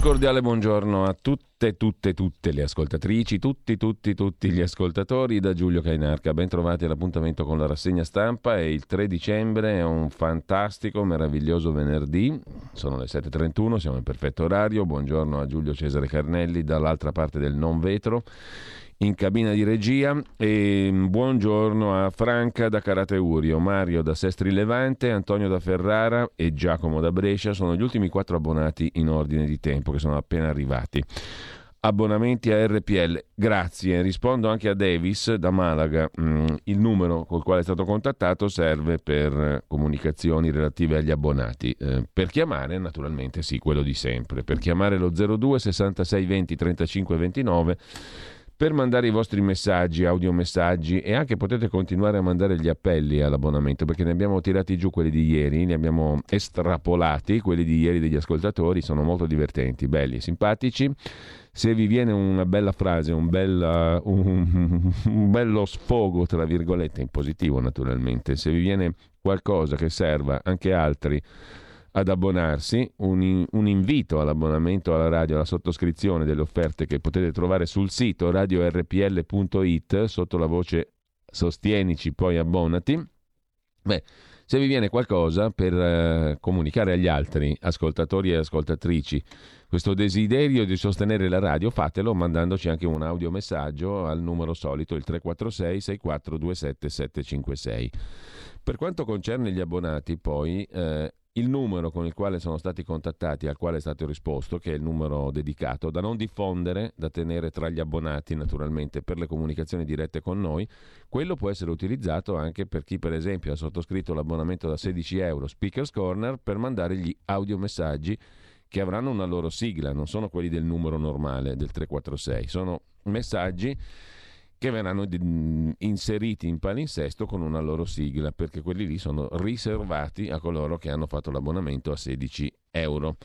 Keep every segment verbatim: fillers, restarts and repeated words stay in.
cordiale buongiorno a tutte, tutte, tutte le ascoltatrici, tutti, tutti, tutti gli ascoltatori da Giulio Cainarca. Ben trovati all'appuntamento con la rassegna stampa. È il tre dicembre, è un fantastico, meraviglioso venerdì. Sono le sette e trentuno, siamo in perfetto orario. Buongiorno a Giulio Cesare Carnelli dall'altra parte del non vetro, in cabina di regia, e buongiorno a Franca da Carateurio, Mario da Sestri Levante, Antonio da Ferrara e Giacomo da Brescia. Sono gli ultimi quattro abbonati in ordine di tempo che sono appena arrivati. Abbonamenti a R P L, grazie. Rispondo anche a Davis da Malaga. Mm, il numero col quale è stato contattato serve per comunicazioni relative agli abbonati. Eh, per chiamare, naturalmente, sì, quello di sempre. Per chiamare lo zero due sessantasei venti trentacinque ventinove, per mandare i vostri messaggi, audiomessaggi, e anche potete continuare a mandare gli appelli all'abbonamento, perché ne abbiamo tirati giù quelli di ieri, ne abbiamo estrapolati quelli di ieri degli ascoltatori, sono molto divertenti, belli, simpatici. Se vi viene una bella frase, un, bella, un, un bello sfogo, tra virgolette, in positivo naturalmente, se vi viene qualcosa che serva anche altri ad abbonarsi, un, un invito all'abbonamento alla radio, alla sottoscrizione delle offerte che potete trovare sul sito radio erre pi elle punto it sotto la voce sostienici poi abbonati. Beh, se vi viene qualcosa per eh, comunicare agli altri ascoltatori e ascoltatrici questo desiderio di sostenere la radio, fatelo mandandoci anche un audiomessaggio al numero solito, il tre quattro sei sei quattro due sette sette cinque sei. Per quanto concerne gli abbonati, poi eh, il numero con il quale sono stati contattati, al quale è stato risposto, che è il numero dedicato, da non diffondere, da tenere tra gli abbonati naturalmente per le comunicazioni dirette con noi, quello può essere utilizzato anche per chi per esempio ha sottoscritto l'abbonamento da sedici euro Speakers Corner per mandare gli audiomessaggi che avranno una loro sigla, non sono quelli del numero normale del tre quattro sei, sono messaggi che verranno inseriti in palinsesto con una loro sigla, perché quelli lì sono riservati a coloro che hanno fatto l'abbonamento a sedici euro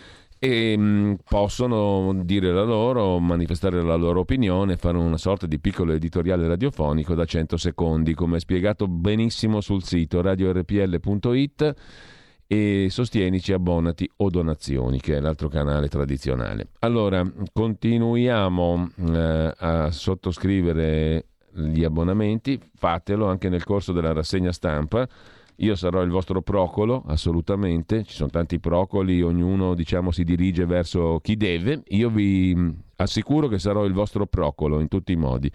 e mh, possono dire la loro, manifestare la loro opinione, fare una sorta di piccolo editoriale radiofonico da cento secondi, come è spiegato benissimo sul sito radio erre pi elle punto it, e sostienici, abbonati o donazioni, che è l'altro canale tradizionale. Allora, continuiamo eh, a sottoscrivere gli abbonamenti, fatelo anche nel corso della rassegna stampa. Io sarò il vostro procolo, assolutamente, ci sono tanti procoli, ognuno diciamo si dirige verso chi deve, io vi assicuro che sarò il vostro procolo in tutti i modi,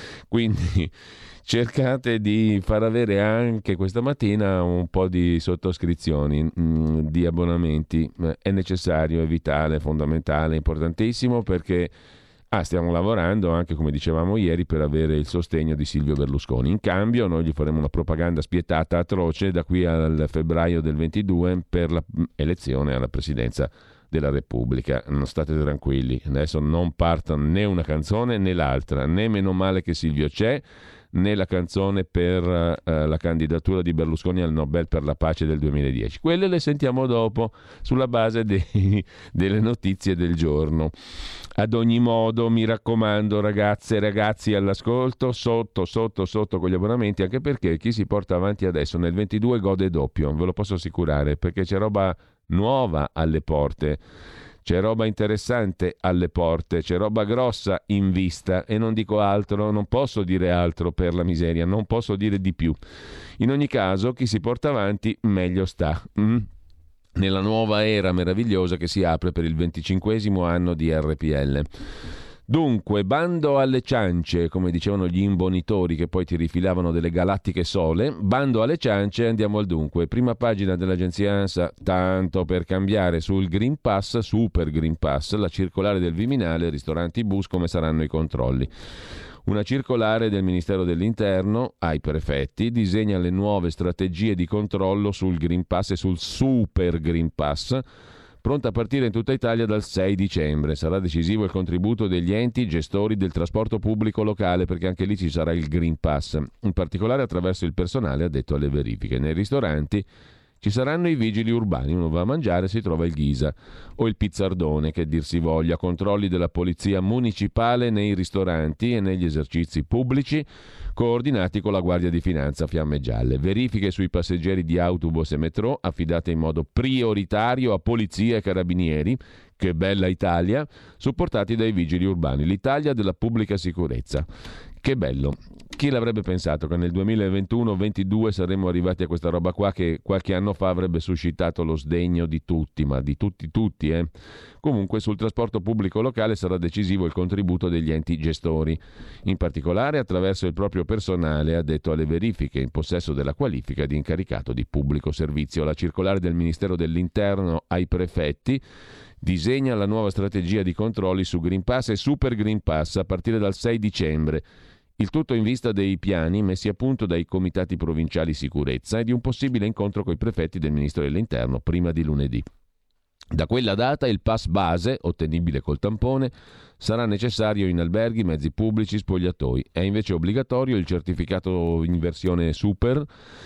quindi cercate di far avere anche questa mattina un po' di sottoscrizioni, mh, di abbonamenti. È necessario, è vitale, è fondamentale, è importantissimo, perché ah, stiamo lavorando anche, come dicevamo ieri, per avere il sostegno di Silvio Berlusconi. In cambio noi gli faremo una propaganda spietata, atroce, da qui al febbraio del ventidue per l'elezione alla presidenza della Repubblica. Non state tranquilli, adesso non partono né una canzone né l'altra, né meno male che Silvio c'è, né la canzone per uh, la candidatura di Berlusconi al Nobel per la pace del duemiladieci. Quelle le sentiamo dopo, sulla base dei, delle notizie del giorno. Ad ogni modo, mi raccomando, ragazze e ragazzi all'ascolto, sotto, sotto, sotto con gli abbonamenti, anche perché chi si porta avanti adesso nel ventidue gode doppio, ve lo posso assicurare, perché c'è roba nuova alle porte. C'è roba interessante alle porte, c'è roba grossa in vista, e non dico altro, non posso dire altro, per la miseria, non posso dire di più. In ogni caso, chi si porta avanti meglio sta. Mm? Nella nuova era meravigliosa che si apre per il venticinquesimo anno di R P L. Dunque, bando alle ciance, come dicevano gli imbonitori che poi ti rifilavano delle galattiche sole, bando alle ciance, andiamo al dunque. Prima pagina dell'agenzia ANSA, tanto per cambiare, sul Green Pass, Super Green Pass, la circolare del Viminale, ristoranti, bus, come saranno i controlli. Una circolare del Ministero dell'Interno ai prefetti disegna le nuove strategie di controllo sul Green Pass e sul Super Green Pass, pronta a partire in tutta Italia dal sei dicembre. Sarà decisivo il contributo degli enti gestori del trasporto pubblico locale, perché anche lì ci sarà il Green Pass, in particolare attraverso il personale addetto alle verifiche. Nei ristoranti Ci saranno i vigili urbani, uno va a mangiare, si trova il ghisa o il pizzardone, che dir si voglia, controlli della polizia municipale nei ristoranti e negli esercizi pubblici, coordinati con la Guardia di Finanza Fiamme Gialle, verifiche sui passeggeri di autobus e metro affidate in modo prioritario a polizia e carabinieri, che bella Italia, supportati dai vigili urbani, l'Italia della pubblica sicurezza. Che bello. Chi l'avrebbe pensato che nel duemilaventuno ventidue saremmo arrivati a questa roba qua che qualche anno fa avrebbe suscitato lo sdegno di tutti, ma di tutti tutti, eh? Comunque sul trasporto pubblico locale sarà decisivo il contributo degli enti gestori, in particolare attraverso il proprio personale addetto alle verifiche in possesso della qualifica di incaricato di pubblico servizio. La circolare del Ministero dell'Interno ai prefetti disegna la nuova strategia di controlli su Green Pass e Super Green Pass a partire dal sei dicembre. Il tutto in vista dei piani messi a punto dai comitati provinciali sicurezza e di un possibile incontro coi prefetti del Ministero dell'Interno prima di lunedì. Da quella data il pass base, ottenibile col tampone, sarà necessario in alberghi, mezzi pubblici, spogliatoi. È invece obbligatorio il certificato in versione super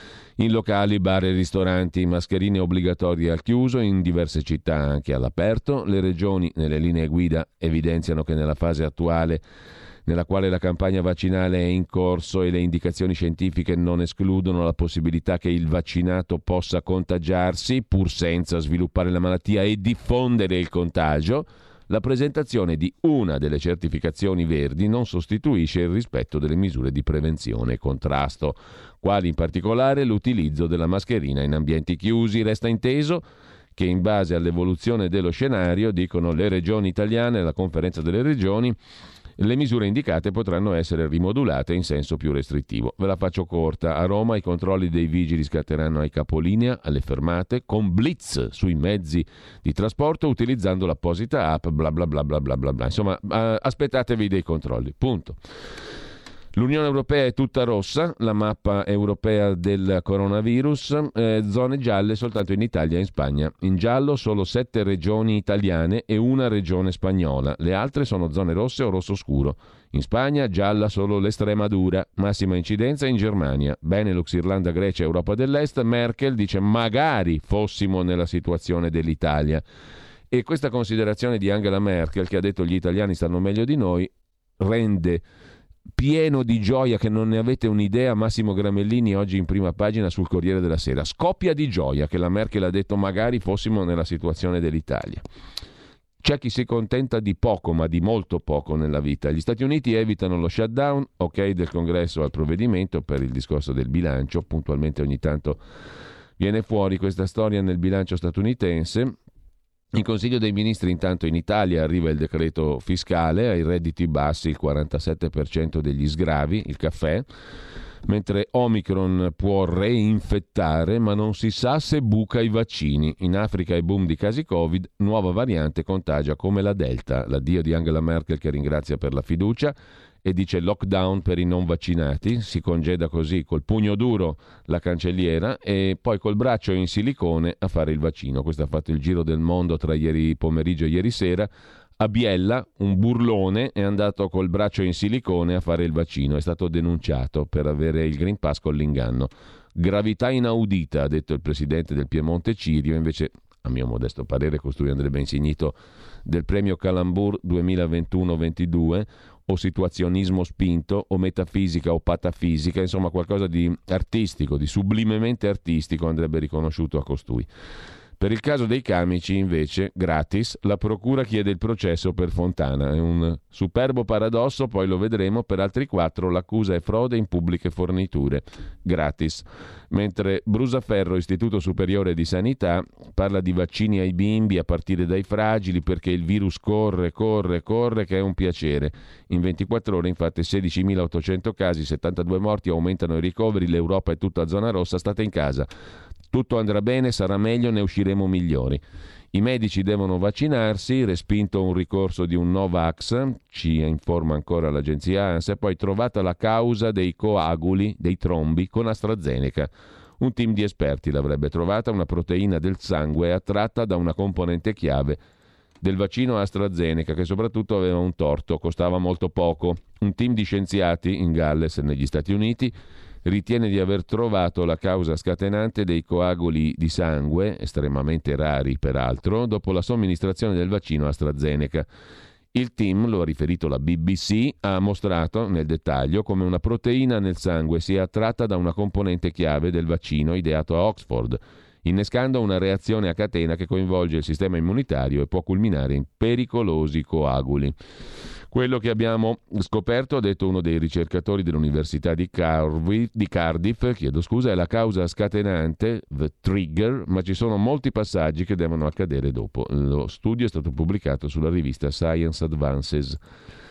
in locali, bar e ristoranti, mascherine obbligatorie al chiuso, in diverse città anche all'aperto. Le regioni, nelle linee guida, evidenziano che nella fase attuale, nella quale la campagna vaccinale è in corso e le indicazioni scientifiche non escludono la possibilità che il vaccinato possa contagiarsi, pur senza sviluppare la malattia e diffondere il contagio, la presentazione di una delle certificazioni verdi non sostituisce il rispetto delle misure di prevenzione e contrasto, quali in particolare l'utilizzo della mascherina in ambienti chiusi. Resta inteso che in base all'evoluzione dello scenario, dicono le regioni italiane, la conferenza delle regioni, le misure indicate potranno essere rimodulate in senso più restrittivo. Ve la faccio corta. A Roma i controlli dei vigili scatteranno ai capolinea, alle fermate, con blitz sui mezzi di trasporto utilizzando l'apposita app, bla bla bla bla bla bla bla. Insomma, aspettatevi dei controlli. Punto. L'Unione Europea è tutta rossa, la mappa europea del coronavirus, eh, zone gialle soltanto in Italia e in Spagna. In giallo solo sette regioni italiane e una regione spagnola, le altre sono zone rosse o rosso scuro. In Spagna gialla solo l'Estremadura, massima incidenza in Germania. Benelux, Irlanda, Grecia, Europa dell'Est. Merkel dice magari fossimo nella situazione dell'Italia. E questa considerazione di Angela Merkel, che ha detto gli italiani stanno meglio di noi, rende pieno di gioia che non ne avete un'idea Massimo Gramellini oggi in prima pagina sul Corriere della Sera. Scoppia di gioia che la Merkel ha detto magari fossimo nella situazione dell'Italia. C'è chi si contenta di poco, ma di molto poco nella vita. Gli Stati Uniti evitano lo shutdown, ok del Congresso al provvedimento per il discorso del bilancio, puntualmente ogni tanto viene fuori questa storia nel bilancio statunitense. In Consiglio dei Ministri intanto in Italia arriva il decreto fiscale, ai redditi bassi il quarantasette per cento degli sgravi, il caffè, mentre Omicron può reinfettare ma non si sa se buca i vaccini. In Africa è boom di casi Covid, nuova variante contagia come la Delta. L'addio di Angela Merkel che ringrazia per la fiducia e dice lockdown per i non vaccinati, si congeda così col pugno duro la cancelliera e poi col braccio in silicone a fare il vaccino. Questo ha fatto il giro del mondo tra ieri pomeriggio e ieri sera. A Biella un burlone è andato col braccio in silicone a fare il vaccino, è stato denunciato per avere il Green Pass con l'inganno. Gravità inaudita, ha detto il presidente del Piemonte Cirio, invece a mio modesto parere costui andrebbe insignito del premio Calambur duemilaventuno ventidue, o situazionismo spinto, o metafisica o patafisica, insomma qualcosa di artistico, di sublimemente artistico andrebbe riconosciuto a costui. Per il caso dei camici, invece, gratis, la procura chiede il processo per Fontana. È un superbo paradosso, poi lo vedremo. Per altri quattro l'accusa è frode in pubbliche forniture, gratis. Mentre Brusaferro, Istituto Superiore di Sanità, parla di vaccini ai bimbi a partire dai fragili perché il virus corre, corre, corre, che è un piacere. In ventiquattro ore, infatti, sedicimilaottocento casi, settantadue morti, aumentano i ricoveri, l'Europa è tutta zona rossa, state in casa. Tutto andrà bene, sarà meglio, ne usciremo migliori. I medici devono vaccinarsi, respinto un ricorso di un Novax, ci informa ancora l'agenzia ANSA, e poi trovata la causa dei coaguli, dei trombi, con AstraZeneca. Un team di esperti l'avrebbe trovata, una proteina del sangue attratta da una componente chiave del vaccino AstraZeneca, che soprattutto aveva un torto, costava molto poco. Un team di scienziati in Galles, negli Stati Uniti, ritiene di aver trovato la causa scatenante dei coaguli di sangue, estremamente rari peraltro, dopo la somministrazione del vaccino AstraZeneca. Il team, lo ha riferito la B B C, ha mostrato nel dettaglio come una proteina nel sangue sia attratta da una componente chiave del vaccino ideato a Oxford, innescando una reazione a catena che coinvolge il sistema immunitario e può culminare in pericolosi coaguli. Quello che abbiamo scoperto, ha detto uno dei ricercatori dell'Università di, Carvi, di Cardiff, chiedo scusa, è la causa scatenante, the trigger, ma ci sono molti passaggi che devono accadere dopo. Lo studio è stato pubblicato sulla rivista Science Advances.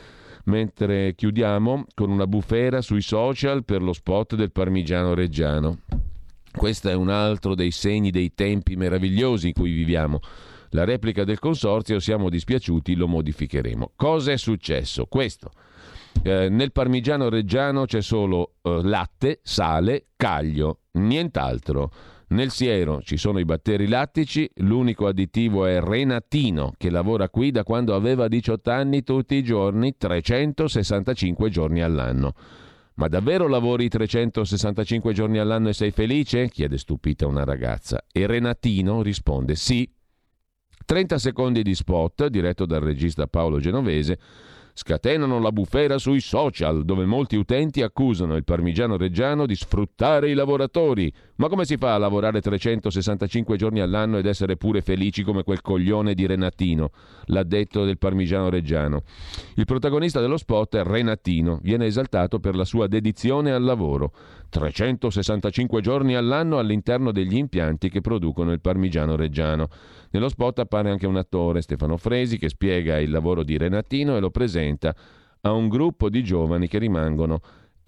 Mentre chiudiamo con una bufera sui social per lo spot del Parmigiano Reggiano. Questo è un altro dei segni dei tempi meravigliosi in cui viviamo. La replica del consorzio, siamo dispiaciuti, lo modificheremo. Cosa è successo? Questo. Eh, nel Parmigiano Reggiano c'è solo eh, latte, sale, caglio, nient'altro. Nel siero ci sono i batteri lattici, l'unico additivo è Renatino, che lavora qui da quando aveva diciotto anni tutti i giorni, trecentosessantacinque giorni all'anno. Ma davvero lavori trecentosessantacinque giorni all'anno e sei felice? Chiede stupita una ragazza. E Renatino risponde sì. trenta secondi di spot, diretto dal regista Paolo Genovese, scatenano la bufera sui social, dove molti utenti accusano il Parmigiano Reggiano di sfruttare i lavoratori. Ma come si fa a lavorare trecentosessantacinque giorni all'anno ed essere pure felici come quel coglione di Renatino, l'addetto del Parmigiano Reggiano? Il protagonista dello spot è Renatino, viene esaltato per la sua dedizione al lavoro. trecentosessantacinque giorni all'anno all'interno degli impianti che producono il Parmigiano Reggiano. Nello spot appare anche un attore, Stefano Fresi, che spiega il lavoro di Renatino e lo presenta a un gruppo di giovani che rimangono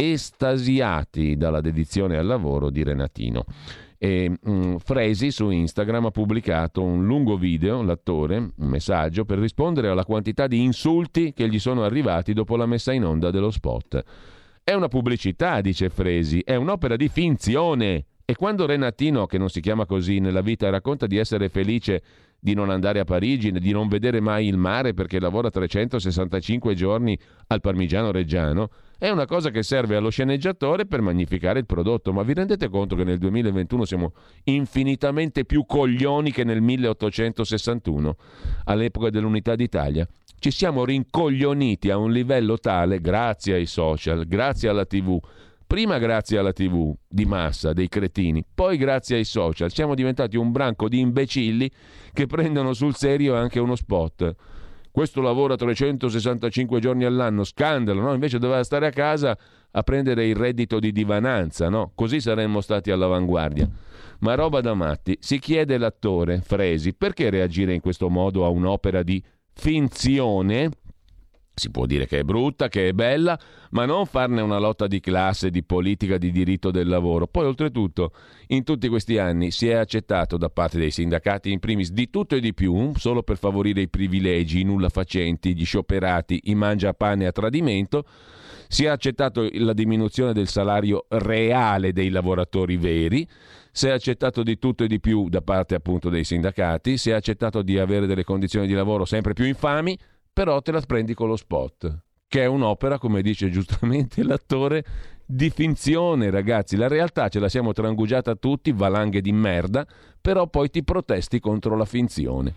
estasiati dalla dedizione al lavoro di Renatino. E um, Fresi su Instagram ha pubblicato un lungo video, l'attore, un messaggio per rispondere alla quantità di insulti che gli sono arrivati dopo la messa in onda dello spot. È una pubblicità, dice Fresi, è un'opera di finzione. E quando Renatino, che non si chiama così nella vita, racconta di essere felice di non andare a Parigi, di non vedere mai il mare perché lavora trecentosessantacinque giorni al Parmigiano Reggiano, è una cosa che serve allo sceneggiatore per magnificare il prodotto. Ma vi rendete conto che nel duemilaventuno siamo infinitamente più coglioni che nel milleottocentosessantuno, all'epoca dell'Unità d'Italia? Ci siamo rincoglioniti a un livello tale, grazie ai social, grazie alla tivù. Prima grazie alla tivù di massa, dei cretini, poi grazie ai social. Siamo diventati un branco di imbecilli che prendono sul serio anche uno spot. Questo lavora trecentosessantacinque giorni all'anno, scandalo, no? Invece doveva stare a casa a prendere il reddito di divananza, no? Così saremmo stati all'avanguardia. Ma roba da matti. Si chiede l'attore, Fresi, perché reagire in questo modo a un'opera di finzione? Si può dire che è brutta, che è bella, ma non farne una lotta di classe, di politica, di diritto del lavoro. Poi, oltretutto, in tutti questi anni si è accettato da parte dei sindacati, in primis, di tutto e di più, solo per favorire i privilegi, i nulla facenti, gli scioperati, i mangiapane a tradimento. Si è accettato la diminuzione del salario reale dei lavoratori veri. Si è accettato di tutto e di più da parte, appunto, dei sindacati. Si è accettato di avere delle condizioni di lavoro sempre più infami, però te la prendi con lo spot, che è un'opera, come dice giustamente l'attore, di finzione, ragazzi. La realtà ce la siamo trangugiata tutti, valanghe di merda, però poi ti protesti contro la finzione.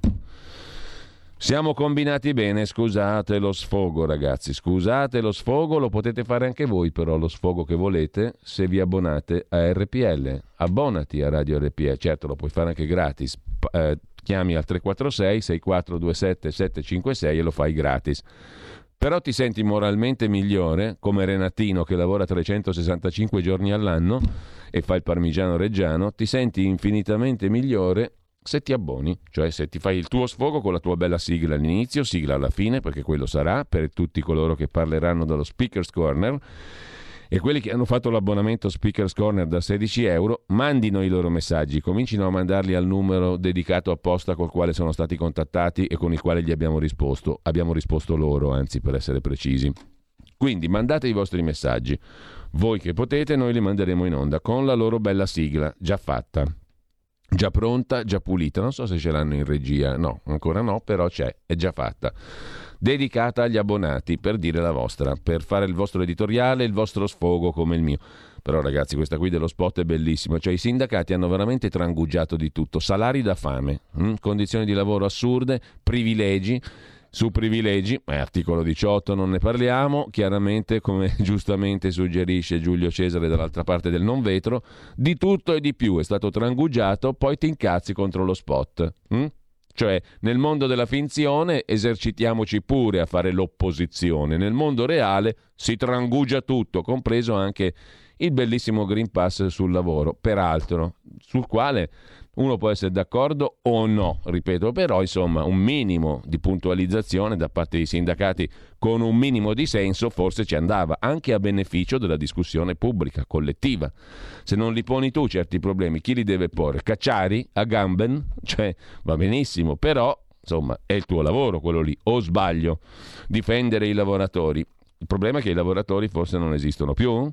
Siamo combinati bene, scusate lo sfogo, ragazzi, scusate lo sfogo, lo potete fare anche voi però, lo sfogo che volete, se vi abbonate a R P L. Abbonati a Radio R P L, certo lo puoi fare anche gratis, eh, chiami al tre quattro sei sei quattro due sette sette cinque sei e lo fai gratis. Però ti senti moralmente migliore, come Renatino che lavora trecentosessantacinque giorni all'anno e fa il Parmigiano Reggiano, ti senti infinitamente migliore se ti abboni, cioè se ti fai il tuo sfogo con la tua bella sigla all'inizio, sigla alla fine, perché quello sarà per tutti coloro che parleranno dallo Speaker's Corner. E quelli che hanno fatto l'abbonamento Speaker's Corner da sedici euro, mandino i loro messaggi, comincino a mandarli al numero dedicato apposta col quale sono stati contattati e con il quale gli abbiamo risposto. Abbiamo risposto loro, anzi, per essere precisi. Quindi mandate i vostri messaggi. Voi che potete, noi li manderemo in onda con la loro bella sigla, già fatta. già pronta, già pulita, non so se ce l'hanno in regia, no, ancora no, però c'è, è già fatta, dedicata agli abbonati, per dire la vostra, per fare il vostro editoriale, il vostro sfogo come il mio. Però ragazzi, questa qui dello spot è bellissima, cioè i sindacati hanno veramente trangugiato di tutto, salari da fame, hm? condizioni di lavoro assurde, privilegi su privilegi, eh, articolo diciotto non ne parliamo, chiaramente come giustamente suggerisce Giulio Cesare dall'altra parte del non vetro, di tutto e di più è stato trangugiato, poi ti incazzi contro lo spot. Hm? Cioè nel mondo della finzione esercitiamoci pure a fare l'opposizione, nel mondo reale si trangugia tutto, compreso anche il bellissimo Green Pass sul lavoro, peraltro, sul quale uno può essere d'accordo o no, ripeto, però insomma un minimo di puntualizzazione da parte dei sindacati con un minimo di senso forse ci andava, anche a beneficio della discussione pubblica, collettiva. Se non li poni tu certi problemi, chi li deve porre? Cacciari? A Gamben? Cioè, va benissimo, però insomma è il tuo lavoro quello lì, o sbaglio? Difendere i lavoratori. Il problema è che i lavoratori forse non esistono più.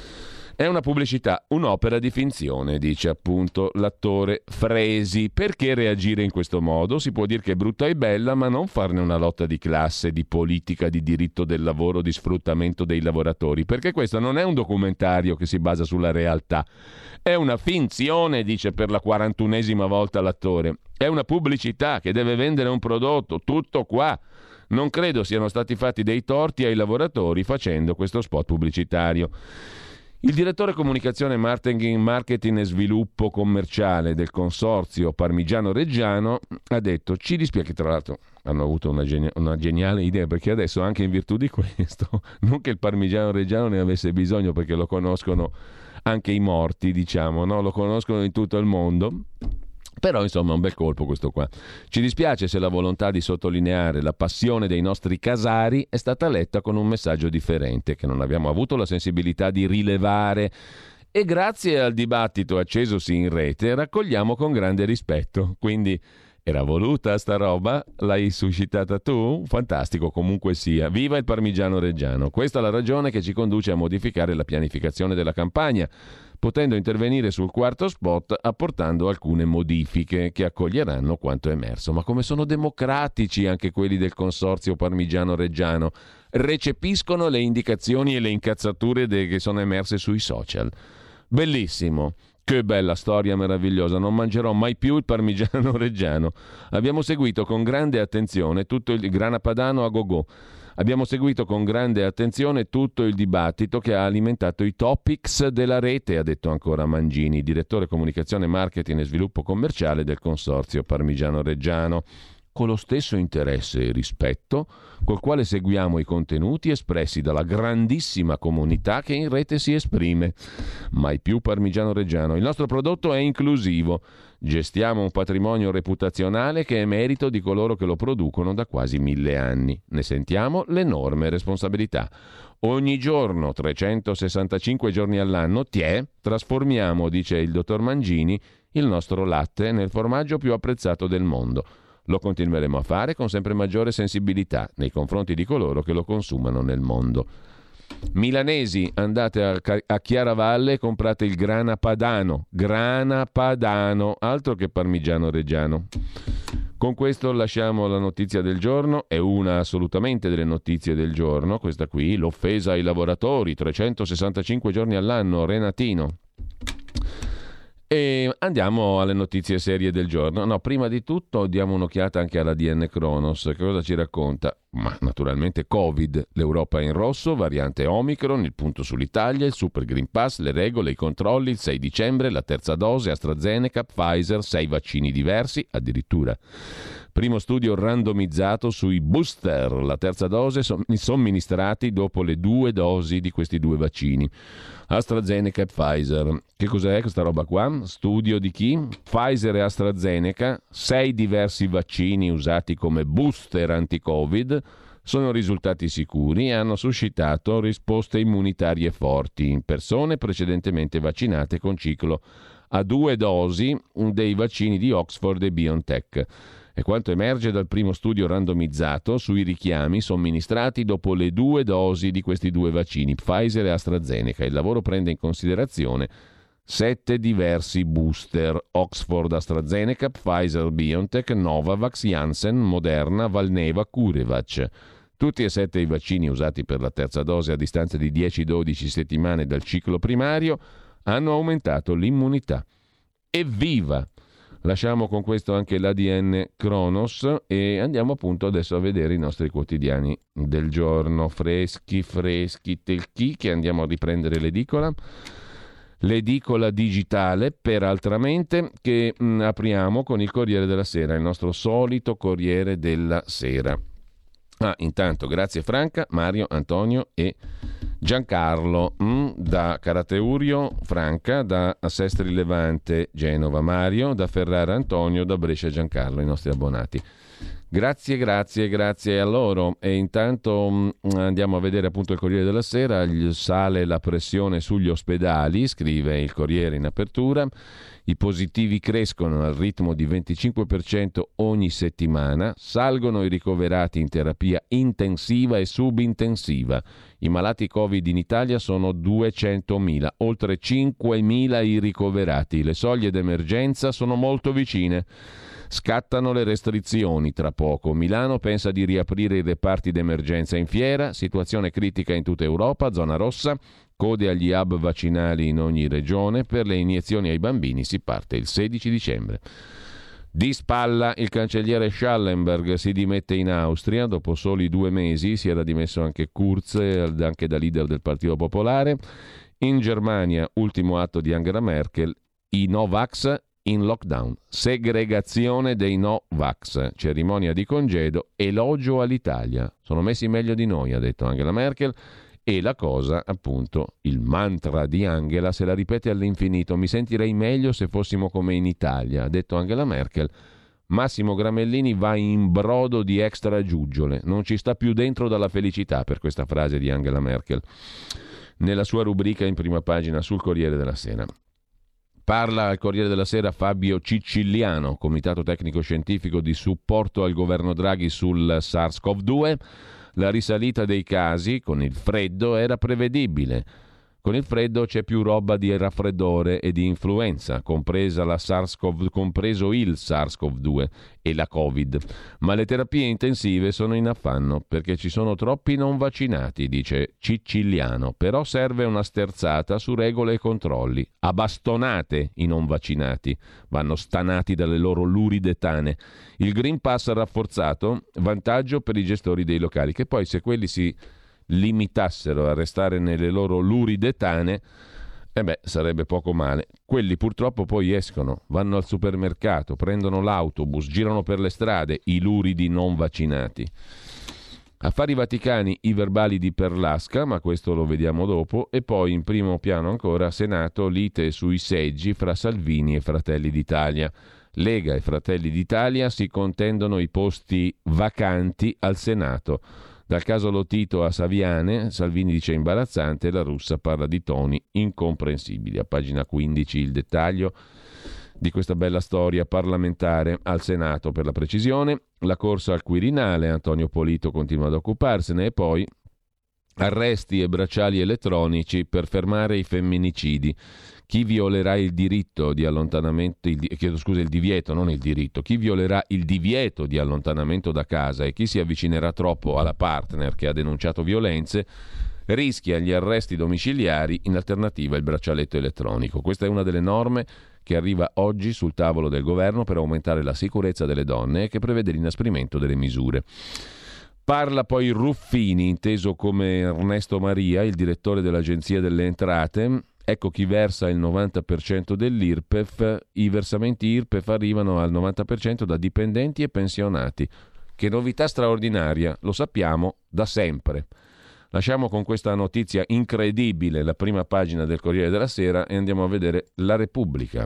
È una pubblicità, un'opera di finzione, dice appunto l'attore Fresi. Perché reagire in questo modo? Si può dire che è brutta e bella, ma non farne una lotta di classe, di politica, di diritto del lavoro, di sfruttamento dei lavoratori, perché questo non è un documentario che si basa sulla realtà. È una finzione, dice per la quarantunesima volta l'attore. È una pubblicità che deve vendere un prodotto, tutto qua. Non credo siano stati fatti dei torti ai lavoratori facendo questo spot pubblicitario. Il direttore comunicazione, marketing e sviluppo commerciale del consorzio Parmigiano Reggiano ha detto: ci dispiace, tra l'altro hanno avuto una, geni- una geniale idea, perché adesso anche in virtù di questo, non che il Parmigiano Reggiano ne avesse bisogno, perché lo conoscono anche i morti, diciamo, no? Lo conoscono in tutto il mondo. Però insomma è un bel colpo questo qua. Ci dispiace se la volontà di sottolineare la passione dei nostri casari è stata letta con un messaggio differente, che non abbiamo avuto la sensibilità di rilevare, e grazie al dibattito accesosi in rete raccogliamo con grande rispetto. Quindi era voluta sta roba? L'hai suscitata tu? Fantastico comunque sia. Viva il Parmigiano Reggiano. Questa è la ragione che ci conduce a modificare la pianificazione della campagna, potendo intervenire sul quarto spot apportando alcune modifiche che accoglieranno quanto emerso. Ma come sono democratici anche quelli del consorzio Parmigiano Reggiano, recepiscono le indicazioni e le incazzature de- che sono emerse sui social. Bellissimo. Che bella storia meravigliosa, non mangerò mai più il Parmigiano Reggiano. Abbiamo seguito con grande attenzione tutto il Grana Padano a go-go. Abbiamo seguito con grande attenzione tutto il dibattito che ha alimentato i topics della rete, ha detto ancora Mangini, direttore comunicazione, marketing e sviluppo commerciale del consorzio Parmigiano Reggiano, con lo stesso interesse e rispetto col quale seguiamo i contenuti espressi dalla grandissima comunità che in rete si esprime. Mai più Parmigiano Reggiano. Il nostro prodotto è inclusivo. Gestiamo un patrimonio reputazionale che è merito di coloro che lo producono da quasi mille anni. Ne sentiamo l'enorme responsabilità. Ogni giorno, trecentosessantacinque giorni all'anno, tiè, trasformiamo, dice il dottor Mangini, il nostro latte nel formaggio più apprezzato del mondo. Lo continueremo a fare con sempre maggiore sensibilità nei confronti di coloro che lo consumano nel mondo. Milanesi, andate a, a Chiaravalle e comprate il Grana Padano. Grana Padano, altro che Parmigiano Reggiano. Con questo lasciamo la notizia del giorno, è una assolutamente delle notizie del giorno, questa qui, l'offesa ai lavoratori, trecentosessantacinque giorni all'anno, Renatino. E andiamo alle notizie serie del giorno. No, prima di tutto diamo un'occhiata anche alla D N Kronos. Che cosa ci racconta? Ma naturalmente Covid, l'Europa è in rosso, variante Omicron, il punto sull'Italia, il Super Green Pass, le regole, i controlli, il sei dicembre, la terza dose, AstraZeneca, Pfizer, sei vaccini diversi, addirittura. Primo studio randomizzato sui booster, la terza dose somministrati dopo le due dosi di questi due vaccini, AstraZeneca e Pfizer. Che cos'è questa roba qua? Studio di chi? Pfizer e AstraZeneca, sei diversi vaccini usati come booster anti-Covid, sono risultati sicuri e hanno suscitato risposte immunitarie forti in persone precedentemente vaccinate con ciclo a due dosi dei vaccini di Oxford e BioNTech. È quanto emerge dal primo studio randomizzato sui richiami somministrati dopo le due dosi di questi due vaccini, Pfizer e AstraZeneca. Il lavoro prende in considerazione Sette diversi booster: Oxford AstraZeneca, Pfizer BioNTech, Novavax, Janssen, Moderna, Valneva, CureVac. Tutti e sette i vaccini usati per la terza dose a distanza di dieci dodici settimane dal ciclo primario hanno aumentato l'immunità. Evviva! Lasciamo con questo anche l'A D N Cronos e andiamo appunto adesso a vedere i nostri quotidiani del giorno, freschi, freschi, telchi, che andiamo a riprendere l'edicola. L'edicola digitale, peraltramente, che mh, apriamo con il Corriere della Sera, il nostro solito Corriere della Sera. Ah, intanto, grazie Franca, Mario, Antonio e Giancarlo, mh, da Carateurio Franca, da Sestri Levante Genova Mario, da Ferrara Antonio, da Brescia Giancarlo, i nostri abbonati. Grazie, grazie, grazie a loro. E intanto mh, andiamo a vedere appunto il Corriere della Sera. Sale la pressione sugli ospedali, scrive il Corriere in apertura. I positivi crescono al ritmo di venticinque per cento ogni settimana, salgono i ricoverati in terapia intensiva e subintensiva. I malati Covid in Italia sono duecentomila, oltre cinquemila i ricoverati. Le soglie d'emergenza sono molto vicine. Scattano le restrizioni tra poco. Milano pensa di riaprire i reparti d'emergenza in fiera, situazione critica in tutta Europa, zona rossa. Code agli hub vaccinali in ogni regione, per le iniezioni ai bambini si parte il sedici dicembre. Di spalla il cancelliere Schallenberg si dimette in Austria, dopo soli due mesi si era dimesso anche Kurz, anche da leader del Partito Popolare. In Germania, ultimo atto di Angela Merkel, i Novax in lockdown, segregazione dei no-vax, cerimonia di congedo, elogio all'Italia. Sono messi meglio di noi, ha detto Angela Merkel. E la cosa, appunto, il mantra di Angela se la ripete all'infinito: mi sentirei meglio se fossimo come in Italia, ha detto Angela Merkel. Massimo Gramellini va in brodo di extra giuggiole, non ci sta più dentro dalla felicità per questa frase di Angela Merkel, nella sua rubrica in prima pagina sul Corriere della Sera. Parla al Corriere della Sera Fabio Ciciliano, Comitato Tecnico Scientifico di supporto al governo Draghi sul SARS-CoV due. La risalita dei casi con il freddo era prevedibile. Con il freddo c'è più roba di raffreddore e di influenza, compresa la SARS-CoV, compreso il SARS-CoV due e la Covid. Ma le terapie intensive sono in affanno perché ci sono troppi non vaccinati, dice Ciciliano. Però serve una sterzata su regole e controlli. A bastonate i non vaccinati, vanno stanati dalle loro luride tane. Il Green Pass rafforzato, vantaggio per i gestori dei locali, che poi se quelli si limitassero a restare nelle loro luride tane, e beh, sarebbe poco male. Quelli purtroppo poi escono, vanno al supermercato, prendono l'autobus, girano per le strade, i luridi non vaccinati. Affari Vaticani, i verbali di Perlasca, ma questo lo vediamo dopo, e poi in primo piano ancora Senato, lite sui seggi fra Salvini e Fratelli d'Italia. Lega e Fratelli d'Italia si contendono i posti vacanti al Senato. Dal caso Lotito a Saviane, Salvini dice imbarazzante, la Russa parla di toni incomprensibili. A pagina quindici il dettaglio di questa bella storia parlamentare al Senato, per la precisione. La corsa al Quirinale, Antonio Polito continua ad occuparsene, e poi arresti e bracciali elettronici per fermare i femminicidi. Chi violerà il diritto di allontanamento, il, chiedo scusa, il divieto, non il diritto, chi violerà il divieto di allontanamento da casa e chi si avvicinerà troppo alla partner che ha denunciato violenze rischia gli arresti domiciliari, in alternativa il braccialetto elettronico. Questa è una delle norme che arriva oggi sul tavolo del governo per aumentare la sicurezza delle donne e che prevede l'inasprimento delle misure. Parla poi Ruffini, inteso come Ernesto Maria, il direttore dell'Agenzia delle Entrate. Ecco chi versa il novanta per cento dell'I R P E F. I versamenti I R P E F arrivano al novanta per cento da dipendenti e pensionati. Che novità straordinaria, lo sappiamo da sempre. Lasciamo con questa notizia incredibile la prima pagina del Corriere della Sera e andiamo a vedere La Repubblica.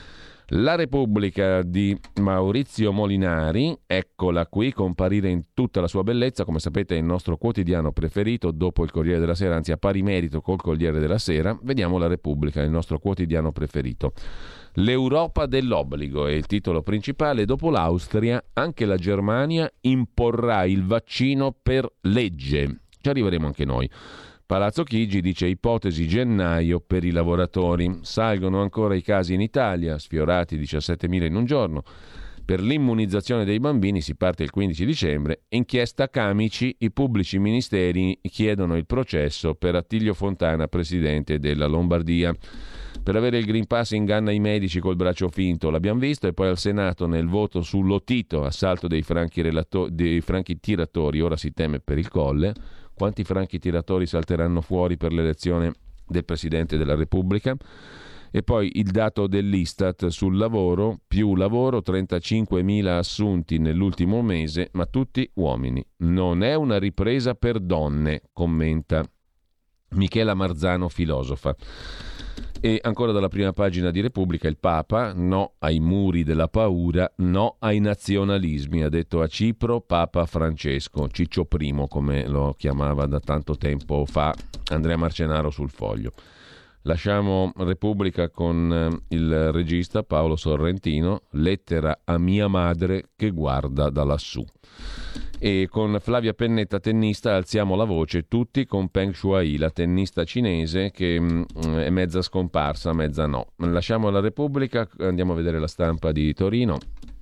La Repubblica di Maurizio Molinari, eccola qui, comparire in tutta la sua bellezza. Come sapete è il nostro quotidiano preferito dopo il Corriere della Sera, anzi a pari merito col Corriere della Sera. Vediamo La Repubblica, il nostro quotidiano preferito. L'Europa dell'obbligo è il titolo principale. Dopo l'Austria, anche la Germania imporrà il vaccino per legge. Ci arriveremo anche noi. Palazzo Chigi dice ipotesi gennaio per i lavoratori. Salgono ancora i casi in Italia, sfiorati diciassettemila in un giorno. Per l'immunizzazione dei bambini si parte il quindici dicembre. Inchiesta Camici, i pubblici ministeri chiedono il processo per Attilio Fontana, presidente della Lombardia. Per avere il Green Pass inganna i medici col braccio finto, l'abbiamo visto, e poi al Senato nel voto sull'Otito, assalto dei franchi, relato- dei franchi tiratori, ora si teme per il Colle. Quanti franchi tiratori salteranno fuori per l'elezione del Presidente della Repubblica? E poi il dato dell'Istat sul lavoro, più lavoro, trentacinquemila assunti nell'ultimo mese, ma tutti uomini. Non è una ripresa per donne, commenta Michela Marzano, filosofa. E ancora dalla prima pagina di Repubblica il Papa, no ai muri della paura, no ai nazionalismi, ha detto a Cipro Papa Francesco, Ciccio I come lo chiamava da tanto tempo fa Andrea Marcenaro sul Foglio. Lasciamo Repubblica con il regista Paolo Sorrentino, lettera a mia madre che guarda da lassù. E con Flavia Pennetta, tennista, alziamo la voce tutti con Peng Shuai, la tennista cinese che mh, è mezza scomparsa, mezza no. Lasciamo la Repubblica, andiamo a vedere la Stampa di Torino.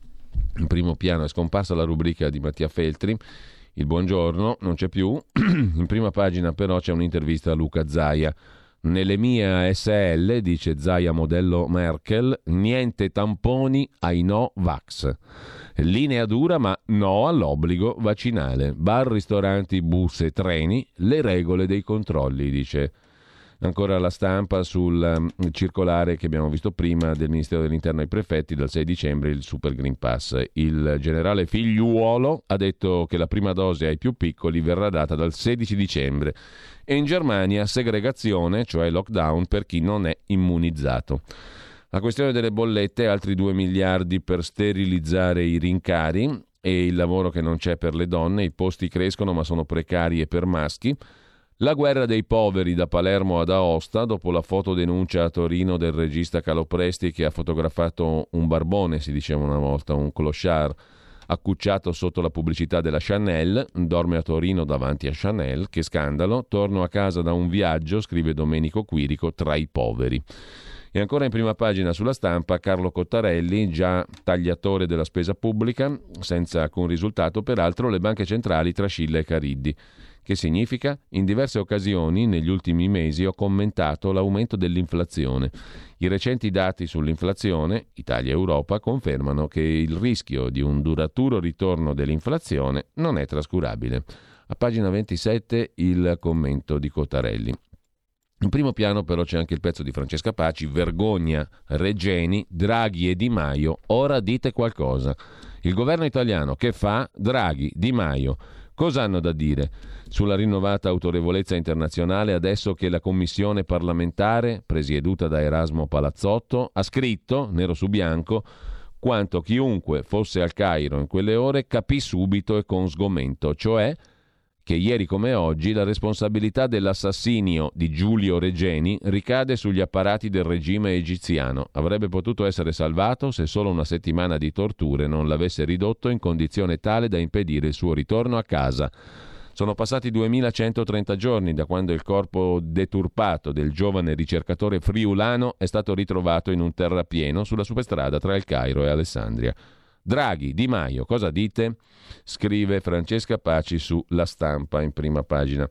In primo piano è scomparsa la rubrica di Mattia Feltri, il buongiorno, non c'è più. In prima pagina però c'è un'intervista a Luca Zaia. Nelle mie A S L, dice Zaia modello Merkel, niente tamponi ai no vax. Linea dura ma no all'obbligo vaccinale. Bar, ristoranti, bus e treni, le regole dei controlli, dice ancora la Stampa sul um, circolare che abbiamo visto prima del Ministero dell'Interno ai prefetti dal sei dicembre, il Super Green Pass. Il generale Figliuolo ha detto che la prima dose ai più piccoli verrà data dal sedici dicembre e in Germania segregazione, cioè lockdown per chi non è immunizzato. La questione delle bollette, altri due miliardi per sterilizzare i rincari e il lavoro che non c'è per le donne, i posti crescono ma sono precari e per maschi. La guerra dei poveri da Palermo ad Aosta, dopo la fotodenuncia a Torino del regista Calopresti che ha fotografato un barbone, si diceva una volta, un clochard, accucciato sotto la pubblicità della Chanel, dorme a Torino davanti a Chanel, che scandalo, torno a casa da un viaggio, scrive Domenico Quirico, tra i poveri. E ancora in prima pagina sulla Stampa Carlo Cottarelli, già tagliatore della spesa pubblica, senza alcun risultato, peraltro le banche centrali tra Scilla e Cariddi. Che significa? In diverse occasioni negli ultimi mesi ho commentato l'aumento dell'inflazione. I recenti dati sull'inflazione, Italia e Europa, confermano che il rischio di un duraturo ritorno dell'inflazione non è trascurabile. A pagina ventisette il commento di Cottarelli. In primo piano però c'è anche il pezzo di Francesca Paci, vergogna, Regeni, Draghi e Di Maio, ora dite qualcosa. Il governo italiano che fa? Draghi, Di Maio. Cosa hanno da dire sulla rinnovata autorevolezza internazionale adesso che la commissione parlamentare, presieduta da Erasmo Palazzotto, ha scritto, nero su bianco, quanto chiunque fosse al Cairo in quelle ore capì subito e con sgomento, cioè che ieri come oggi la responsabilità dell'assassinio di Giulio Regeni ricade sugli apparati del regime egiziano. Avrebbe potuto essere salvato se solo una settimana di torture non l'avesse ridotto in condizione tale da impedire il suo ritorno a casa. Sono passati duemilacentotrenta giorni da quando il corpo deturpato del giovane ricercatore friulano è stato ritrovato in un terrapieno sulla superstrada tra il Cairo e Alessandria. Draghi, Di Maio, cosa dite? Scrive Francesca Paci su La Stampa in prima pagina.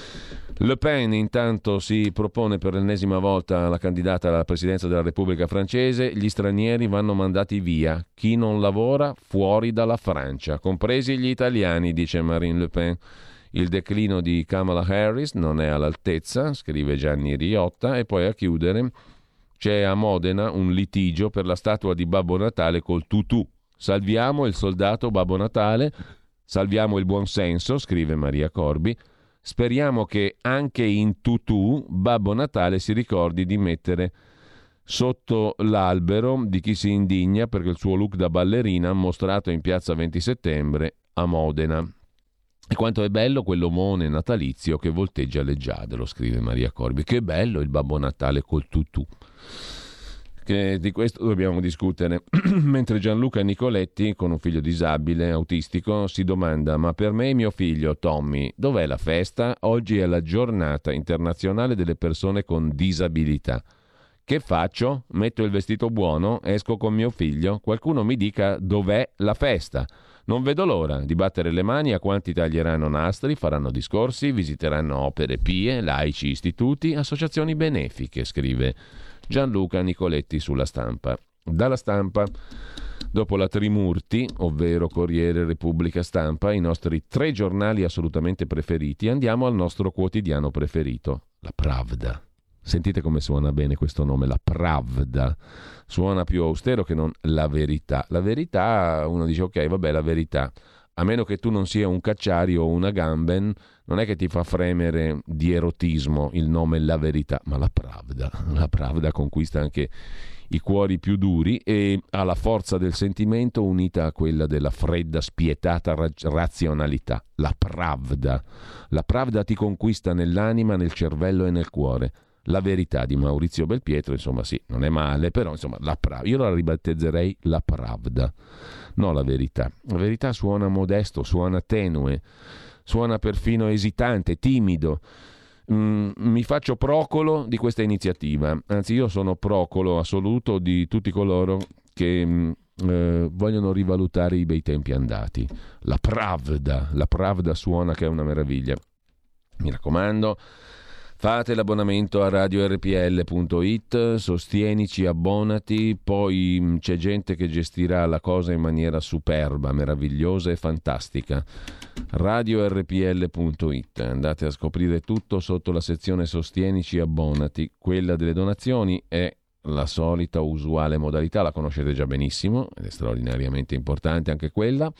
Le Pen intanto si propone per l'ennesima volta la candidata alla presidenza della Repubblica francese. Gli stranieri vanno mandati via, chi non lavora fuori dalla Francia, compresi gli italiani, dice Marine Le Pen. Il declino di Kamala Harris non è all'altezza, scrive Gianni Riotta, e poi a chiudere c'è a Modena un litigio per la statua di Babbo Natale col tutù. Salviamo il soldato Babbo Natale, salviamo il buonsenso, scrive Maria Corbi. Speriamo che anche in tutù Babbo Natale si ricordi di mettere sotto l'albero di chi si indigna perché il suo look da ballerina mostrato in piazza venti settembre a Modena. E quanto è bello quell'omone natalizio che volteggia leggiadro, scrive Maria Corbi. Che bello il Babbo Natale col tutù. che di questo dobbiamo discutere. Mentre Gianluca Nicoletti, con un figlio disabile, autistico, si domanda: ma per me e mio figlio Tommy, dov'è la festa? Oggi è la giornata internazionale delle persone con disabilità. Che faccio? Metto il vestito buono? Esco con mio figlio? Qualcuno mi dica dov'è la festa. Non vedo l'ora di battere le mani a quanti taglieranno nastri, faranno discorsi, visiteranno opere pie, laici istituti, associazioni benefiche, scrive Gianluca Nicoletti sulla Stampa. Dalla Stampa, dopo la Trimurti, ovvero Corriere, Repubblica, Stampa, i nostri tre giornali assolutamente preferiti, andiamo al nostro quotidiano preferito, la Pravda. Sentite come suona bene questo nome, la Pravda. Suona più austero che non la verità. La verità, uno dice ok, vabbè, la verità. A meno che tu non sia un Cacciari o una Gamben, non è che ti fa fremere di erotismo il nome La Verità, ma la Pravda. La Pravda conquista anche i cuori più duri e ha la forza del sentimento unita a quella della fredda, spietata ra- razionalità. La Pravda. La Pravda ti conquista nell'anima, nel cervello e nel cuore. La Verità di Maurizio Belpietro, insomma sì, non è male, però insomma la Pravda, io la ribattezzerei la Pravda, no la Verità. La Verità suona modesto, suona tenue, suona perfino esitante, timido. Mm, mi faccio procolo di questa iniziativa, anzi io sono procolo assoluto di tutti coloro che mm, eh, vogliono rivalutare i bei tempi andati. La Pravda, la Pravda suona che è una meraviglia. Mi raccomando, fate l'abbonamento a radio erre pi elle punto it, sostienici, abbonati, poi c'è gente che gestirà la cosa in maniera superba, meravigliosa e fantastica. radio erre pi elle punto it, andate a scoprire tutto sotto la sezione sostienici, abbonati. Quella delle donazioni è la solita usuale modalità, la conoscete già benissimo ed è straordinariamente importante anche quella.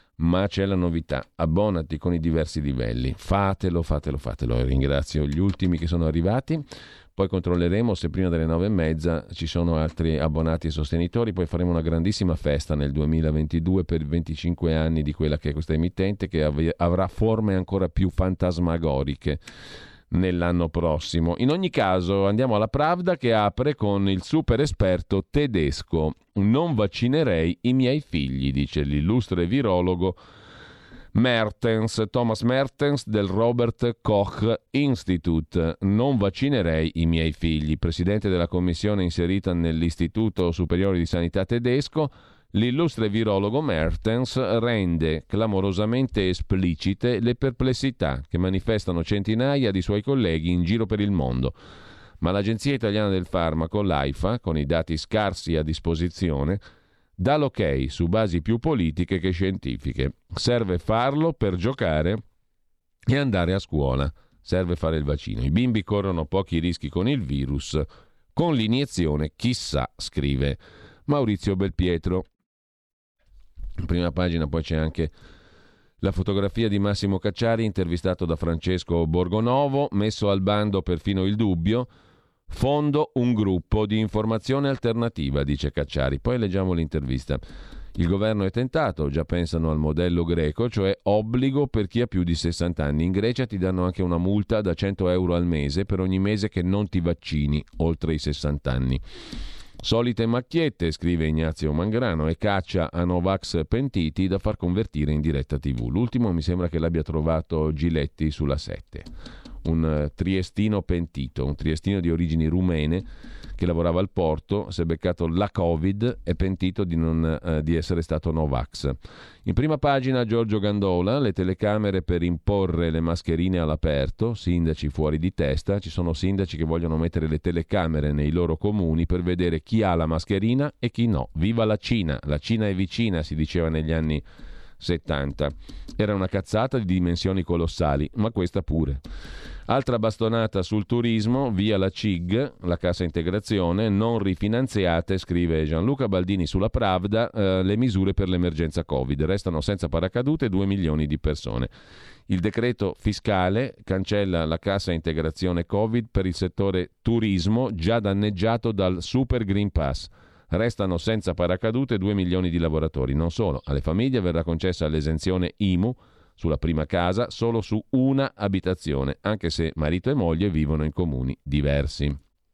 Ma c'è la novità, abbonati con i diversi livelli, fatelo, fatelo, fatelo. Ringrazio gli ultimi che sono arrivati, poi controlleremo se prima delle nove e mezza ci sono altri abbonati e sostenitori, poi faremo una grandissima festa nel duemilaventidue per i venticinque anni di quella che è questa emittente, che av- avrà forme ancora più fantasmagoriche nell'anno prossimo. In ogni caso andiamo alla Pravda, che apre con il super esperto tedesco. Non vaccinerei i miei figli, dice l'illustre virologo Mertens, Thomas Mertens del Robert Koch Institute. Non vaccinerei i miei figli. Presidente della commissione inserita nell'Istituto Superiore di Sanità tedesco, l'illustre virologo Mertens rende clamorosamente esplicite le perplessità che manifestano centinaia di suoi colleghi in giro per il mondo. Ma l'Agenzia Italiana del Farmaco, l'AIFA, con i dati scarsi a disposizione, dà l'ok su basi più politiche che scientifiche. Serve farlo per giocare e andare a scuola. Serve fare il vaccino. I bimbi corrono pochi rischi con il virus. Con l'iniezione, chissà, scrive Maurizio Belpietro. In prima pagina poi c'è anche la fotografia di Massimo Cacciari, intervistato da Francesco Borgonovo, messo al bando perfino il dubbio. Fondo un gruppo di informazione alternativa, dice Cacciari. Poi leggiamo l'intervista. Il governo è tentato, già pensano al modello greco, cioè obbligo per chi ha più di sessanta anni. In Grecia ti danno anche una multa da cento euro al mese per ogni mese che non ti vaccini oltre i sessanta anni. Solite macchiette, scrive Ignazio Mangrano, e caccia a Novax pentiti da far convertire in diretta tivù. L'ultimo mi sembra che l'abbia trovato Giletti sulla sette. Un uh, triestino pentito, un triestino di origini rumene che lavorava al porto, si è beccato la Covid, è pentito di, non, uh, di essere stato Novax. In prima pagina Giorgio Gandola, le telecamere per imporre le mascherine all'aperto, sindaci fuori di testa. Ci sono sindaci che vogliono mettere le telecamere nei loro comuni per vedere chi ha la mascherina e chi no. Viva la Cina, la Cina è vicina, si diceva negli anni settanta. Era una cazzata di dimensioni colossali, ma questa pure. Altra bastonata sul turismo, via la C I G, la cassa integrazione, non rifinanziate, scrive Gianluca Baldini sulla Pravda, eh, le misure per l'emergenza Covid. Restano senza paracadute due milioni di persone. Il decreto fiscale cancella la cassa integrazione Covid per il settore turismo, già danneggiato dal Super Green Pass. Restano senza paracadute due milioni di lavoratori. Non solo, alle famiglie verrà concessa l'esenzione I M U sulla prima casa solo su una abitazione, anche se marito e moglie vivono in comuni diversi.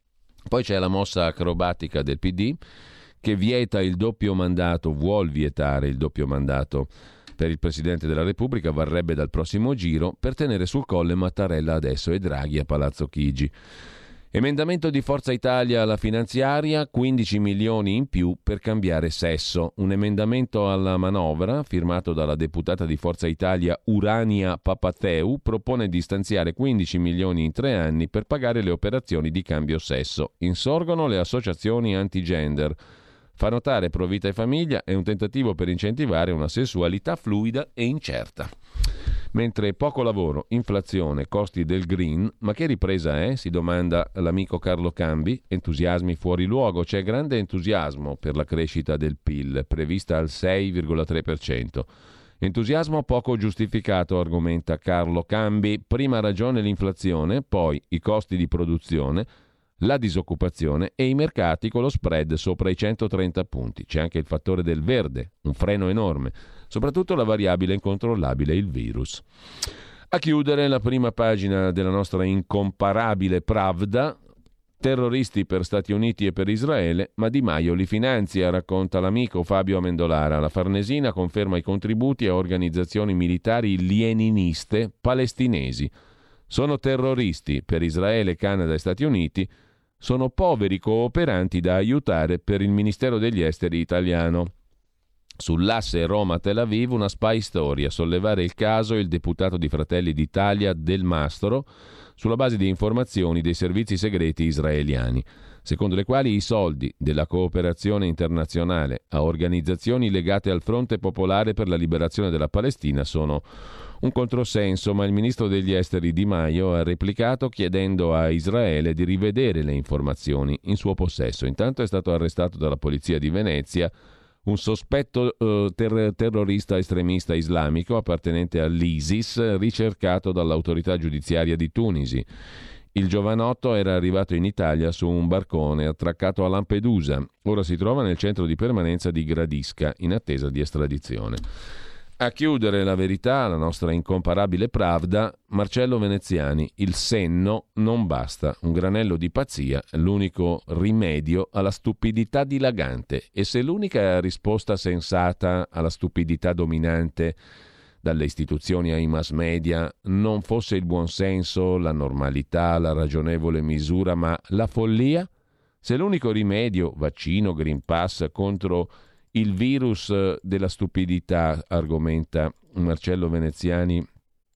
Poi c'è la mossa acrobatica del P D che vieta il doppio mandato, vuol vietare il doppio mandato per il Presidente della Repubblica, varrebbe dal prossimo giro, per tenere sul colle Mattarella adesso e Draghi a Palazzo Chigi. Emendamento di Forza Italia alla finanziaria, quindici milioni in più per cambiare sesso. Un emendamento alla manovra, firmato dalla deputata di Forza Italia Urania Papatheu, propone di stanziare quindici milioni in tre anni per pagare le operazioni di cambio sesso. Insorgono le associazioni anti-gender. Fa notare Pro Vita e Famiglia è un tentativo per incentivare una sessualità fluida e incerta. Mentre poco lavoro, inflazione, costi del green, ma che ripresa è? Si domanda l'amico Carlo Cambi. Entusiasmi fuori luogo, c'è grande entusiasmo per la crescita del P I L, prevista al sei virgola tre per cento. Entusiasmo poco giustificato, argomenta Carlo Cambi. Prima ragione l'inflazione, poi i costi di produzione, la disoccupazione e i mercati con lo spread sopra i centotrenta punti. C'è anche il fattore del verde, un freno enorme. Soprattutto la variabile incontrollabile, il virus. A chiudere la prima pagina della nostra incomparabile Pravda, terroristi per Stati Uniti e per Israele, ma Di Maio li finanzia, racconta l'amico Fabio Amendolara. La Farnesina conferma i contributi a organizzazioni militari leniniste palestinesi. Sono terroristi per Israele, Canada e Stati Uniti, sono poveri cooperanti da aiutare per il Ministero degli Esteri italiano. Sull'asse Roma-Tel Aviv una spy story, a sollevare il caso il deputato di Fratelli d'Italia Del Mastro sulla base di informazioni dei servizi segreti israeliani, secondo le quali i soldi della cooperazione internazionale a organizzazioni legate al Fronte Popolare per la Liberazione della Palestina sono un controsenso, ma il ministro degli esteri Di Maio ha replicato chiedendo a Israele di rivedere le informazioni in suo possesso. Intanto è stato arrestato dalla polizia di Venezia un sospetto eh, ter- terrorista estremista islamico appartenente all'ISIS, ricercato dall'autorità giudiziaria di Tunisi. Il giovanotto era arrivato in Italia su un barcone attraccato a Lampedusa. Ora si trova nel centro di permanenza di Gradisca, in attesa di estradizione. A chiudere la verità, la nostra incomparabile Pravda, Marcello Veneziani, il senno non basta, un granello di pazzia, l'unico rimedio alla stupidità dilagante. E se l'unica risposta sensata alla stupidità dominante dalle istituzioni ai mass media non fosse il buonsenso, la normalità, la ragionevole misura, ma la follia? Se l'unico rimedio, vaccino, Green Pass contro il virus della stupidità, argomenta Marcello Veneziani,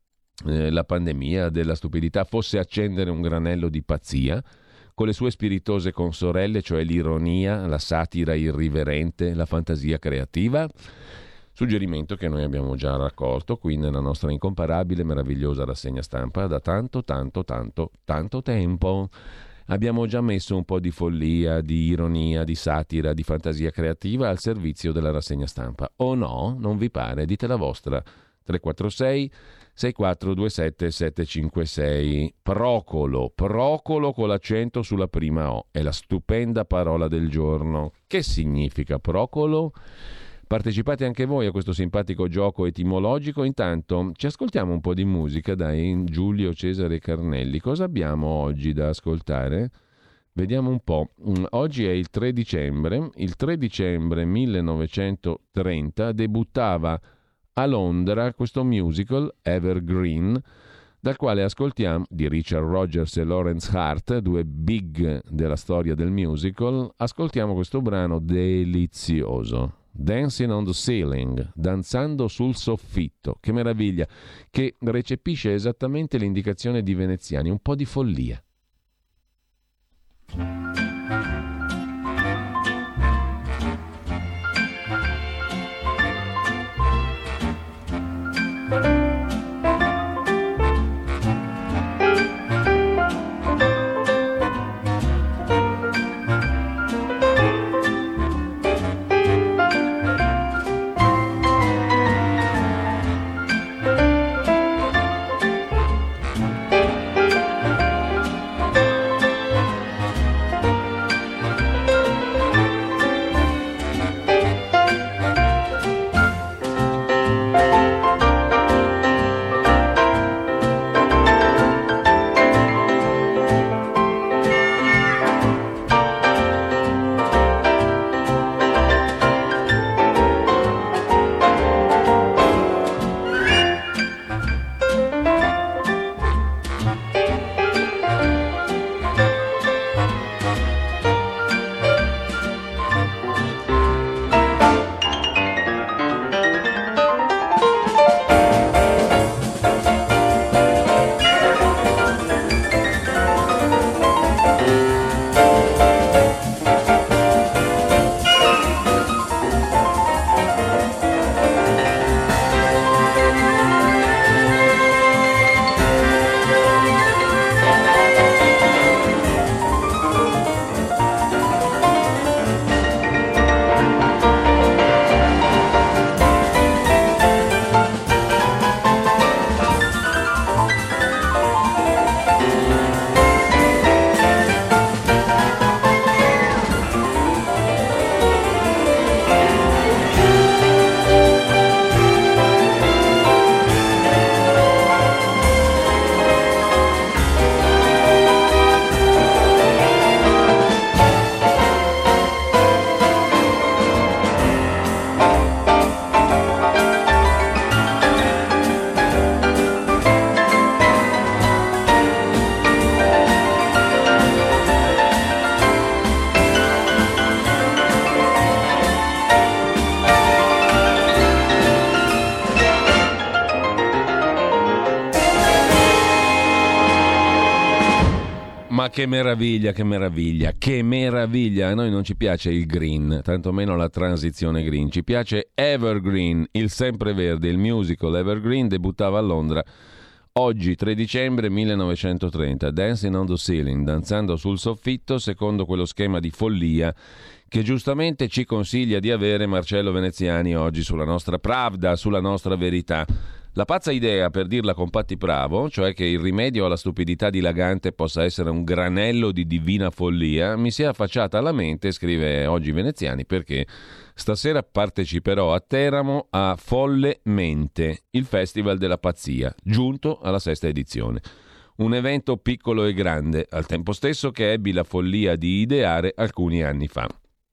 eh, la pandemia della stupidità, fosse accendere un granello di pazzia con le sue spiritose consorelle, cioè l'ironia, la satira irriverente, la fantasia creativa? Suggerimento che noi abbiamo già raccolto qui nella nostra incomparabile, meravigliosa rassegna stampa da tanto, tanto, tanto, tanto tempo. Abbiamo già messo un po' di follia, di ironia, di satira, di fantasia creativa al servizio della rassegna stampa. O no? Non vi pare? Dite la vostra. tre quattro sei sei quattro due sette sette cinque sei. Procolo, procolo con l'accento sulla prima O. È la stupenda parola del giorno. Che significa procolo? Partecipate anche voi a questo simpatico gioco etimologico. Intanto ci ascoltiamo un po' di musica, dai, Giulio Cesare Carnelli. Cosa abbiamo oggi da ascoltare? Vediamo un po'. Oggi è il tre dicembre. Il tre dicembre millenovecentotrenta debuttava a Londra questo musical, Evergreen, dal quale ascoltiamo, di Richard Rodgers e Lawrence Hart, due big della storia del musical, ascoltiamo questo brano delizioso. Dancing on the Ceiling, danzando sul soffitto, che meraviglia, che recepisce esattamente l'indicazione di Veneziani, un po' di follia. Ah, che meraviglia, che meraviglia, che meraviglia. A noi non ci piace il green, tantomeno la transizione green. Ci piace Evergreen, il sempreverde. Il musical Evergreen debuttava a Londra oggi, tre dicembre millenovecentotrenta. Dancing on the Ceiling, danzando sul soffitto, secondo quello schema di follia che giustamente ci consiglia di avere Marcello Veneziani oggi sulla nostra Pravda, sulla nostra verità. La pazza idea, per dirla con Patti Bravo, cioè che il rimedio alla stupidità dilagante possa essere un granello di divina follia, mi si è affacciata alla mente, scrive oggi Veneziani, perché stasera parteciperò a Teramo a Folle Mente, il Festival della Pazzia, giunto alla sesta edizione. Un evento piccolo e grande, al tempo stesso che ebbi la follia di ideare alcuni anni fa,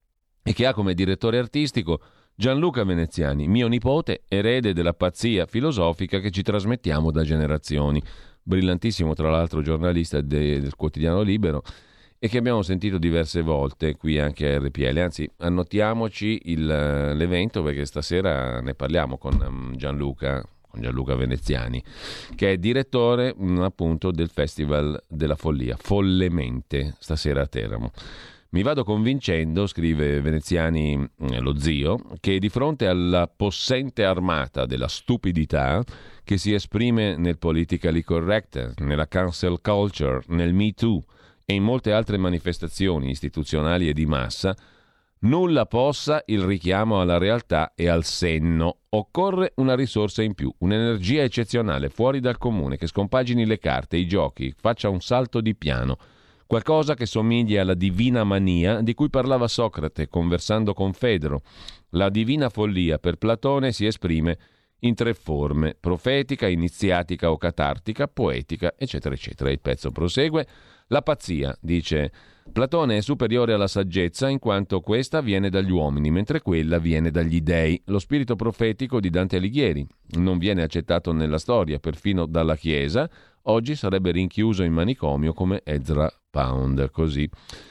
e che ha come direttore artistico Gianluca Veneziani, mio nipote, erede della pazzia filosofica che ci trasmettiamo da generazioni. Brillantissimo, tra l'altro, giornalista de- del quotidiano Libero, e che abbiamo sentito diverse volte qui anche a R P L. Anzi, annotiamoci il, l'evento, perché stasera ne parliamo con Gianluca, con Gianluca Veneziani, che è direttore appunto del Festival della Follia, Follemente, stasera a Teramo. Mi vado convincendo, scrive Veneziani, lo zio, che di fronte alla possente armata della stupidità che si esprime nel politically correct, nella cancel culture, nel Me Too e in molte altre manifestazioni istituzionali e di massa, nulla possa il richiamo alla realtà e al senno. Occorre una risorsa in più, un'energia eccezionale, fuori dal comune, che scompagini le carte, i giochi, faccia un salto di piano. Qualcosa che somiglia alla divina mania di cui parlava Socrate conversando con Fedro. La divina follia per Platone si esprime in tre forme: profetica, iniziatica o catartica, poetica, eccetera, eccetera. Il pezzo prosegue. La pazzia, dice Platone, è superiore alla saggezza in quanto questa viene dagli uomini, mentre quella viene dagli dei. Lo spirito profetico di Dante Alighieri non viene accettato nella storia, perfino dalla Chiesa. Oggi sarebbe rinchiuso in manicomio come Ezra Pound. Così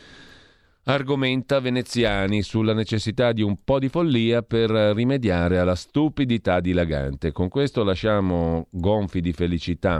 argomenta Veneziani sulla necessità di un po' di follia per rimediare alla stupidità dilagante. Con questo lasciamo gonfi di felicità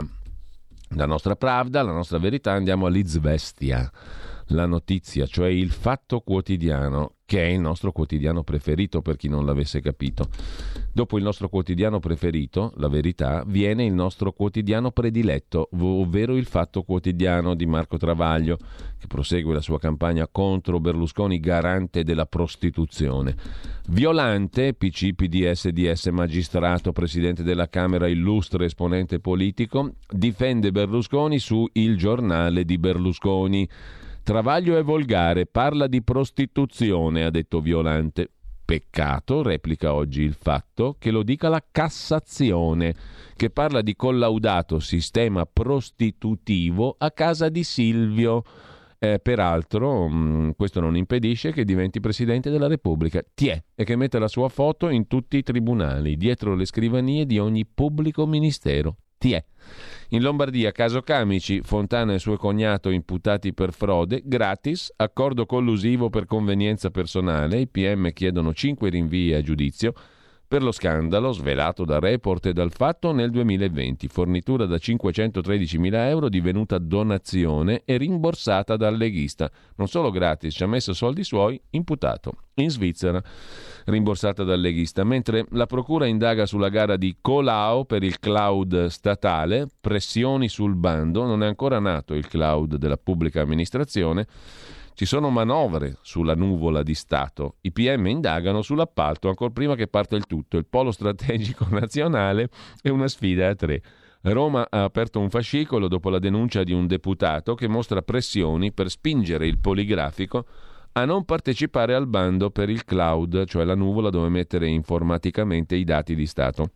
la nostra Pravda, la nostra verità, andiamo all'Izvestia, la notizia, cioè il Fatto Quotidiano, che è il nostro quotidiano preferito per chi non l'avesse capito. Dopo il nostro quotidiano preferito, La Verità, viene il nostro quotidiano prediletto, ovvero il Fatto Quotidiano di Marco Travaglio, che prosegue la sua campagna contro Berlusconi, garante della prostituzione. Violante, P C, P D S, D S, magistrato, presidente della Camera, illustre esponente politico, difende Berlusconi su Il Giornale di Berlusconi. Travaglio è volgare, parla di prostituzione, ha detto Violante. Peccato, replica oggi Il Fatto, che lo dica la Cassazione, che parla di collaudato sistema prostitutivo a casa di Silvio. Eh, peraltro, mh, questo non impedisce che diventi Presidente della Repubblica. Tiè, e che mette la sua foto in tutti i tribunali, dietro le scrivanie di ogni pubblico ministero. Tiè. In Lombardia, caso Camici, Fontana e suo cognato imputati per frode, gratis, accordo collusivo per convenienza personale, i P M chiedono cinque rinvii a giudizio per lo scandalo svelato da Report e dal Fatto nel duemilaventi, fornitura da cinquecentotredicimila euro divenuta donazione e rimborsata dal leghista. Non solo gratis, ci ha messo soldi suoi, imputato. In Svizzera, rimborsata dal leghista, mentre la procura indaga sulla gara di Colau per il cloud statale, pressioni sul bando, non è ancora nato il cloud della pubblica amministrazione, ci sono manovre sulla nuvola di Stato, i P M indagano sull'appalto ancora prima che parta il tutto, il polo strategico nazionale è una sfida a tre. Roma ha aperto un fascicolo dopo la denuncia di un deputato che mostra pressioni per spingere il Poligrafico a non partecipare al bando per il cloud, cioè la nuvola dove mettere informaticamente i dati di Stato.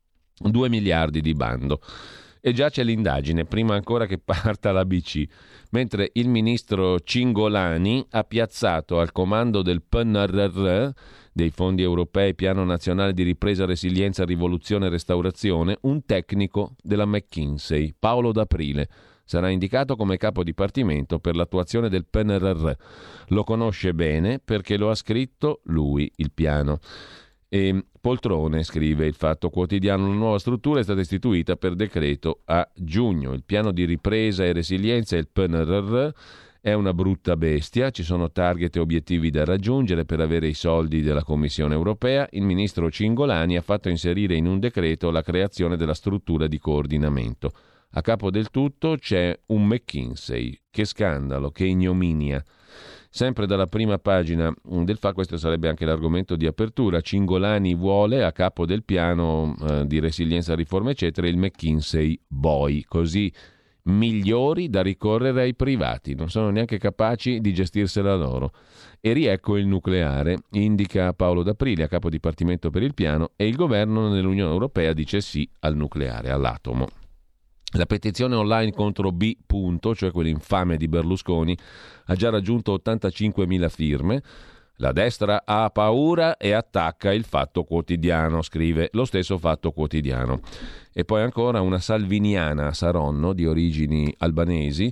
Due miliardi di bando. E già c'è l'indagine, prima ancora che parta l'A B C, mentre il ministro Cingolani ha piazzato al comando del P N R R, dei fondi europei Piano Nazionale di Ripresa, Resilienza, Rivoluzione e Restaurazione, un tecnico della McKinsey, Paolo D'Aprile. Sarà indicato come capo dipartimento per l'attuazione del P N R R. Lo conosce bene perché lo ha scritto lui, il piano. E poltrone, scrive il Fatto Quotidiano, una nuova struttura è stata istituita per decreto a giugno. Il piano di ripresa e resilienza, il P N R R, è una brutta bestia, ci sono target e obiettivi da raggiungere per avere i soldi della Commissione europea. Il ministro Cingolani ha fatto inserire in un decreto la creazione della struttura di coordinamento. A capo del tutto c'è un McKinsey. Che scandalo, che ignominia. Sempre dalla prima pagina del F A, questo sarebbe anche l'argomento di apertura, Cingolani vuole a capo del piano eh, di resilienza, riforma eccetera il McKinsey Boy, così migliori da ricorrere ai privati, non sono neanche capaci di gestirsela loro. E riecco il nucleare, indica Paolo D'Aprilia, capo dipartimento per il piano, e il governo nell'Unione Europea dice sì al nucleare, all'atomo. La petizione online contro B. Punto, cioè quell'infame di Berlusconi, ha già raggiunto ottantacinquemila firme. La destra ha paura e attacca il Fatto Quotidiano, scrive lo stesso Fatto Quotidiano. E poi ancora una salviniana a Saronno di origini albanesi,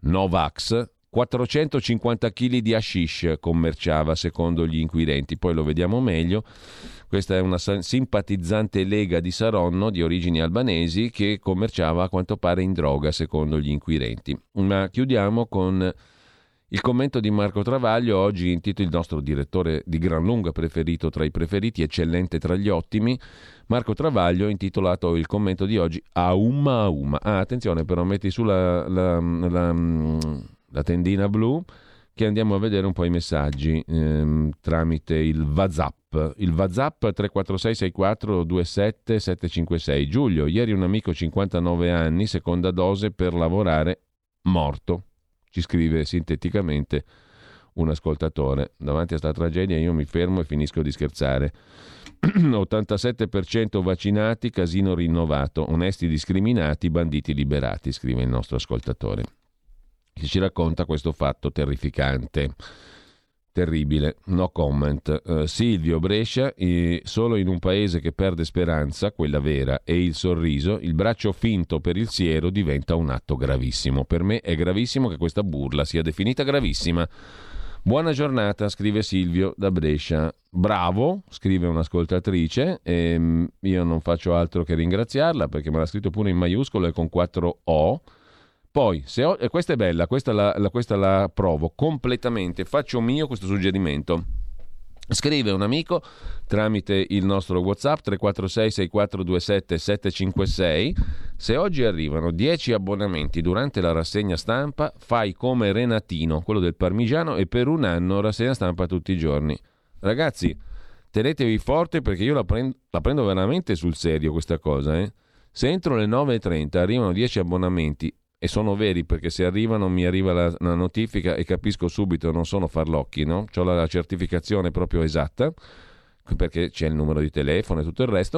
Novax, quattrocentocinquanta chili di hashish commerciava secondo gli inquirenti, poi lo vediamo meglio. Questa è una simpatizzante lega di Saronno di origini albanesi che commerciava a quanto pare in droga secondo gli inquirenti. Ma chiudiamo con il commento di Marco Travaglio, oggi in titolo, il nostro direttore di gran lunga preferito tra i preferiti, eccellente tra gli ottimi. Marco Travaglio, intitolato il commento di oggi Aumma Aumma. Ah, attenzione però, metti su la, la, la, la tendina blu che andiamo a vedere un po' i messaggi ehm, tramite il WhatsApp. Il WhatsApp tre quattro sei sei quattro due sette sette cinque sei. Giulio, ieri un amico cinquantanove anni, seconda dose per lavorare, morto. Ci scrive sinteticamente un ascoltatore. Davanti a sta tragedia io mi fermo e finisco di scherzare. ottantasette per cento vaccinati, casino rinnovato, onesti discriminati, banditi liberati, scrive il nostro ascoltatore, che ci racconta questo fatto terrificante. Terribile, no comment. Uh, Silvio, Brescia, eh, solo in un paese che perde speranza, quella vera, e il sorriso, il braccio finto per il siero diventa un atto gravissimo. Per me è gravissimo che questa burla sia definita gravissima. Buona giornata, scrive Silvio da Brescia. Bravo, scrive un'ascoltatrice, e io non faccio altro che ringraziarla perché me l'ha scritto pure in maiuscolo e con quattro O. Poi, se ho, e questa è bella, questa la, la, questa la approvo completamente, faccio mio questo suggerimento. Scrive un amico tramite il nostro WhatsApp tre quattro sei sei quattro due sette sette cinque sei. Se oggi arrivano dieci abbonamenti durante la rassegna stampa, fai come Renatino, quello del Parmigiano, e per un anno rassegna stampa tutti i giorni. Ragazzi, tenetevi forte perché io la prendo, la prendo veramente sul serio questa cosa. Eh? Se entro le nove e trenta arrivano dieci abbonamenti, e sono veri perché se arrivano mi arriva la, la notifica e capisco subito, non sono farlocchi, no? C'ho la, la certificazione proprio esatta perché c'è il numero di telefono e tutto il resto.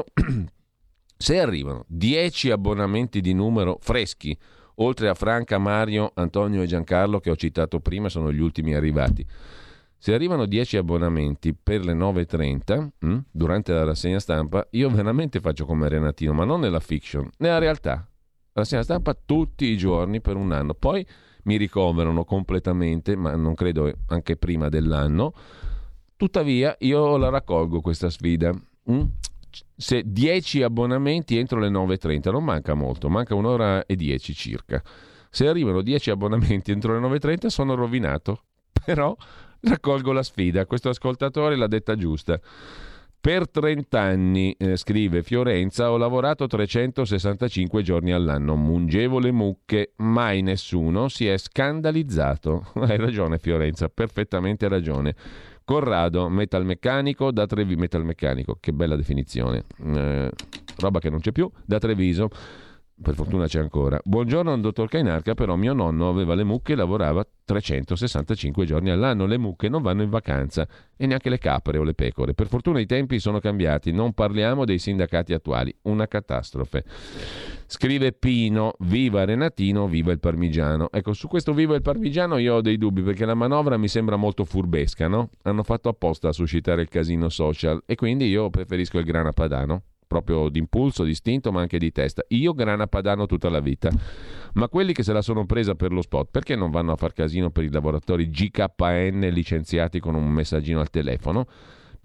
Se arrivano dieci abbonamenti di numero freschi, oltre a Franca, Mario, Antonio e Giancarlo che ho citato prima, sono gli ultimi arrivati. Se arrivano dieci abbonamenti per le nove e trenta mh, durante la rassegna stampa, io veramente faccio come Renatino, ma non nella fiction, nella realtà. Rassegna stampa tutti i giorni per un anno, poi mi ricoverano completamente, ma non credo anche prima dell'anno. Tuttavia io la raccolgo questa sfida. Mm? Se dieci abbonamenti entro le nove e trenta, non manca molto, manca un'ora e dieci circa. Se arrivano dieci abbonamenti entro le nove e trenta sono rovinato, però raccolgo la sfida. Questo ascoltatore l'ha detta giusta. Per trenta anni, eh, scrive Fiorenza, ho lavorato trecentosessantacinque giorni all'anno, mungevo le mucche, mai nessuno si è scandalizzato. Hai ragione Fiorenza, perfettamente ragione. Corrado, metalmeccanico da Treviso, metalmeccanico, che bella definizione, eh, roba che non c'è più, da Treviso. Per fortuna c'è ancora. Buongiorno dottor Cainarca, però mio nonno aveva le mucche e lavorava trecentosessantacinque giorni all'anno. Le mucche non vanno in vacanza e neanche le capre o le pecore. Per fortuna i tempi sono cambiati, non parliamo dei sindacati attuali. Una catastrofe. Scrive Pino, viva Renatino, viva il Parmigiano. Ecco, su questo viva il Parmigiano io ho dei dubbi perché la manovra mi sembra molto furbesca, no? Hanno fatto apposta a suscitare il casino social e quindi io preferisco il grana padano. Proprio d'impulso, d'istinto, ma anche di testa. Io grana padano tutta la vita. Ma quelli che se la sono presa per lo spot, perché non vanno a far casino per i lavoratori G K N licenziati con un messaggino al telefono?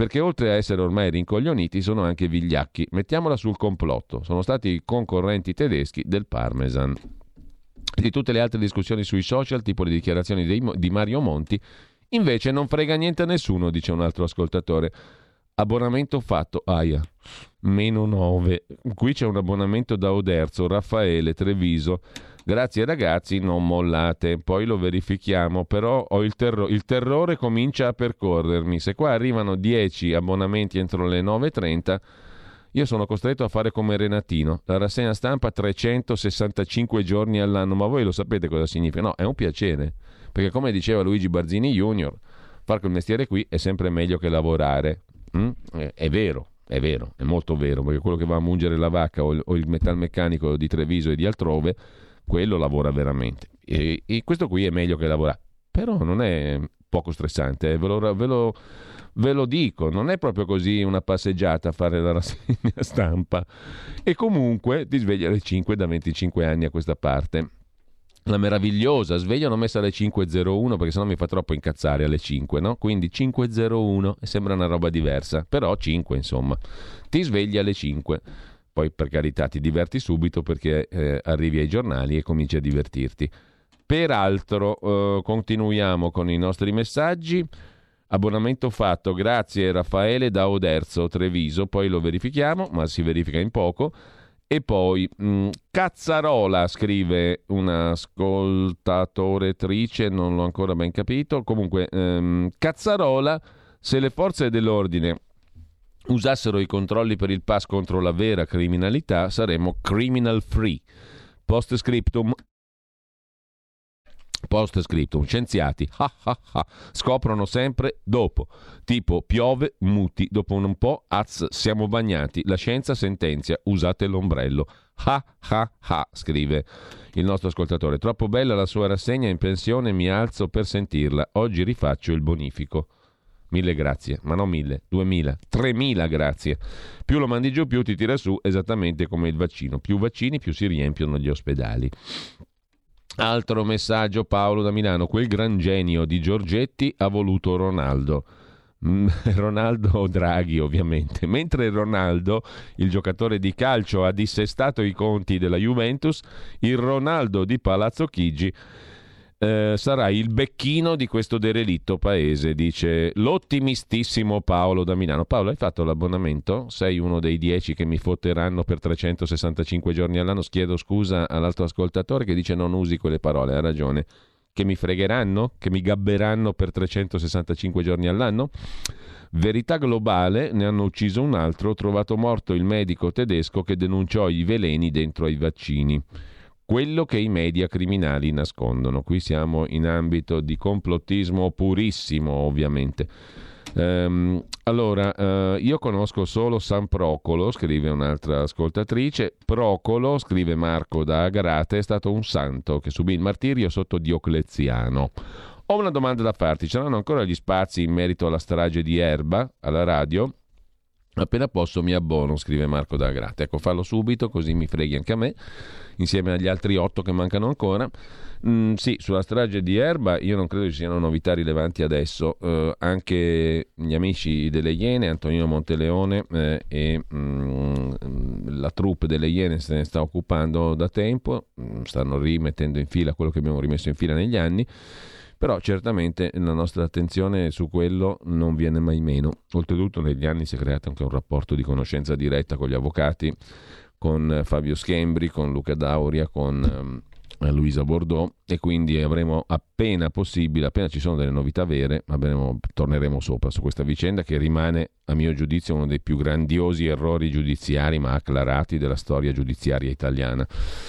perché oltre a essere ormai rincoglioniti sono anche vigliacchi. Mettiamola sul complotto, sono stati concorrenti tedeschi del Parmesan. Di tutte le altre discussioni sui social, tipo le dichiarazioni dei, di Mario Monti, invece non frega niente a nessuno, dice un altro ascoltatore. Abbonamento fatto, aia, meno nove. Qui c'è un abbonamento da Oderzo, Raffaele, Treviso. Grazie ragazzi, non mollate, poi lo verifichiamo, però ho il, terro- il terrore comincia a percorrermi. Se qua arrivano dieci abbonamenti entro le nove e trenta, io sono costretto a fare come Renatino, la rassegna stampa trecentosessantacinque giorni all'anno, ma voi lo sapete cosa significa? No, è un piacere, perché come diceva Luigi Barzini Junior, fare quel mestiere qui è sempre meglio che lavorare. Mm? È, è vero, è vero, è molto vero, perché quello che va a mungere la vacca o il, o il metalmeccanico di Treviso e di altrove, quello lavora veramente. E, e questo qui è meglio che lavorare, però non è poco stressante, eh? ve, lo, ve, lo, ve lo dico, non è proprio così una passeggiata a fare la rassegna stampa. E comunque ti svegli alle cinque da venticinque anni a questa parte. La meravigliosa sveglia l'ho messa alle cinque e zero uno perché sennò mi fa troppo incazzare alle cinque, no? Quindi cinque e zero uno e sembra una roba diversa, però cinque insomma. Ti svegli alle cinque, poi per carità ti diverti subito perché eh, arrivi ai giornali e cominci a divertirti. Peraltro eh, continuiamo con i nostri messaggi. Abbonamento fatto, grazie Raffaele da Oderzo, Treviso, poi lo verifichiamo, ma si verifica in poco. E poi mh, Cazzarola, scrive un'ascoltatoretrice, non l'ho ancora ben capito. Comunque, ehm, Cazzarola, se le forze dell'ordine usassero i controlli per il pass contro la vera criminalità, saremmo criminal free. Post scriptum. Post scriptum, scienziati ah, ah, ah, scoprono sempre dopo, tipo piove, muti, dopo un po', az, siamo bagnati, la scienza sentenzia, usate l'ombrello. Ah ah ah, scrive il nostro ascoltatore. Troppo bella la sua rassegna, in pensione mi alzo per sentirla, oggi rifaccio il bonifico. Mille grazie, ma non mille, duemila, tremila grazie. Più lo mandi giù, più ti tira su, esattamente come il vaccino. Più vaccini, più si riempiono gli ospedali. Altro messaggio, Paolo da Milano. Quel gran genio di Giorgetti ha voluto Ronaldo. Mm, Ronaldo Draghi, ovviamente. Mentre Ronaldo, il giocatore di calcio, ha dissestato i conti della Juventus, il Ronaldo di Palazzo Chigi eh, sarà il becchino di questo derelitto paese, dice l'ottimistissimo Paolo da Milano. Paolo, hai fatto l'abbonamento? Sei uno dei dieci che mi fotteranno per trecentosessantacinque giorni all'anno? Chiedo scusa all'altro ascoltatore che dice non usi quelle parole, ha ragione. Che mi fregheranno? Che mi gabberanno per trecentosessantacinque giorni all'anno? Verità globale, ne hanno ucciso un altro, trovato morto il medico tedesco che denunciò i veleni dentro ai vaccini. Quello che i media criminali nascondono. Qui siamo in ambito di complottismo purissimo, ovviamente. Ehm, allora, eh, io conosco solo San Procolo, scrive un'altra ascoltatrice. Procolo, scrive Marco da Agrate, è stato un santo che subì il martirio sotto Diocleziano. Ho una domanda da farti. C'erano ancora gli spazi in merito alla strage di Erba, alla radio? Appena posso mi abbono, scrive Marco da Agrate. Ecco, fallo subito così mi freghi anche a me, insieme agli altri otto che mancano ancora. Mm, sì, sulla strage di Erba io non credo ci siano novità rilevanti adesso. Eh, anche gli amici delle Iene, Antonino Monteleone eh, e mm, la troupe delle Iene se ne sta occupando da tempo, mm, stanno rimettendo in fila quello che abbiamo rimesso in fila negli anni. Però certamente la nostra attenzione su quello non viene mai meno. Oltretutto negli anni si è creato anche un rapporto di conoscenza diretta con gli avvocati, con Fabio Schembri, con Luca Dauria, con um, Luisa Bordeaux, e quindi avremo appena possibile, appena ci sono delle novità vere, avremo, torneremo sopra su questa vicenda che rimane, a mio giudizio, uno dei più grandiosi errori giudiziari ma acclarati della storia giudiziaria italiana,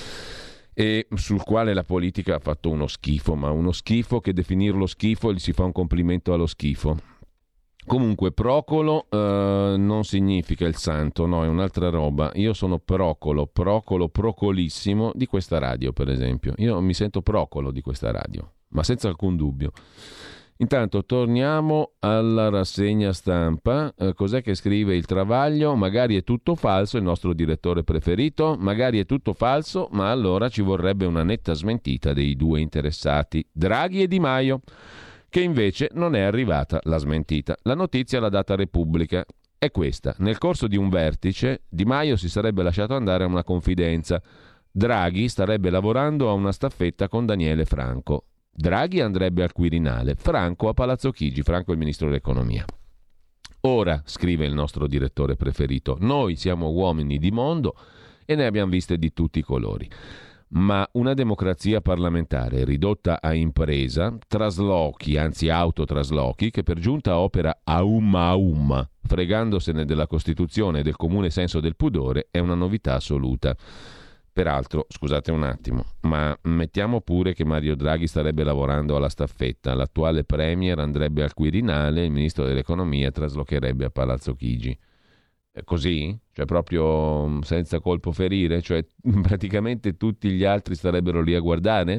e sul quale la politica ha fatto uno schifo, ma uno schifo che definirlo schifo gli si fa un complimento allo schifo. Comunque Procolo eh, non significa il santo, no, è un'altra roba. Io sono Procolo, Procolo, procolissimo di questa radio, per esempio. Io mi sento Procolo di questa radio, ma senza alcun dubbio. Intanto torniamo alla rassegna stampa. Eh, cos'è che scrive il Travaglio? Magari è tutto falso, il nostro direttore preferito. Magari è tutto falso, ma allora ci vorrebbe una netta smentita dei due interessati, Draghi e Di Maio, che invece non è arrivata la smentita. La notizia l'ha data Repubblica. È questa. Nel corso di un vertice, Di Maio si sarebbe lasciato andare a una confidenza. Draghi starebbe lavorando a una staffetta con Daniele Franco. Draghi andrebbe al Quirinale, Franco a Palazzo Chigi, Franco è il ministro dell'economia. Ora, scrive il nostro direttore preferito, noi siamo uomini di mondo e ne abbiamo viste di tutti i colori. Ma una democrazia parlamentare ridotta a impresa, traslochi, anzi autotraslochi, che per giunta opera a umma a umma, fregandosene della Costituzione e del comune senso del pudore, è una novità assoluta. Peraltro, scusate un attimo, ma mettiamo pure che Mario Draghi starebbe lavorando alla staffetta, l'attuale premier andrebbe al Quirinale, il ministro dell'economia traslocherebbe a Palazzo Chigi. È così? Cioè proprio senza colpo ferire? Cioè praticamente tutti gli altri starebbero lì a guardare?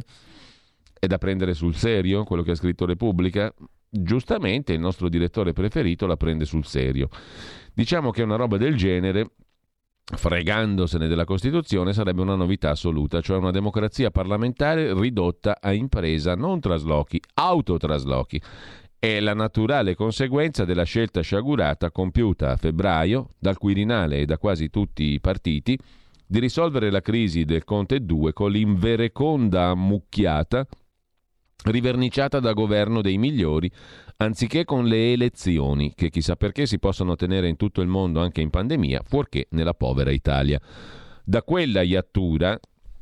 È da prendere sul serio quello che ha scritto Repubblica? Giustamente il nostro direttore preferito la prende sul serio. Diciamo che una roba del genere, fregandosene della Costituzione, sarebbe una novità assoluta, cioè una democrazia parlamentare ridotta a impresa, non traslochi, autotraslochi. È la naturale conseguenza della scelta sciagurata compiuta a febbraio dal Quirinale e da quasi tutti i partiti di risolvere la crisi del Conte due con l'invereconda ammucchiata riverniciata da governo dei migliori, anziché con le elezioni, che chissà perché si possono tenere in tutto il mondo anche in pandemia, fuorché nella povera Italia. Da quella iattura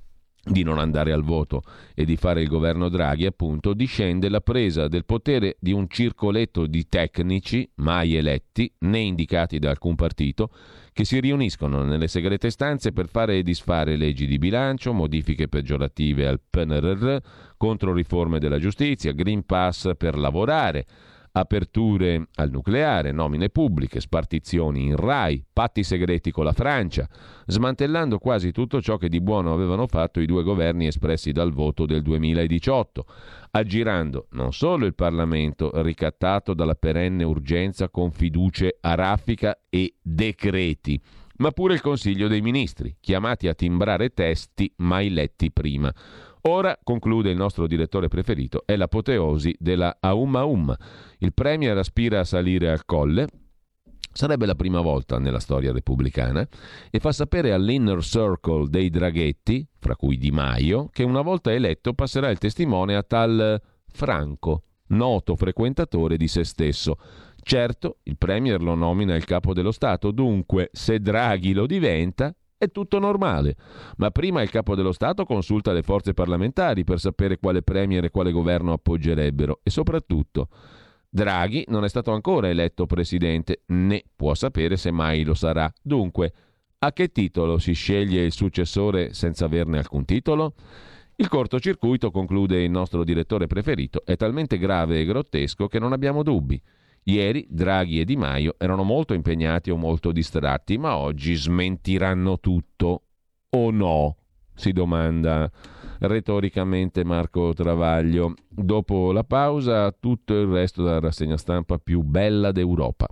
di non andare al voto e di fare il governo Draghi, appunto, discende la presa del potere di un circoletto di tecnici mai eletti né indicati da alcun partito, che si riuniscono nelle segrete stanze per fare e disfare leggi di bilancio, modifiche peggiorative al P N R R, controriforme della giustizia, Green Pass per lavorare, aperture al nucleare, nomine pubbliche, spartizioni in Rai, patti segreti con la Francia, smantellando quasi tutto ciò che di buono avevano fatto i due governi espressi dal voto del duemiladiciotto, aggirando non solo il Parlamento ricattato dalla perenne urgenza con fiducie a raffica e decreti, ma pure il Consiglio dei Ministri, chiamati a timbrare testi mai letti prima. Ora, conclude il nostro direttore preferito, è l'apoteosi della Aum Aum. Il premier aspira a salire al colle, sarebbe la prima volta nella storia repubblicana, e fa sapere all'inner circle dei draghetti, fra cui Di Maio, che una volta eletto passerà il testimone a tal Franco, noto frequentatore di se stesso. Certo, il premier lo nomina il capo dello Stato, dunque se Draghi lo diventa è tutto normale, ma prima il capo dello Stato consulta le forze parlamentari per sapere quale premier e quale governo appoggerebbero e soprattutto Draghi non è stato ancora eletto presidente, né può sapere se mai lo sarà. Dunque, a che titolo si sceglie il successore senza averne alcun titolo? Il cortocircuito, conclude il nostro direttore preferito, è talmente grave e grottesco che non abbiamo dubbi. Ieri Draghi e Di Maio erano molto impegnati o molto distratti, ma oggi smentiranno tutto. O no? Si domanda retoricamente Marco Travaglio. Dopo la pausa, tutto il resto della rassegna stampa più bella d'Europa.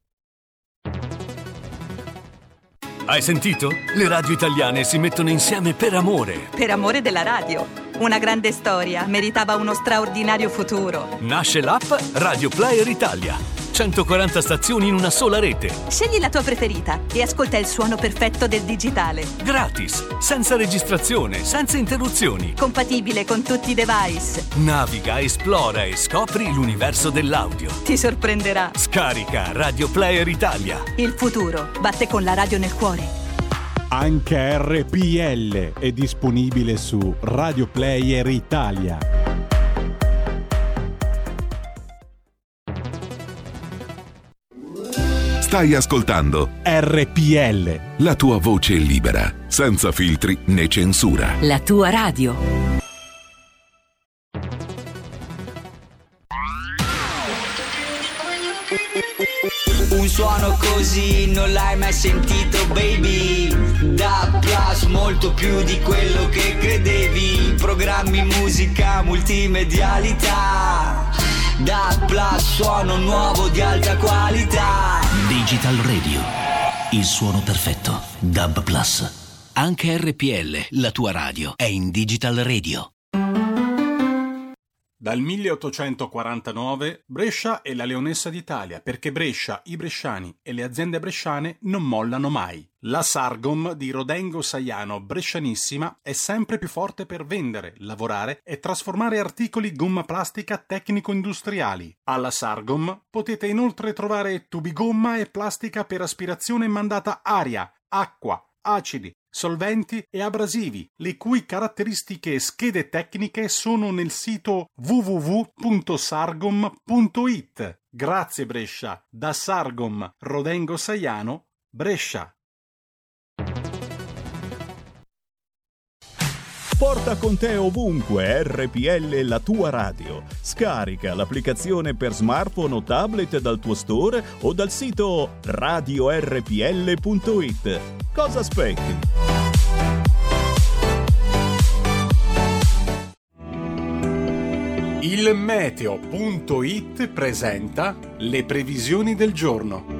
Hai sentito? Le radio italiane si mettono insieme per amore. Per amore della radio. Una grande storia meritava uno straordinario futuro. Nasce l'app Radio Player Italia. centoquaranta stazioni in una sola rete. Scegli la tua preferita e ascolta il suono perfetto del digitale. Gratis, senza registrazione, senza interruzioni. Compatibile con tutti i device. Naviga, esplora e scopri l'universo dell'audio. Ti sorprenderà. Scarica Radio Player Italia. Il futuro batte con la radio nel cuore. Anche R P L è disponibile su Radio Player Italia. Stai ascoltando R P L, la tua voce libera, senza filtri né censura. La tua radio. Un suono così non l'hai mai sentito, baby. Da Plus, molto più di quello che credevi. Programmi, musica, multimedialità. Da Plus, suono nuovo di alta qualità. Digital Radio, il suono perfetto. Dub Plus. Anche R P L, la tua radio, è in Digital Radio. Dal milleottocentoquarantanove Brescia è la leonessa d'Italia, perché Brescia, i bresciani e le aziende bresciane non mollano mai. La Sargom di Rodengo Saiano Brescianissima è sempre più forte per vendere, lavorare e trasformare articoli gomma plastica tecnico-industriali. Alla Sargom potete inoltre trovare tubi gomma e plastica per aspirazione mandata aria, acqua, acidi, solventi e abrasivi, le cui caratteristiche e schede tecniche sono nel sito w w w punto sargom punto i t. Grazie Brescia, da Sargom Rodengo Saiano, Brescia. Porta con te ovunque R P L, la tua radio. Scarica l'applicazione per smartphone o tablet dal tuo store o dal sito radio r p l punto i t. Cosa aspetti? Il meteo punto i t presenta le previsioni del giorno.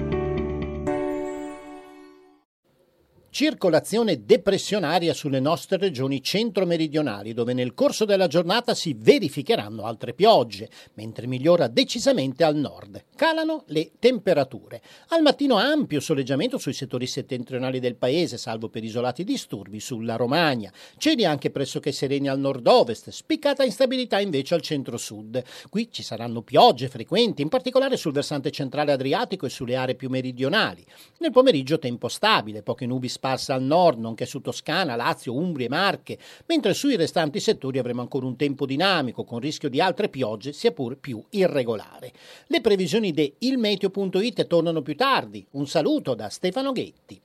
Circolazione depressionaria sulle nostre regioni centro-meridionali, dove nel corso della giornata si verificheranno altre piogge, mentre migliora decisamente al nord. Calano le temperature. Al mattino ampio soleggiamento sui settori settentrionali del paese, salvo per isolati disturbi sulla Romagna. Cieli anche pressoché sereni al nord-ovest, spiccata instabilità invece al centro-sud. Qui ci saranno piogge frequenti, in particolare sul versante centrale adriatico e sulle aree più meridionali. Nel pomeriggio tempo stabile, poche nubi sparse al nord, nonché su Toscana, Lazio, Umbria e Marche, mentre sui restanti settori avremo ancora un tempo dinamico, con rischio di altre piogge, sia pur più irregolare. Le previsioni di ilmeteo punto i t tornano più tardi. Un saluto da Stefano Ghetti.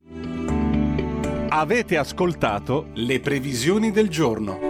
Avete ascoltato le previsioni del giorno.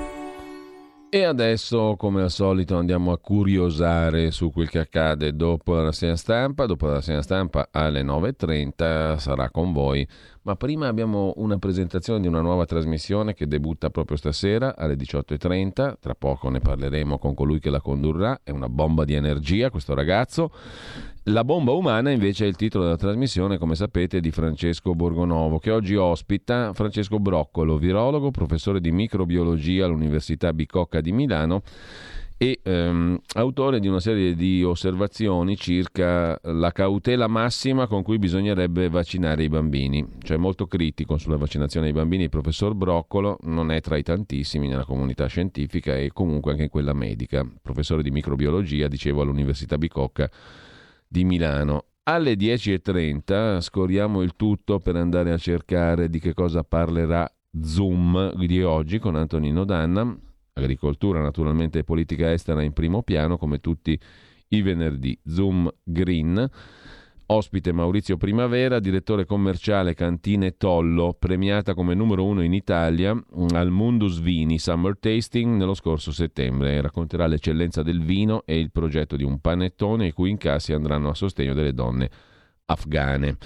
E adesso, come al solito, andiamo a curiosare su quel che accade dopo la rassegna stampa. Dopo la rassegna stampa alle nove e trenta sarà con voi. Ma prima abbiamo una presentazione di una nuova trasmissione che debutta proprio stasera alle diciotto e trenta. Tra poco ne parleremo con colui che la condurrà. È una bomba di energia questo ragazzo. La bomba umana invece è il titolo della trasmissione, come sapete, di Francesco Borgonovo, che oggi ospita Francesco Broccolo, virologo, professore di microbiologia all'Università Bicocca di Milano e ehm, autore di una serie di osservazioni circa la cautela massima con cui bisognerebbe vaccinare i bambini. Cioè molto critico sulla vaccinazione dei bambini. Il professor Broccolo non è tra i tantissimi nella comunità scientifica e comunque anche in quella medica. Professore di microbiologia, dicevo, all'Università Bicocca di Milano. Alle dieci e trenta scorriamo il tutto per andare a cercare di che cosa parlerà Zoom di oggi con Antonino Danna. Agricoltura naturalmente e politica estera in primo piano come tutti i venerdì. Zoom Green. Ospite Maurizio Primavera, direttore commerciale Cantine Tollo, premiata come numero uno in Italia al Mundus Vini Summer Tasting nello scorso settembre. Racconterà l'eccellenza del vino e il progetto di un panettone i cui incassi andranno a sostegno delle donne afghane.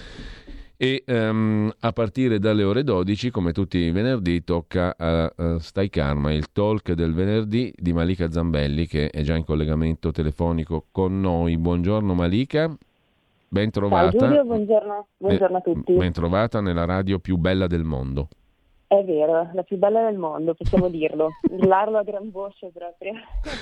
E um, a partire dalle ore dodici, come tutti i venerdì, tocca a, a Stai Karma, il talk del venerdì di Malika Zambelli, che è già in collegamento telefonico con noi. Buongiorno Malika. Ben trovata. Ciao Giulio, buongiorno, buongiorno a tutti. Ben trovata nella radio più bella del mondo. È vero, la più bella del mondo, possiamo dirlo. Urlarlo a gran voce proprio.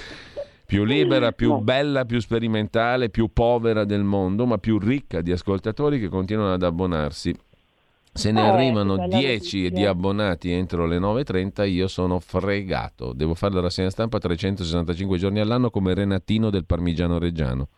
Più libera, più no. bella, più sperimentale, più povera del mondo, ma più ricca di ascoltatori che continuano ad abbonarsi. Se ne eh, arrivano dieci di abbonati entro le nove e trenta, io sono fregato. Devo fare la rassegna stampa trecentosessantacinque giorni all'anno come Renatino del Parmigiano Reggiano.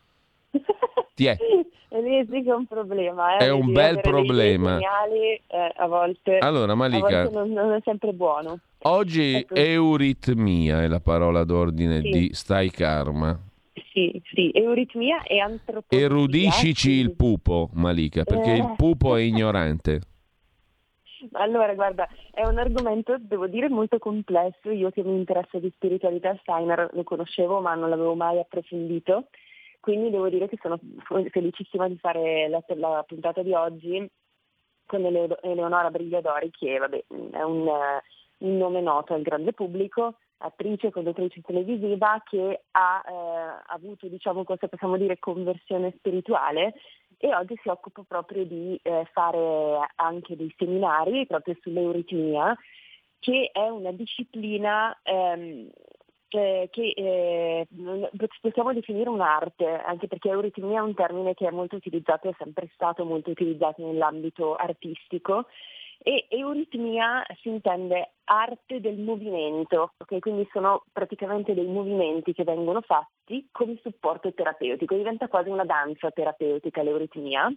Ti è? E lì sì che è un problema. Eh? È un bel problema. Geniali, eh, a volte, allora, Malika, a volte non, non è sempre buono. Oggi ecco. Euritmia è la parola d'ordine sì. di Stai Karma. Sì, sì, euritmia e antropologia. Erudiscici sì. il pupo, Malika, perché eh. il pupo è ignorante. Allora, guarda, è un argomento, devo dire, molto complesso. Io che mi interessa di spiritualità, Steiner lo conoscevo, ma non l'avevo mai approfondito. Quindi devo dire che sono felicissima di fare la, la puntata di oggi con Ele- Eleonora Brigliadori, che vabbè, è un, un nome noto al grande pubblico, attrice e conduttrice televisiva che ha eh, avuto, diciamo, cosa possiamo dire, conversione spirituale, e oggi si occupa proprio di eh, fare anche dei seminari proprio sull'euritmia, che è una disciplina ehm, eh, che eh, possiamo definire un'arte, anche perché euritmia è un termine che è molto utilizzato, è sempre stato molto utilizzato nell'ambito artistico, e euritmia si intende arte del movimento, okay? Quindi sono praticamente dei movimenti che vengono fatti come supporto terapeutico, diventa quasi una danza terapeutica l'euritmia,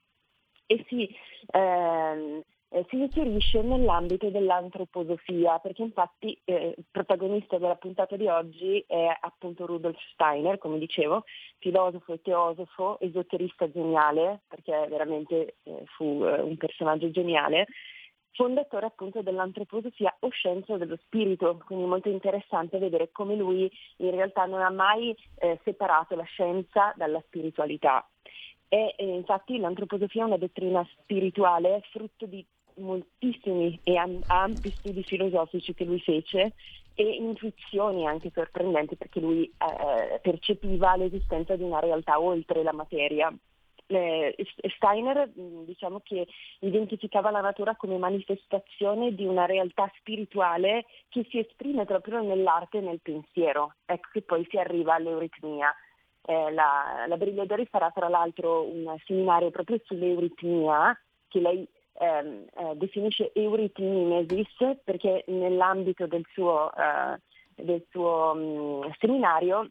e si, ehm, si inserisce nell'ambito dell'antroposofia, perché infatti eh, il protagonista della puntata di oggi è appunto Rudolf Steiner, come dicevo, filosofo e teosofo, esoterista geniale, perché veramente eh, fu eh, un personaggio geniale, fondatore appunto dell'antroposofia o scienza dello spirito, quindi molto interessante vedere come lui in realtà non ha mai eh, separato la scienza dalla spiritualità. E eh, infatti l'antroposofia è una dottrina spirituale frutto di moltissimi e am- ampi studi filosofici che lui fece e intuizioni anche sorprendenti, perché lui eh, percepiva l'esistenza di una realtà oltre la materia. Eh, Steiner diciamo che identificava la natura come manifestazione di una realtà spirituale che si esprime proprio nell'arte e nel pensiero. Ecco che poi si arriva all'euritmia. Eh, la, la Brigliadori farà tra l'altro un seminario proprio sull'euritmia che lei ehm, eh, definisce euritmimesis, perché nell'ambito del suo, eh, del suo mh, seminario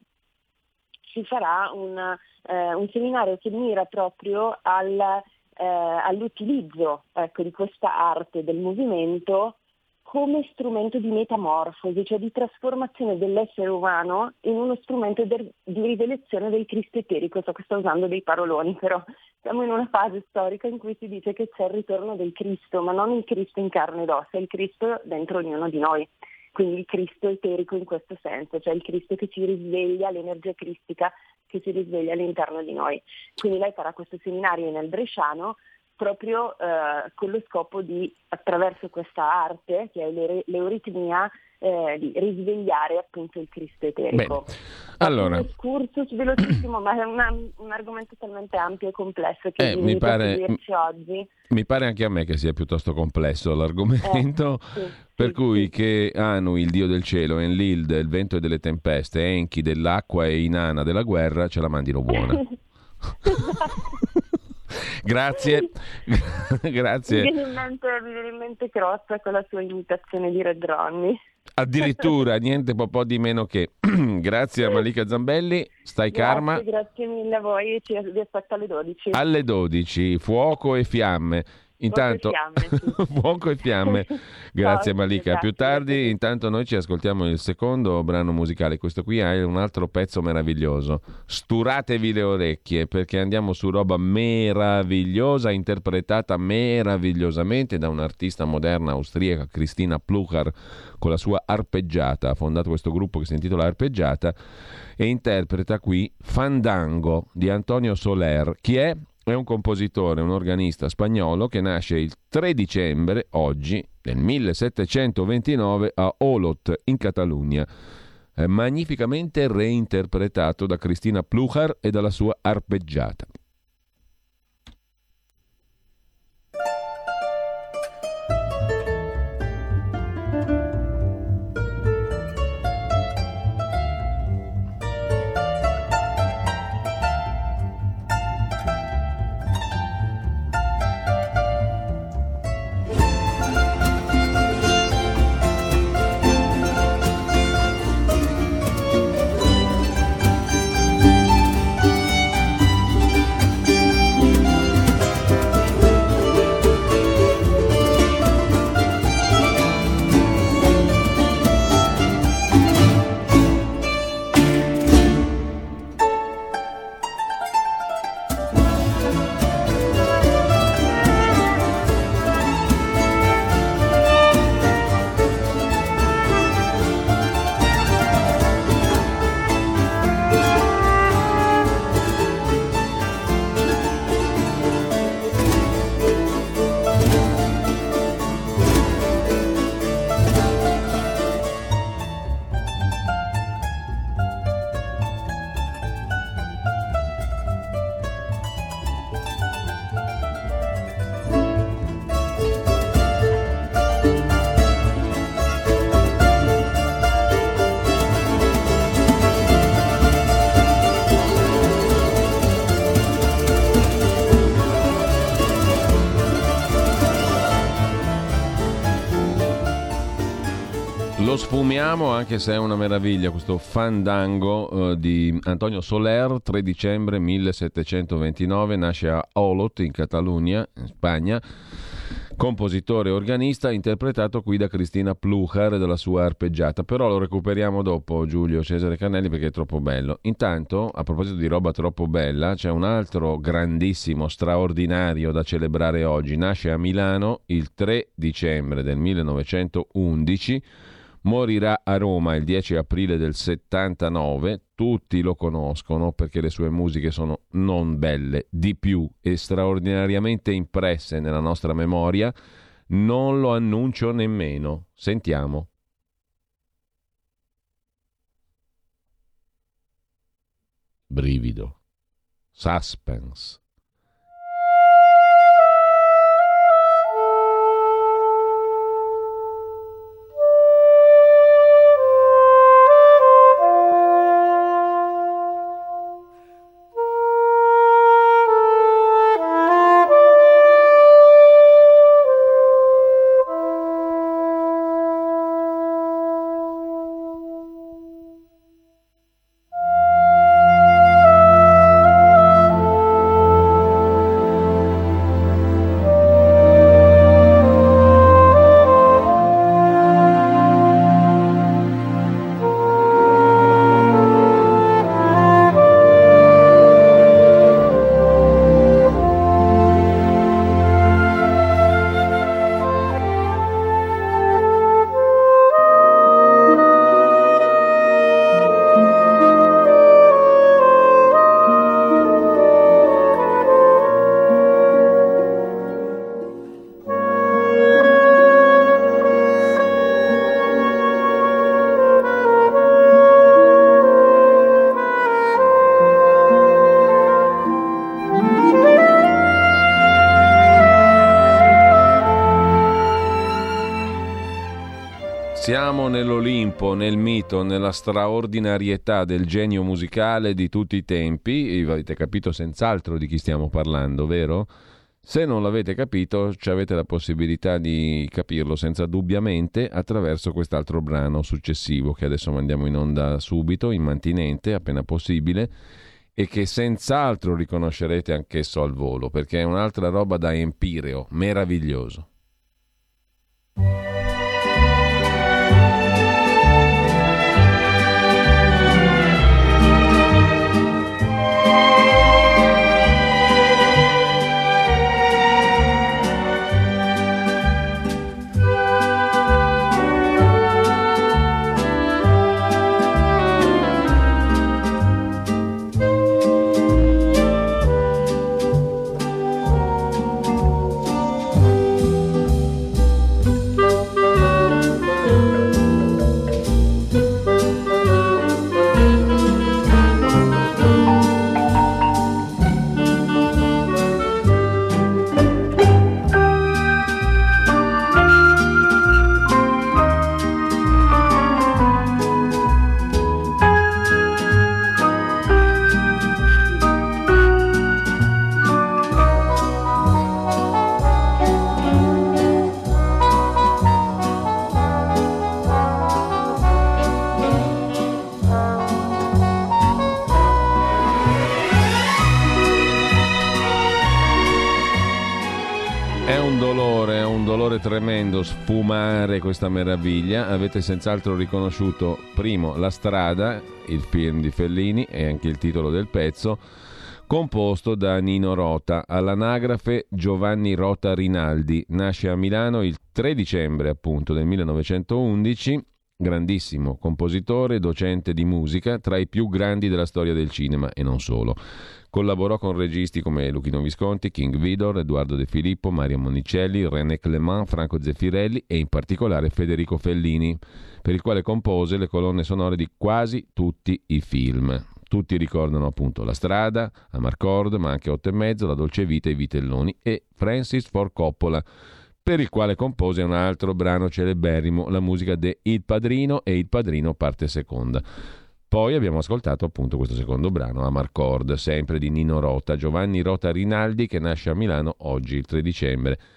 si farà un, eh, un seminario che mira proprio al, eh, all'utilizzo ecco, di questa arte del movimento come strumento di metamorfosi, cioè di trasformazione dell'essere umano in uno strumento de- di rivelazione del Cristo eterico. So che sto usando dei paroloni, però siamo in una fase storica in cui si dice che c'è il ritorno del Cristo, ma non il Cristo in carne ed ossa, è il Cristo dentro ognuno di noi. Quindi il Cristo eterico in questo senso, cioè il Cristo che ci risveglia, l'energia cristica che si risveglia all'interno di noi. Quindi lei farà questo seminario nel Bresciano proprio eh, con lo scopo di, attraverso questa arte, che è l'e- l'euritmia, eh, di risvegliare appunto il Cristo eterico. Bene. Allora, un excursus velocissimo, ma è una, un argomento talmente ampio e complesso che eh, mi pare, oggi. Mi pare anche a me che sia piuttosto complesso l'argomento, eh, sì, per sì, cui sì. Che Anu, il dio del cielo, Enlil del vento e delle tempeste, Enki dell'acqua e Inanna della guerra ce la mandino buona. Grazie, grazie. Mi viene in mente, mi viene in mente Crozza con la sua imitazione di Red Ronnie. Addirittura, niente po' po' di meno che. Grazie a Malika Zambelli, stai grazie, Karma. Grazie mille a voi, ci vi aspetto alle dodici. Alle dodici, fuoco e fiamme. Intanto, fuoco e fiamme, sì. Fuoco e fiamme. Grazie no, Malika. grazie, Più tardi, grazie. Intanto noi ci ascoltiamo il secondo brano musicale. Questo qui è un altro pezzo meraviglioso. Sturatevi le orecchie perché andiamo su roba meravigliosa, interpretata meravigliosamente da un'artista moderna austriaca, Christina Plucher, con la sua Arpeggiata. Ha fondato questo gruppo che si intitola Arpeggiata e interpreta qui Fandango di Antonio Soler. Chi è? È un compositore, un organista spagnolo che nasce il tre dicembre, oggi, del millesettecentoventinove a Olot, in Catalogna. È magnificamente reinterpretato da Christina Plucher e dalla sua Arpeggiata. Lo sfumiamo, anche se è una meraviglia, questo fandango eh, di Antonio Soler. Tre dicembre millesettecentoventinove, nasce a Olot, in Catalunya, in Spagna. Compositore e organista, interpretato qui da Cristina Pluhar della sua arpeggiata. Però lo recuperiamo dopo, Giulio Cesare Carnelli, perché è troppo bello. Intanto, a proposito di roba troppo bella, c'è un altro grandissimo, straordinario da celebrare oggi. Nasce a Milano il tre dicembre del millenovecentoundici, morirà a Roma il dieci aprile del settantanove. Tutti lo conoscono perché le sue musiche sono non belle, di più, e straordinariamente impresse nella nostra memoria. Non lo annuncio nemmeno. Sentiamo. Brivido. Suspense. Siamo nell'Olimpo, nel mito, nella straordinarietà del genio musicale di tutti i tempi. Avete capito senz'altro di chi stiamo parlando, vero? Se non l'avete capito, avete la possibilità di capirlo senza dubbiamente attraverso quest'altro brano successivo che adesso mandiamo in onda subito, in mantinente, appena possibile, e che senz'altro riconoscerete anch'esso al volo, perché è un'altra roba da empireo, meraviglioso. Tremendo sfumare questa meraviglia. Avete senz'altro riconosciuto primo La Strada, il film di Fellini, e anche il titolo del pezzo, composto da Nino Rota, all'anagrafe Giovanni Rota Rinaldi. Nasce a Milano il tre dicembre appunto del millenovecentoundici, grandissimo compositore, docente di musica, tra i più grandi della storia del cinema e non solo. Collaborò con registi come Luchino Visconti, King Vidor, Edoardo De Filippo, Mario Monicelli, René Clément, Franco Zeffirelli e in particolare Federico Fellini, per il quale compose le colonne sonore di quasi tutti i film. Tutti ricordano appunto La Strada, Amarcord, ma anche Otto e mezzo, La Dolce Vita, I Vitelloni e Francis Ford Coppola, per il quale compose un altro brano celeberrimo, la musica de Il Padrino e Il Padrino parte seconda. Poi abbiamo ascoltato appunto questo secondo brano, Amarcord, sempre di Nino Rota, Giovanni Rota Rinaldi, che nasce a Milano oggi, il tre dicembre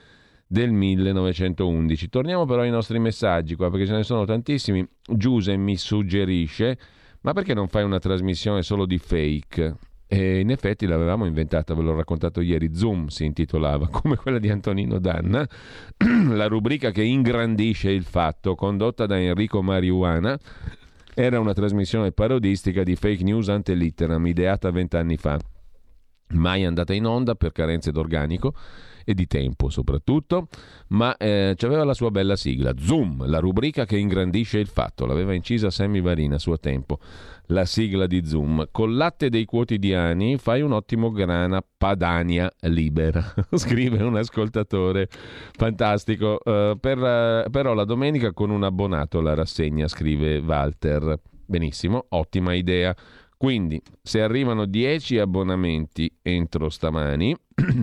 del millenovecentoundici. Torniamo però ai nostri messaggi qua, perché ce ne sono tantissimi. Giuse mi suggerisce: ma perché non fai una trasmissione solo di fake? E in effetti l'avevamo inventata, ve l'ho raccontato ieri. Zoom si intitolava, come quella di Antonino Danna, la rubrica che ingrandisce il fatto, condotta da Enrico Mariuana. Era una trasmissione parodistica di fake news ante litteram, ideata vent'anni fa, mai andata in onda per carenze d'organico e di tempo soprattutto, ma eh, c'aveva la sua bella sigla, Zoom, la rubrica che ingrandisce il fatto. L'aveva incisa Sammy Varin a suo tempo, la sigla di Zoom. Col latte dei quotidiani fai un ottimo grana Padania libera, scrive un ascoltatore. Fantastico. Uh, per, uh, però la domenica con un abbonato la rassegna, scrive Walter. Benissimo, ottima idea. Quindi se arrivano dieci abbonamenti entro stamani,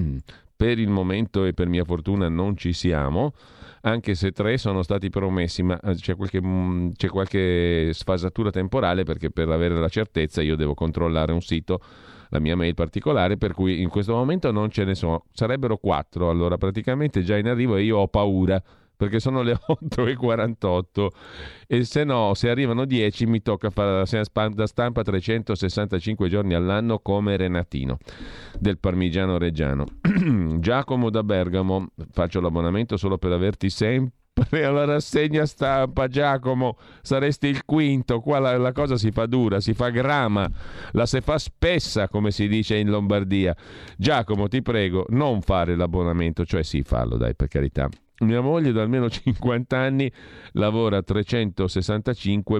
per il momento e per mia fortuna non ci siamo, anche se tre sono stati promessi, ma c'è qualche, c'è qualche sfasatura temporale, perché per avere la certezza io devo controllare un sito, la mia mail particolare, per cui in questo momento non ce ne sono. Sarebbero quattro, allora praticamente già in arrivo, e io ho paura perché sono le otto e quarantotto, e se no, se arrivano dieci mi tocca fare da stampa trecentosessantacinque giorni all'anno come Renatino del Parmigiano Reggiano. Giacomo da Bergamo: faccio l'abbonamento solo per averti sempre alla rassegna stampa. Giacomo, saresti il quinto, qua la, la cosa si fa dura, si fa grama, la si fa spessa, come si dice in Lombardia. Giacomo, ti prego, non fare l'abbonamento, cioè sì, fallo, dai, per carità. Mia moglie da almeno cinquanta anni lavora trecentosessantacinque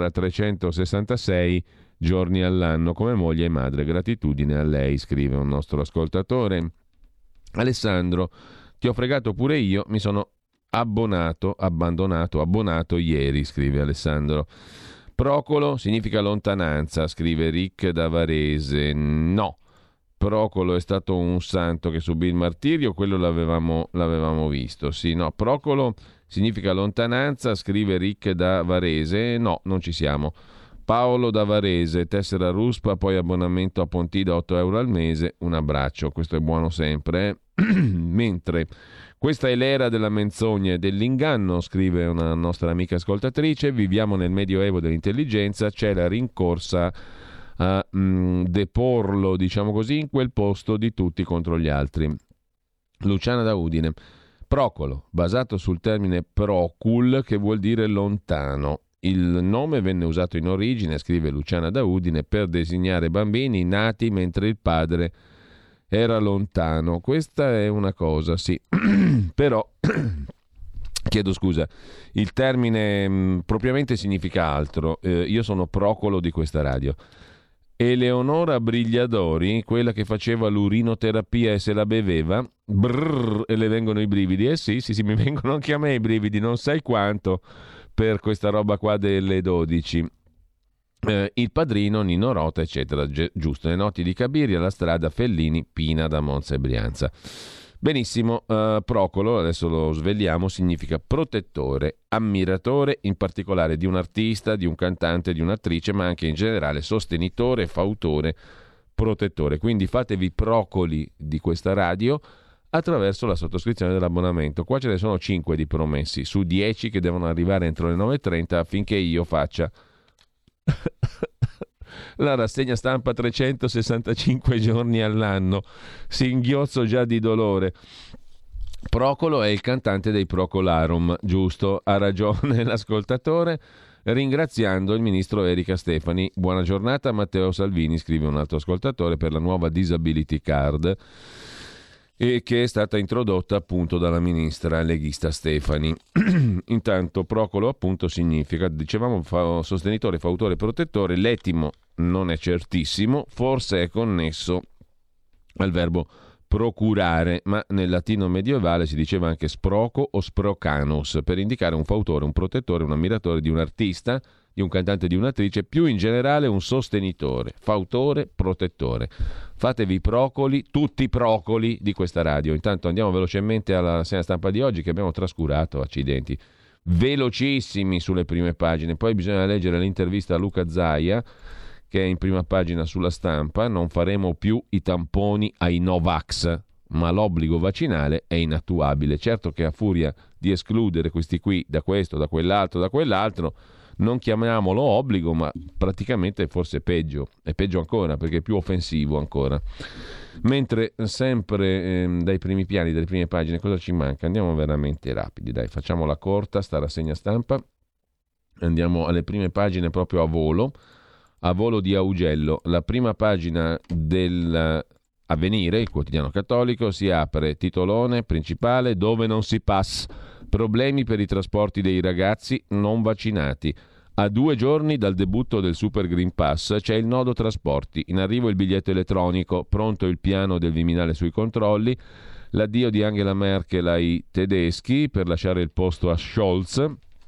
trecentosessantasei giorni all'anno come moglie e madre. Gratitudine a lei, scrive un nostro ascoltatore. Alessandro: ti ho fregato pure io, mi sono abbonato, abbandonato, abbonato ieri, scrive Alessandro. Procolo significa lontananza, scrive Rick da Varese. No, Procolo è stato un santo che subì il martirio, quello l'avevamo, l'avevamo visto. Sì, no, Procolo significa lontananza, scrive Rick da Varese. No, non ci siamo. Paolo da Varese, tessera Ruspa, poi abbonamento a Pontida, otto euro al mese. Un abbraccio, questo è buono sempre. Mentre questa è l'era della menzogna e dell'inganno, scrive una nostra amica ascoltatrice. Viviamo nel medioevo dell'intelligenza, c'è la rincorsa a mh, deporlo, diciamo così, in quel posto di tutti contro gli altri. Luciana da Udine: Procolo, basato sul termine procul, che vuol dire lontano. Il nome venne usato in origine, scrive Luciana da Udine, per designare bambini nati mentre il padre era lontano. Questa è una cosa, sì. Però chiedo scusa, il termine mh, propriamente significa altro. Eh, io sono Procolo di questa radio. Eleonora Brigliadori, quella che faceva l'urinoterapia e se la beveva, brrr, e le vengono i brividi. Eh sì, sì, sì, mi vengono anche a me i brividi, non sai quanto, per questa roba qua delle dodici. Eh, il padrino, Nino Rota, eccetera. Gi- giusto, le notti di Cabiria, la strada Fellini, Pina da Monza e Brianza. Benissimo, uh, Procolo, adesso lo svegliamo, significa protettore, ammiratore, in particolare di un artista, di un cantante, di un'attrice, ma anche in generale sostenitore, fautore, protettore. Quindi fatevi procoli di questa radio attraverso la sottoscrizione dell'abbonamento. Qua ce ne sono cinque di promessi, su dieci che devono arrivare entro le nove e trenta affinché io faccia la rassegna stampa trecentosessantacinque giorni all'anno. Singhiozzo già di dolore. Procolo è il cantante dei Procolarum, giusto, ha ragione l'ascoltatore, ringraziando il ministro Erika Stefani. Buona giornata Matteo Salvini, scrive un altro ascoltatore, per la nuova disability card, e che è stata introdotta appunto dalla ministra leghista Stefani. Intanto Procolo appunto significa, dicevamo, fa, sostenitore, fautore, protettore. L'etimo non è certissimo, forse è connesso al verbo procurare, ma nel latino medievale si diceva anche sproco o sprocanus, per indicare un fautore, un protettore, un ammiratore di un artista, di un cantante, di un'attrice, più in generale un sostenitore, fautore, protettore. Fatevi i procoli, tutti i procoli di questa radio. Intanto andiamo velocemente alla rassegna stampa di oggi, che abbiamo trascurato, accidenti, velocissimi sulle prime pagine. Poi bisogna leggere l'intervista a Luca Zaia, che è in prima pagina sulla Stampa. Non faremo più i tamponi ai Novax, ma l'obbligo vaccinale è inattuabile. Certo che a furia di escludere questi qui da questo, da quell'altro, da quell'altro, non chiamiamolo obbligo, ma praticamente forse è peggio, è peggio ancora perché è più offensivo ancora. Mentre sempre eh, dai primi piani, dalle prime pagine, cosa ci manca? Andiamo veramente rapidi, dai, facciamola corta sta rassegna stampa, andiamo alle prime pagine proprio a volo, a volo di Augello. La prima pagina del Avvenire, il quotidiano cattolico, si apre titolone principale: dove non si passa, problemi per i trasporti dei ragazzi non vaccinati. A due giorni dal debutto del Super Green Pass c'è il nodo trasporti, in arrivo il biglietto elettronico, pronto il piano del Viminale sui controlli, l'addio di Angela Merkel ai tedeschi per lasciare il posto a Scholz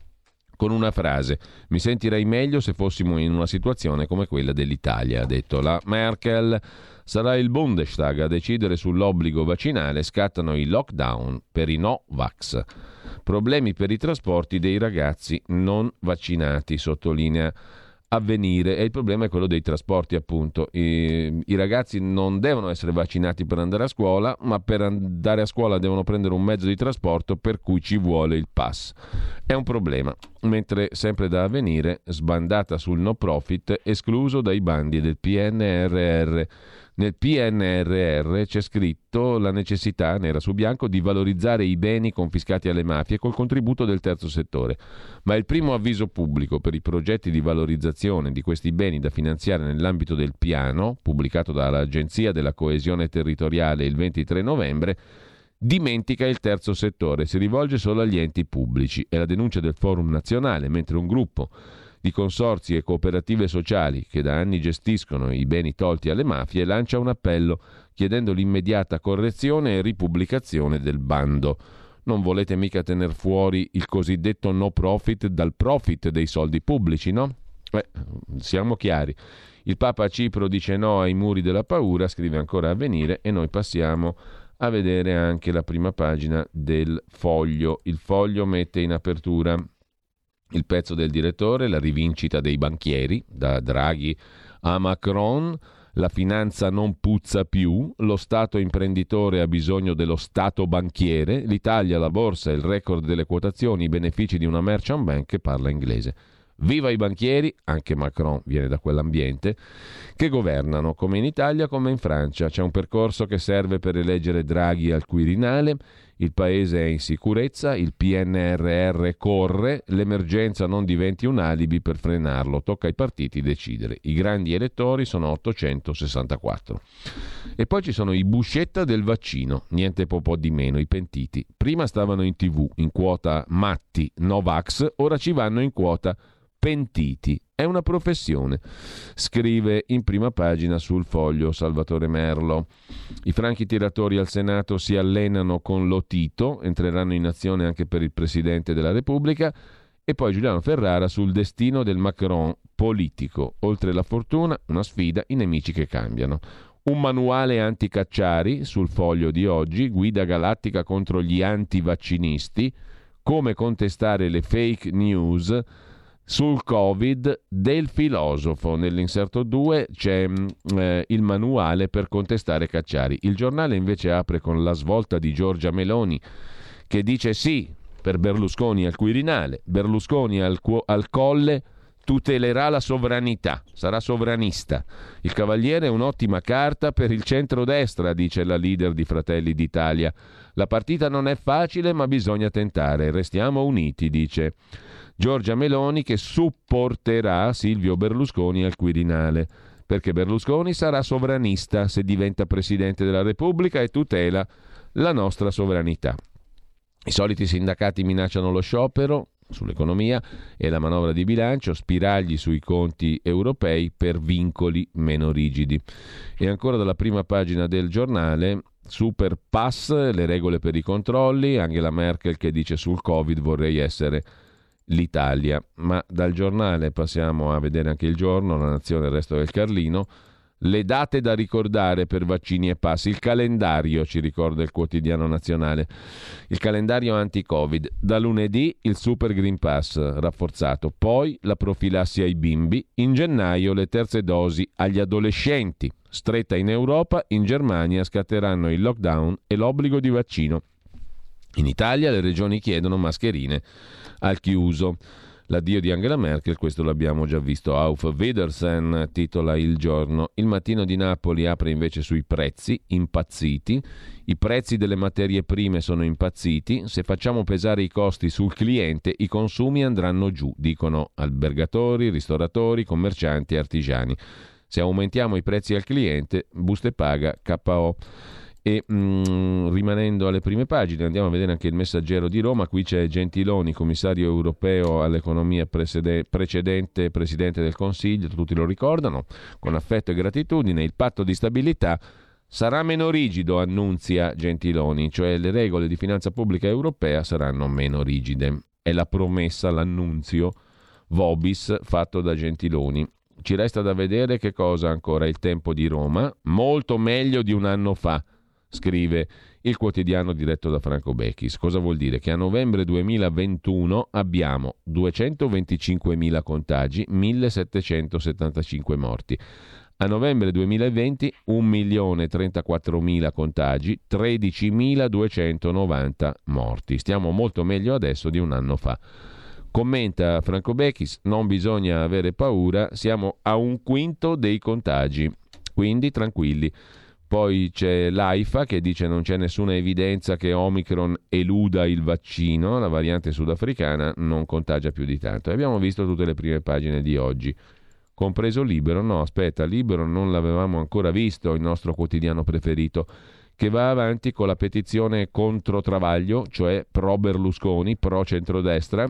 con una frase: mi sentirei meglio se fossimo in una situazione come quella dell'Italia, ha detto la Merkel. Sarà il Bundestag a decidere sull'obbligo vaccinale, scattano i lockdown per i no-vax. Problemi per i trasporti dei ragazzi non vaccinati, sottolinea Avvenire, e il problema è quello dei trasporti, appunto. I, i ragazzi non devono essere vaccinati per andare a scuola, ma per andare a scuola devono prendere un mezzo di trasporto per cui ci vuole il pass. È un problema. Mentre sempre da Avvenire, sbandata sul no profit, escluso dai bandi del P N R R. Nel P N R R c'è scritto la necessità, nera su bianco, di valorizzare i beni confiscati alle mafie col contributo del terzo settore. Ma il primo avviso pubblico per i progetti di valorizzazione di questi beni da finanziare nell'ambito del piano, pubblicato dall'Agenzia della Coesione Territoriale il ventitré novembre, dimentica il terzo settore, si rivolge solo agli enti pubblici. È la denuncia del Forum Nazionale, mentre un gruppo di consorzi e cooperative sociali che da anni gestiscono i beni tolti alle mafie lancia un appello chiedendo l'immediata correzione e ripubblicazione del bando. Non volete mica tener fuori il cosiddetto no profit dal profit dei soldi pubblici, no? Beh, siamo chiari. Il Papa a Cipro dice no ai muri della paura, scrive ancora Avvenire, e noi passiamo a vedere anche la prima pagina del Foglio. Il Foglio mette in apertura il pezzo del direttore, la rivincita dei banchieri, da Draghi a Macron, la finanza non puzza più, lo Stato imprenditore ha bisogno dello Stato banchiere, l'Italia, la borsa, il record delle quotazioni, i benefici di una merchant bank che parla inglese. Viva i banchieri, anche Macron viene da quell'ambiente, che governano, come in Italia come in Francia. C'è un percorso che serve per eleggere Draghi al Quirinale, il paese è in sicurezza, il P N R R corre, l'emergenza non diventi un alibi per frenarlo, tocca ai partiti decidere. I grandi elettori sono ottocentosessantaquattro. E poi ci sono i Buscetta del vaccino, niente po' po' di meno, i pentiti. Prima stavano in tv, in quota matti, Novax, ora ci vanno in quota pentiti. È una professione, scrive in prima pagina sul Foglio Salvatore Merlo. I franchi tiratori al Senato si allenano con Lotito, entreranno in azione anche per il Presidente della Repubblica. E poi Giuliano Ferrara sul destino del Macron politico. Oltre la fortuna, una sfida, i nemici che cambiano. Un manuale anti-Cacciari sul Foglio di oggi, guida galattica contro gli anti-vaccinisti, come contestare le fake news. Sul Covid del filosofo, nell'inserto due c'è eh, il manuale per contestare Cacciari. Il giornale invece apre con la svolta di Giorgia Meloni che dice sì per Berlusconi al Quirinale, Berlusconi al, al Colle tutelerà la sovranità, sarà sovranista. Il Cavaliere è un'ottima carta per il centrodestra, dice la leader di Fratelli d'Italia. La partita non è facile ma bisogna tentare, restiamo uniti, dice Giorgia Meloni, che supporterà Silvio Berlusconi al Quirinale, perché Berlusconi sarà sovranista se diventa Presidente della Repubblica e tutela la nostra sovranità. I soliti sindacati minacciano lo sciopero sull'economia e la manovra di bilancio, spiragli sui conti europei per vincoli meno rigidi. E ancora dalla prima pagina del giornale, super pass, le regole per i controlli, Angela Merkel che dice sul Covid vorrei essere l'Italia. Ma dal giornale passiamo a vedere anche il Giorno, La Nazione, il Resto del Carlino. Le date da ricordare per vaccini e pass, il calendario, ci ricorda il Quotidiano Nazionale, il calendario anti-Covid. Da lunedì il Super Green Pass rafforzato, poi la profilassi ai bimbi, in gennaio le terze dosi agli adolescenti, stretta in Europa, in Germania scatteranno il lockdown e l'obbligo di vaccino. In Italia le regioni chiedono mascherine al chiuso. L'addio di Angela Merkel, questo l'abbiamo già visto. Auf Wiedersehen, titola Il Giorno. Il Mattino di Napoli apre invece sui prezzi, impazziti. I prezzi delle materie prime sono impazziti. Se facciamo pesare i costi sul cliente, i consumi andranno giù, dicono albergatori, ristoratori, commercianti e artigiani. Se aumentiamo i prezzi al cliente, buste paga K O. E mh, rimanendo alle prime pagine andiamo a vedere anche il Messaggero di Roma. Qui c'è Gentiloni, commissario europeo all'economia presede- precedente presidente del Consiglio, tutti lo ricordano, con affetto e gratitudine. Il patto di stabilità sarà meno rigido, annunzia Gentiloni, cioè le regole di finanza pubblica europea saranno meno rigide. È la promessa, l'annunzio Vobis fatto da Gentiloni. Ci resta da vedere che cosa ancora. Il Tempo di Roma, molto meglio di un anno fa, scrive il quotidiano diretto da Franco Bechis. Cosa vuol dire? Che a novembre duemilaventuno abbiamo duecentoventicinquemila contagi, millesettecentosettantacinque morti. A novembre duemilaventi un milione trentaquattromila contagi, tredicimiladuecentonovanta morti. Stiamo molto meglio adesso di un anno fa. Commenta Franco Bechis, non bisogna avere paura, siamo a un quinto dei contagi, quindi tranquilli. Poi c'è l'AIFA che dice non c'è nessuna evidenza che Omicron eluda il vaccino, la variante sudafricana non contagia più di tanto. E abbiamo visto tutte le prime pagine di oggi, compreso Libero. No, aspetta, Libero non l'avevamo ancora visto, il nostro quotidiano preferito, che va avanti con la petizione contro Travaglio, cioè pro Berlusconi, pro centrodestra.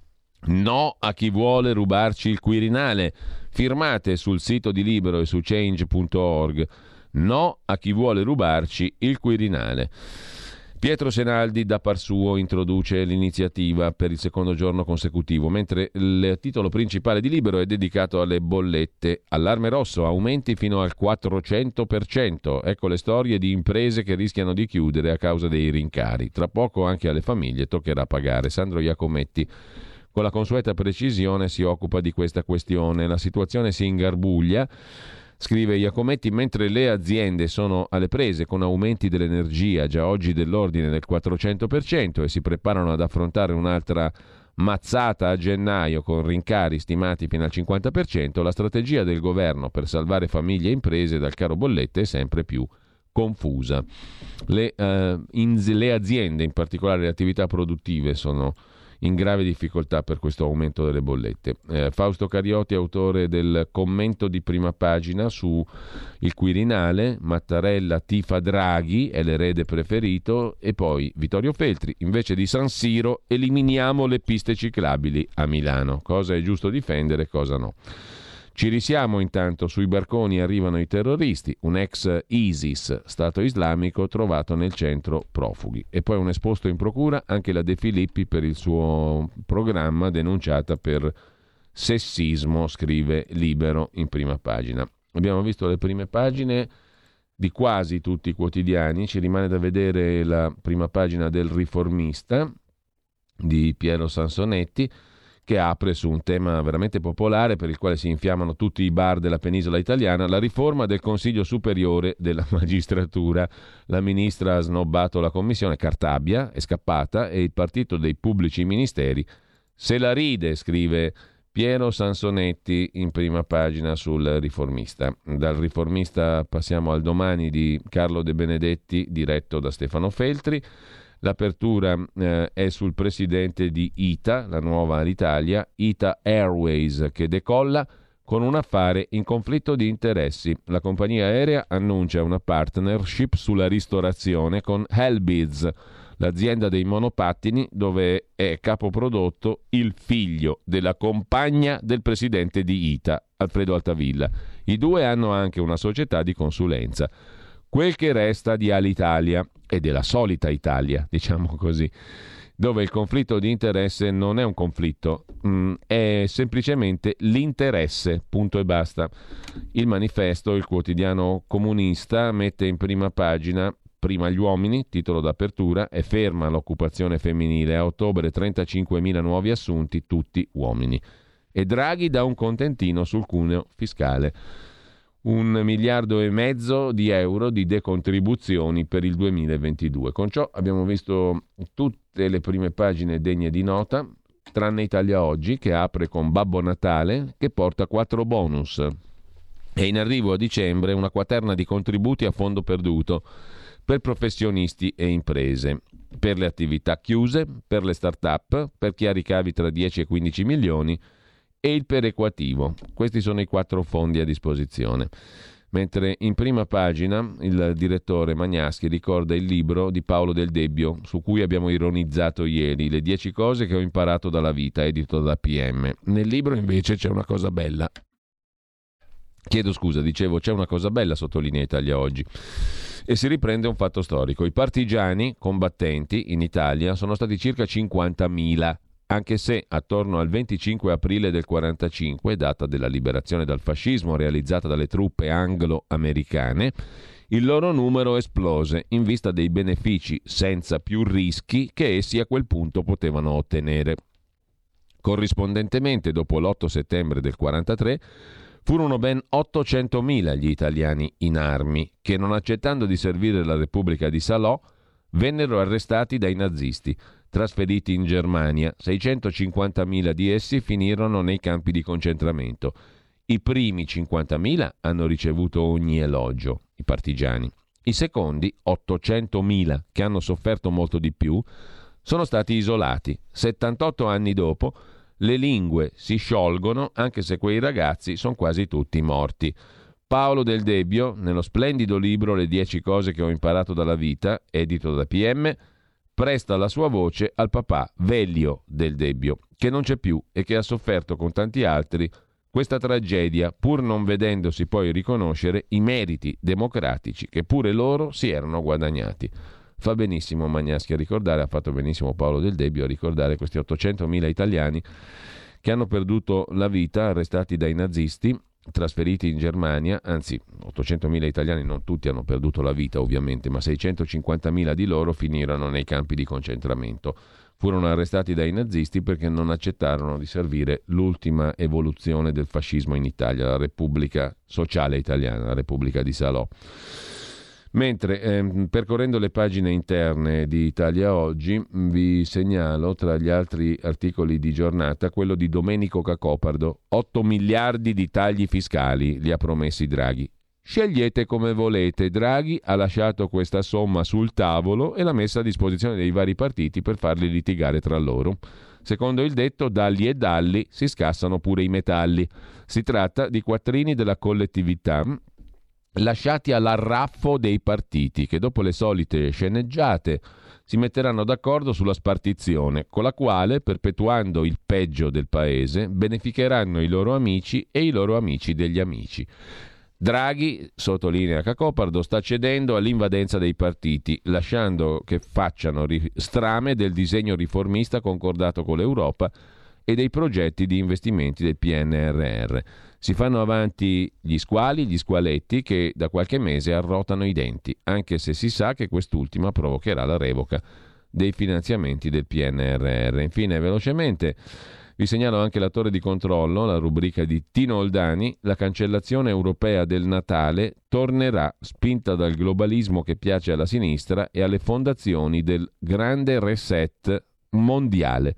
No a chi vuole rubarci il Quirinale. Firmate sul sito di Libero e su change punto org. No a chi vuole rubarci il Quirinale. Pietro Senaldi da par suo introduce l'iniziativa per il secondo giorno consecutivo, mentre il titolo principale di Libero è dedicato alle bollette. Allarme rosso, aumenti fino al quattrocento per cento. Ecco le storie di imprese che rischiano di chiudere a causa dei rincari. Tra poco anche alle famiglie toccherà pagare. Sandro Iacometti con la consueta precisione si occupa di questa questione. La situazione si ingarbuglia, scrive Iacometti, mentre le aziende sono alle prese con aumenti dell'energia già oggi dell'ordine del quattrocento per cento e si preparano ad affrontare un'altra mazzata a gennaio con rincari stimati fino al cinquanta per cento, la strategia del governo per salvare famiglie e imprese dal caro bollette è sempre più confusa. Le, uh, in, le aziende, in particolare le attività produttive, sono in grave difficoltà per questo aumento delle bollette. Eh, Fausto Cariotti, autore del commento di prima pagina su il Quirinale, Mattarella tifa Draghi, è l'erede preferito, e poi Vittorio Feltri, invece di San Siro eliminiamo le piste ciclabili a Milano. Cosa è giusto difendere, cosa no. Ci risiamo intanto, sui barconi arrivano i terroristi, un ex ISIS, Stato Islamico, trovato nel centro profughi. E poi un esposto in procura anche la De Filippi per il suo programma denunciata per sessismo, scrive Libero in prima pagina. Abbiamo visto le prime pagine di quasi tutti i quotidiani, ci rimane da vedere la prima pagina del Riformista di Piero Sansonetti, che apre su un tema veramente popolare per il quale si infiammano tutti i bar della penisola italiana, la riforma del Consiglio Superiore della Magistratura. La ministra ha snobbato la commissione, Cartabia è scappata e il partito dei pubblici ministeri se la ride, scrive Piero Sansonetti in prima pagina sul Riformista. Dal Riformista passiamo al Domani di Carlo De Benedetti, diretto da Stefano Feltri. L'apertura eh, è sul presidente di I T A, la nuova Alitalia, I T A Airways, che decolla con un affare in conflitto di interessi. La compagnia aerea annuncia una partnership sulla ristorazione con Hellbiz, l'azienda dei monopattini dove è capoprodotto il figlio della compagna del presidente di I T A, Alfredo Altavilla. I due hanno anche una società di consulenza. Quel che resta di Alitalia e della solita Italia, diciamo così, dove il conflitto di interesse non è un conflitto, mh, è semplicemente l'interesse, punto e basta. Il Manifesto, il quotidiano comunista, mette in prima pagina prima gli uomini, titolo d'apertura, è ferma l'occupazione femminile, a ottobre trentacinquemila nuovi assunti, tutti uomini. E Draghi dà un contentino sul cuneo fiscale. un miliardo e mezzo di euro di decontribuzioni per il duemilaventidue. Con ciò abbiamo visto tutte le prime pagine degne di nota, tranne Italia Oggi, che apre con Babbo Natale, che porta quattro bonus. È in arrivo a dicembre una quaterna di contributi a fondo perduto per professionisti e imprese, per le attività chiuse, per le start-up, per chi ha ricavi tra dieci e quindici milioni e il perequativo. Questi sono i quattro fondi a disposizione. Mentre in prima pagina il direttore Magnaschi ricorda il libro di Paolo Del Debbio, su cui abbiamo ironizzato ieri, Le dieci cose che ho imparato dalla vita, edito da P M. Nel libro invece c'è una cosa bella. Chiedo scusa, dicevo, c'è una cosa bella, sottolinea Italia Oggi, e si riprende un fatto storico. I partigiani combattenti in Italia sono stati circa cinquantamila, anche se attorno al venticinque aprile del quarantacinque, data della liberazione dal fascismo realizzata dalle truppe anglo-americane, il loro numero esplose in vista dei benefici senza più rischi che essi a quel punto potevano ottenere. Corrispondentemente, dopo l'otto settembre del quarantatré, furono ben ottocentomila gli italiani in armi che, non accettando di servire la Repubblica di Salò, vennero arrestati dai nazisti, trasferiti in Germania. seicentocinquantamila di essi finirono nei campi di concentramento. I primi cinquantamila hanno ricevuto ogni elogio, i partigiani. I secondi, ottocentomila, che hanno sofferto molto di più, sono stati isolati. settantotto anni dopo, le lingue si sciolgono, anche se quei ragazzi sono quasi tutti morti. Paolo Del Debbio, nello splendido libro Le dieci cose che ho imparato dalla vita, edito da P M, presta la sua voce al papà Velio Del Debbio, che non c'è più e che ha sofferto con tanti altri questa tragedia, pur non vedendosi poi riconoscere i meriti democratici che pure loro si erano guadagnati. Fa benissimo Magnaschi a ricordare, ha fatto benissimo Paolo Del Debbio a ricordare questi ottocentomila italiani che hanno perduto la vita arrestati dai nazisti, trasferiti in Germania, anzi ottocentomila italiani, non tutti hanno perduto la vita ovviamente, ma seicentocinquantamila di loro finirono nei campi di concentramento. Furono arrestati dai nazisti perché non accettarono di servire l'ultima evoluzione del fascismo in Italia, la Repubblica Sociale Italiana, la Repubblica di Salò. Mentre ehm, percorrendo le pagine interne di Italia Oggi vi segnalo tra gli altri articoli di giornata quello di Domenico Cacopardo. otto miliardi di tagli fiscali li ha promessi Draghi. Scegliete come volete. Draghi ha lasciato questa somma sul tavolo e l'ha messa a disposizione dei vari partiti per farli litigare tra loro. Secondo il detto, dalli e dalli si scassano pure i metalli. Si tratta di quattrini della collettività lasciati all'arraffo dei partiti, che dopo le solite sceneggiate si metteranno d'accordo sulla spartizione, con la quale, perpetuando il peggio del paese, beneficheranno i loro amici e i loro amici degli amici. Draghi, sottolinea Cacopardo, sta cedendo all'invadenza dei partiti, lasciando che facciano strame del disegno riformista concordato con l'Europa e dei progetti di investimenti del P N R R. Si fanno avanti gli squali, gli squaletti che da qualche mese arrotano i denti, anche se si sa che quest'ultima provocherà la revoca dei finanziamenti del P N R R. Infine, velocemente, vi segnalo anche la torre di controllo, la rubrica di Tino Oldani. La cancellazione europea del Natale tornerà, spinta dal globalismo che piace alla sinistra e alle fondazioni del grande reset mondiale.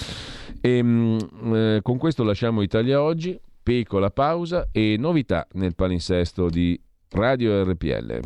E, eh, con questo lasciamo Italia Oggi. Piccola pausa e novità nel palinsesto di Radio R P L.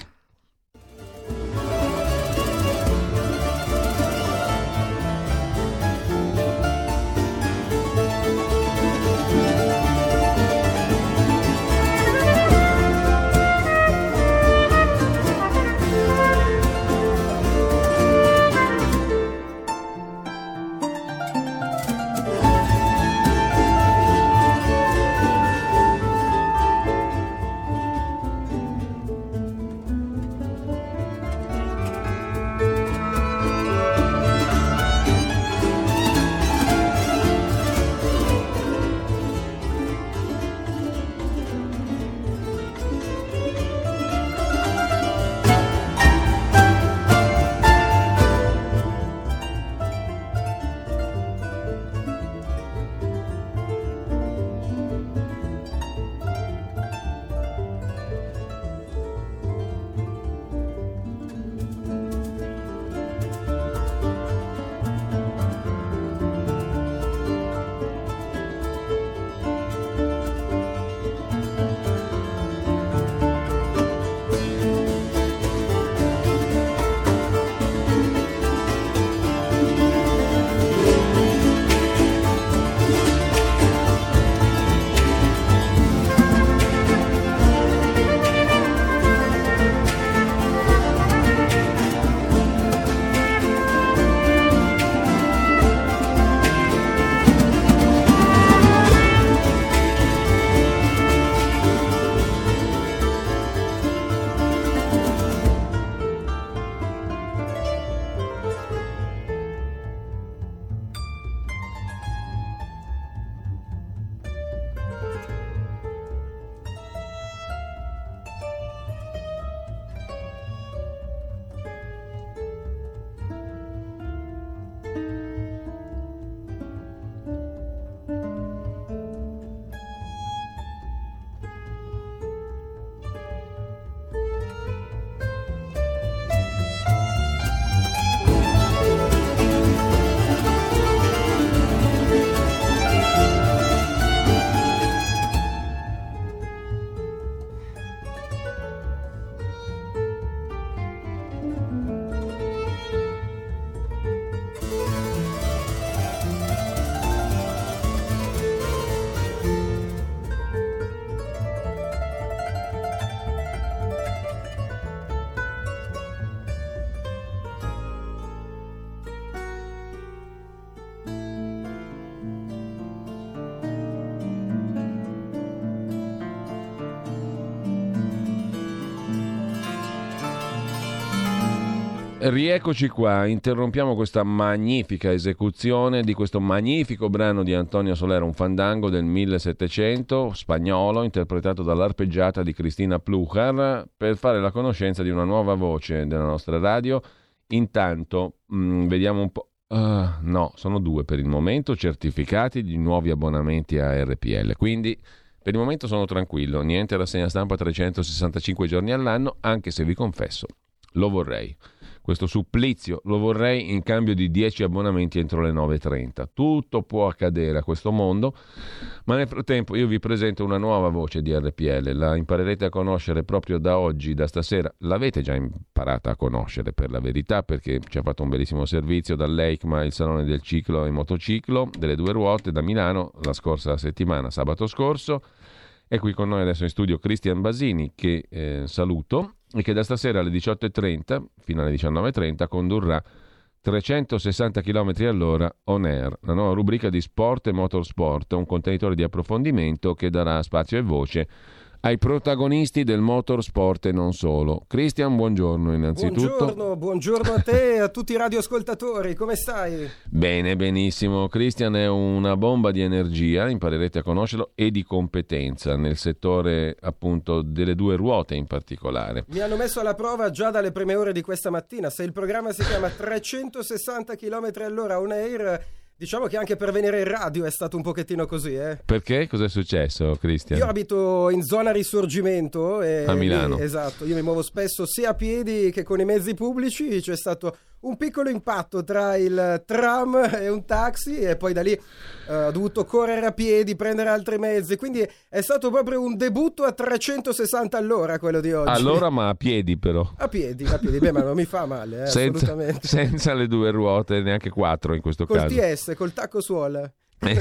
Rieccoci qua, interrompiamo questa magnifica esecuzione di questo magnifico brano di Antonio Soler, un fandango del millesettecento, spagnolo, interpretato dall'arpeggiata di Cristina Pluchar, per fare la conoscenza di una nuova voce della nostra radio. Intanto, mh, vediamo un po'. Uh, no, sono due per il momento, certificati di nuovi abbonamenti a R P L, quindi per il momento sono tranquillo, niente rassegna stampa trecentosessantacinque giorni all'anno, anche se vi confesso, lo vorrei. Questo supplizio lo vorrei in cambio di dieci abbonamenti entro le nove e trenta. Tutto può accadere a questo mondo, ma nel frattempo io vi presento una nuova voce di R P L. La imparerete a conoscere proprio da oggi, da stasera. L'avete già imparata a conoscere, per la verità, perché ci ha fatto un bellissimo servizio dall'E I C M A, il Salone del Ciclo e Motociclo, delle due ruote, da Milano, la scorsa settimana, sabato scorso. È qui con noi adesso in studio Cristian Basini, che eh, saluto, e che da stasera alle diciotto e trenta fino alle diciannove e trenta condurrà trecentosessanta chilometri all'ora on air, la nuova rubrica di Sport e Motorsport, un contenitore di approfondimento che darà spazio e voce ai protagonisti del motorsport e non solo. Cristian, buongiorno innanzitutto. Buongiorno, buongiorno a te e a tutti i radioascoltatori, come stai? Bene, benissimo. Cristian è una bomba di energia, imparerete a conoscerlo, e di competenza nel settore appunto delle due ruote in particolare. Mi hanno messo alla prova già dalle prime ore di questa mattina. Se il programma si chiama trecentosessanta chilometri all'ora on air, diciamo che anche per venire in radio è stato un pochettino così, eh. Perché? Cos'è successo, Cristian? Io abito in zona Risorgimento e a Milano. Lì, esatto, io mi muovo spesso sia a piedi che con i mezzi pubblici. C'è stato un piccolo impatto tra il tram e un taxi e poi da lì uh, ho dovuto correre a piedi, prendere altri mezzi, quindi è stato proprio un debutto a trecentosessanta all'ora quello di oggi. Allora, ma a piedi però. A piedi, a piedi, beh, ma non mi fa male, eh, senza, assolutamente. Senza le due ruote, neanche quattro in questo Col caso. T S, col tacco suola.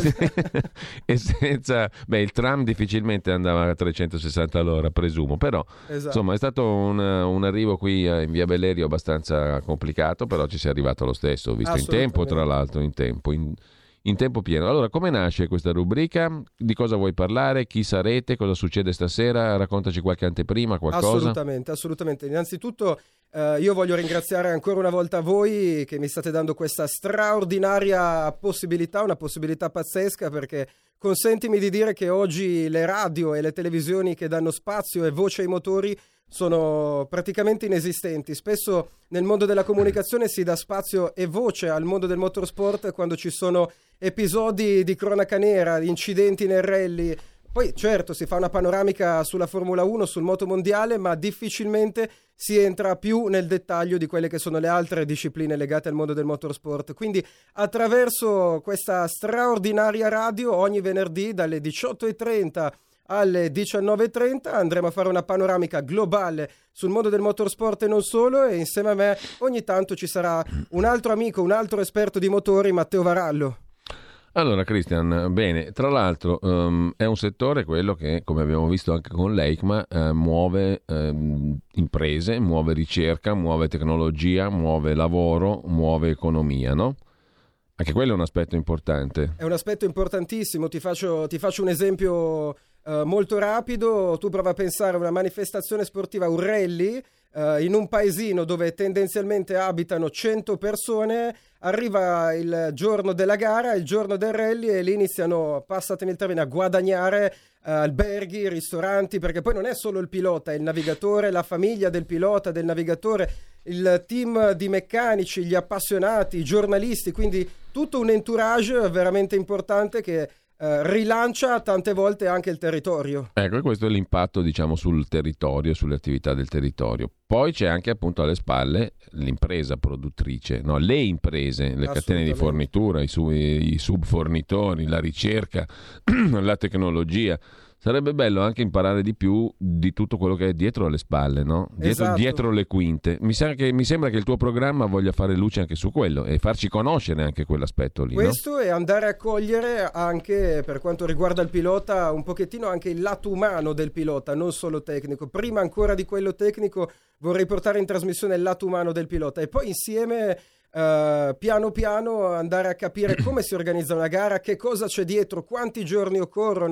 E senza, beh, il tram difficilmente andava a trecentosessanta all'ora, presumo, però esatto. Insomma è stato un, un arrivo qui in via Bellerio abbastanza complicato, però ci sei arrivato lo stesso, visto in tempo, tra l'altro in tempo in, in tempo pieno. Allora, come nasce questa rubrica? Di cosa vuoi parlare? Chi sarete? Cosa succede stasera? Raccontaci qualche anteprima, qualcosa. Assolutamente, assolutamente. Innanzitutto Uh, io voglio ringraziare ancora una volta voi che mi state dando questa straordinaria possibilità, una possibilità pazzesca, perché consentimi di dire che oggi le radio e le televisioni che danno spazio e voce ai motori sono praticamente inesistenti. Spesso nel mondo della comunicazione si dà spazio e voce al mondo del motorsport quando ci sono episodi di cronaca nera, incidenti nel rally. Poi certo si fa una panoramica sulla Formula uno, sul motomondiale, ma difficilmente si entra più nel dettaglio di quelle che sono le altre discipline legate al mondo del motorsport. Quindi attraverso questa straordinaria radio ogni venerdì dalle diciotto e trenta alle diciannove e trenta andremo a fare una panoramica globale sul mondo del motorsport e non solo, e insieme a me ogni tanto ci sarà un altro amico, un altro esperto di motori, Matteo Varallo. Allora Cristian, bene, tra l'altro um, è un settore quello che, come abbiamo visto anche con l'E I C M A, eh, muove eh, imprese, muove ricerca, muove tecnologia, muove lavoro, muove economia, no? Anche quello è un aspetto importante. È un aspetto importantissimo, ti faccio, ti faccio un esempio uh, molto rapido. Tu prova a pensare a una manifestazione sportiva, un rally, uh, in un paesino dove tendenzialmente abitano cento persone. Arriva il giorno della gara, il giorno del rally, e lì iniziano, passatemi il termine, a guadagnare uh, alberghi, ristoranti, perché poi non è solo il pilota, è il navigatore, la famiglia del pilota, del navigatore, il team di meccanici, gli appassionati, i giornalisti, quindi tutto un entourage veramente importante che Uh, rilancia tante volte anche il territorio. Ecco, e questo è l'impatto, diciamo, sul territorio, sulle attività del territorio. Poi c'è anche appunto alle spalle l'impresa produttrice, no? Le imprese, le catene di fornitura, i, su- i subfornitori, la ricerca, la tecnologia. Sarebbe bello anche imparare di più di tutto quello che è dietro alle spalle, no? Dietro, esatto. dietro le quinte. Mi, sa che, mi sembra che il tuo programma voglia fare luce anche su quello e farci conoscere anche quell'aspetto lì. Questo no? è andare a cogliere anche, per quanto riguarda il pilota, un pochettino anche il lato umano del pilota, non solo tecnico. Prima ancora di quello tecnico vorrei portare in trasmissione il lato umano del pilota e poi insieme uh, piano piano andare a capire come si organizza una gara, che cosa c'è dietro, quanti giorni occorrono.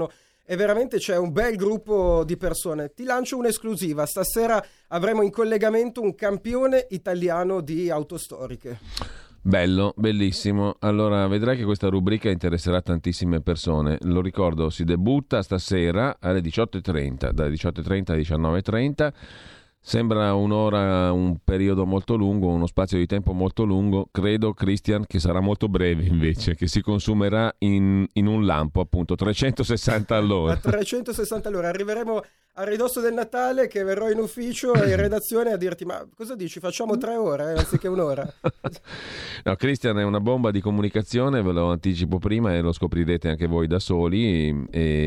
e veramente c'è un bel gruppo di persone. Ti lancio un'esclusiva, stasera avremo in collegamento un campione italiano di autostoriche. Bello, bellissimo. Allora vedrai che questa rubrica interesserà tantissime persone. Lo ricordo, si debutta stasera alle diciotto e trenta, dalle diciotto e trenta alle diciannove e trenta. Sembra un'ora, un periodo molto lungo, uno spazio di tempo molto lungo. Credo, Christian, che sarà molto breve invece, che si consumerà in, in un lampo, appunto, trecentosessanta all'ora. A trecentosessanta all'ora. Arriveremo a ridosso del Natale, che verrò in ufficio e in redazione a dirti: ma cosa dici, facciamo tre ore eh, anziché un'ora? No, Christian è una bomba di comunicazione, ve lo anticipo prima e lo scoprirete anche voi da soli,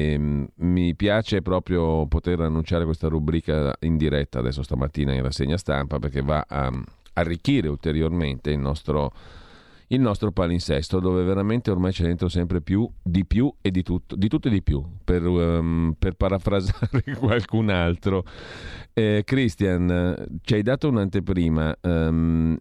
e mi piace proprio poter annunciare questa rubrica in diretta adesso stamattina in rassegna stampa, perché va a arricchire ulteriormente il nostro il nostro palinsesto, dove veramente ormai c'è dentro sempre più, di più e di tutto, di tutto e di più, per, um, per parafrasare qualcun altro. Eh, Christian, ci hai dato un'anteprima um,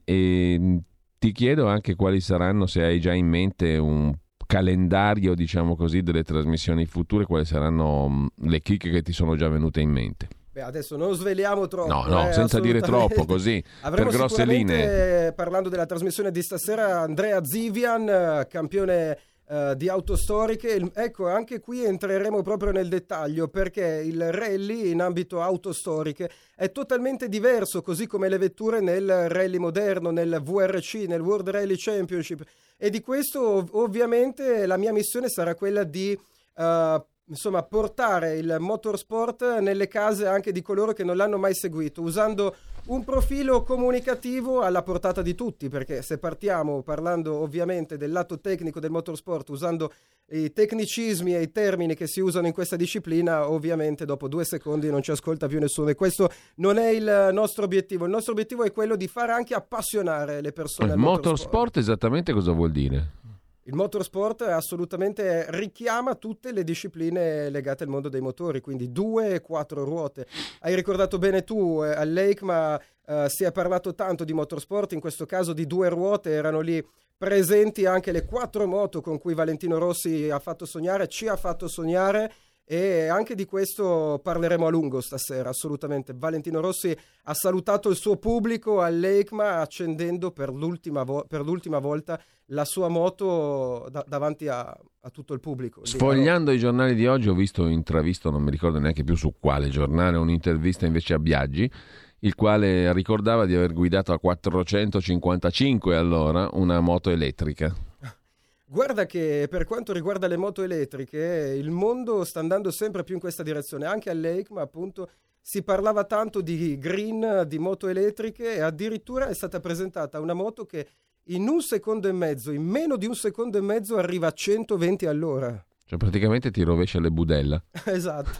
e ti chiedo anche quali saranno, se hai già in mente un calendario, diciamo così, delle trasmissioni future, quali saranno um, le chicche che ti sono già venute in mente. Beh, adesso non sveliamo troppo. No, no, eh, senza dire troppo, così, Avremo per grosse linee. Parlando della trasmissione di stasera, Andrea Zivian, campione uh, di autostoriche. Il, ecco, anche qui entreremo proprio nel dettaglio, perché il rally in ambito autostoriche è totalmente diverso, così come le vetture nel rally moderno, nel V R C, nel World Rally Championship. E di questo ovviamente la mia missione sarà quella di Uh, insomma, portare il motorsport nelle case anche di coloro che non l'hanno mai seguito, usando un profilo comunicativo alla portata di tutti, perché se partiamo parlando ovviamente del lato tecnico del motorsport, usando i tecnicismi e i termini che si usano in questa disciplina, ovviamente dopo due secondi non ci ascolta più nessuno, e questo non è il nostro obiettivo. Il nostro obiettivo è quello di fare anche appassionare le persone il al motorsport. motorsport Esattamente cosa vuol dire? Il motorsport assolutamente richiama tutte le discipline legate al mondo dei motori, quindi due e quattro ruote. Hai ricordato bene tu, eh, all'EICMA eh, si è parlato tanto di motorsport, in questo caso di due ruote, erano lì presenti anche le quattro moto con cui Valentino Rossi ha fatto sognare, ci ha fatto sognare, e anche di questo parleremo a lungo stasera, assolutamente. Valentino Rossi ha salutato il suo pubblico all'EICMA accendendo per l'ultima, vo- per l'ultima volta la sua moto da- davanti a-, a tutto il pubblico. Sfogliando i giornali di oggi ho visto, intravisto, non mi ricordo neanche più su quale giornale, un'intervista invece a Biaggi, il quale ricordava di aver guidato a quattrocentocinquantacinque all'ora una moto elettrica. Guarda che per quanto riguarda le moto elettriche, il mondo sta andando sempre più in questa direzione. Anche all'EICMA, appunto, si parlava tanto di green, di moto elettriche, e addirittura è stata presentata una moto che in un secondo e mezzo, in meno di un secondo e mezzo, arriva a centoventi all'ora. Cioè praticamente ti rovescia le budella. Esatto.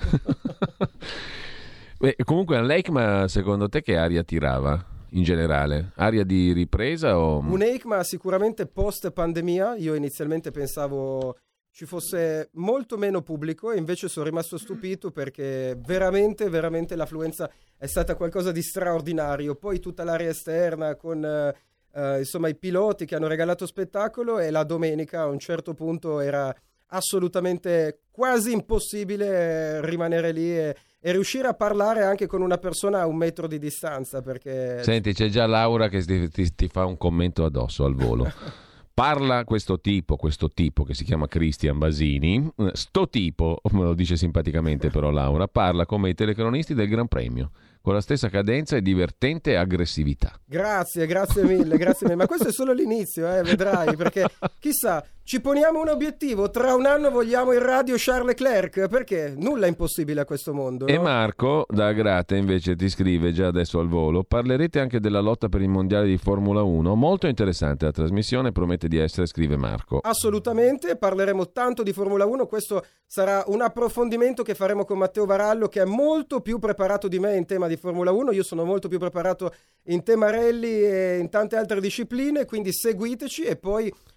Beh, comunque all'EICMA, secondo te che aria tirava? In generale, aria di ripresa o... Un EICMA sicuramente post pandemia. Io inizialmente pensavo ci fosse molto meno pubblico, e invece sono rimasto stupito, perché veramente, veramente l'affluenza è stata qualcosa di straordinario. Poi tutta l'area esterna con eh, insomma i piloti che hanno regalato spettacolo, e la domenica a un certo punto era assolutamente quasi impossibile rimanere lì e e riuscire a parlare anche con una persona a un metro di distanza, perché... Senti, c'è già Laura che ti, ti, ti fa un commento addosso al volo. Parla questo tipo, questo tipo che si chiama Christian Basini, sto tipo, me lo dice simpaticamente però Laura, parla come i telecronisti del Gran Premio, con la stessa cadenza e divertente aggressività. Grazie, grazie mille, grazie mille. Ma questo è solo l'inizio, eh, vedrai, perché chissà, ci poniamo un obiettivo, tra un anno vogliamo in radio Charles Leclerc, perché nulla è impossibile a questo mondo, no? E Marco da Agrate invece ti scrive già adesso al volo: parlerete anche della lotta per il mondiale di Formula uno? Molto interessante la trasmissione, promette di essere, scrive Marco. Assolutamente, parleremo tanto di Formula uno, questo sarà un approfondimento che faremo con Matteo Varallo, che è molto più preparato di me in tema di Formula uno, io sono molto più preparato in tema rally e in tante altre discipline, quindi seguiteci, e poi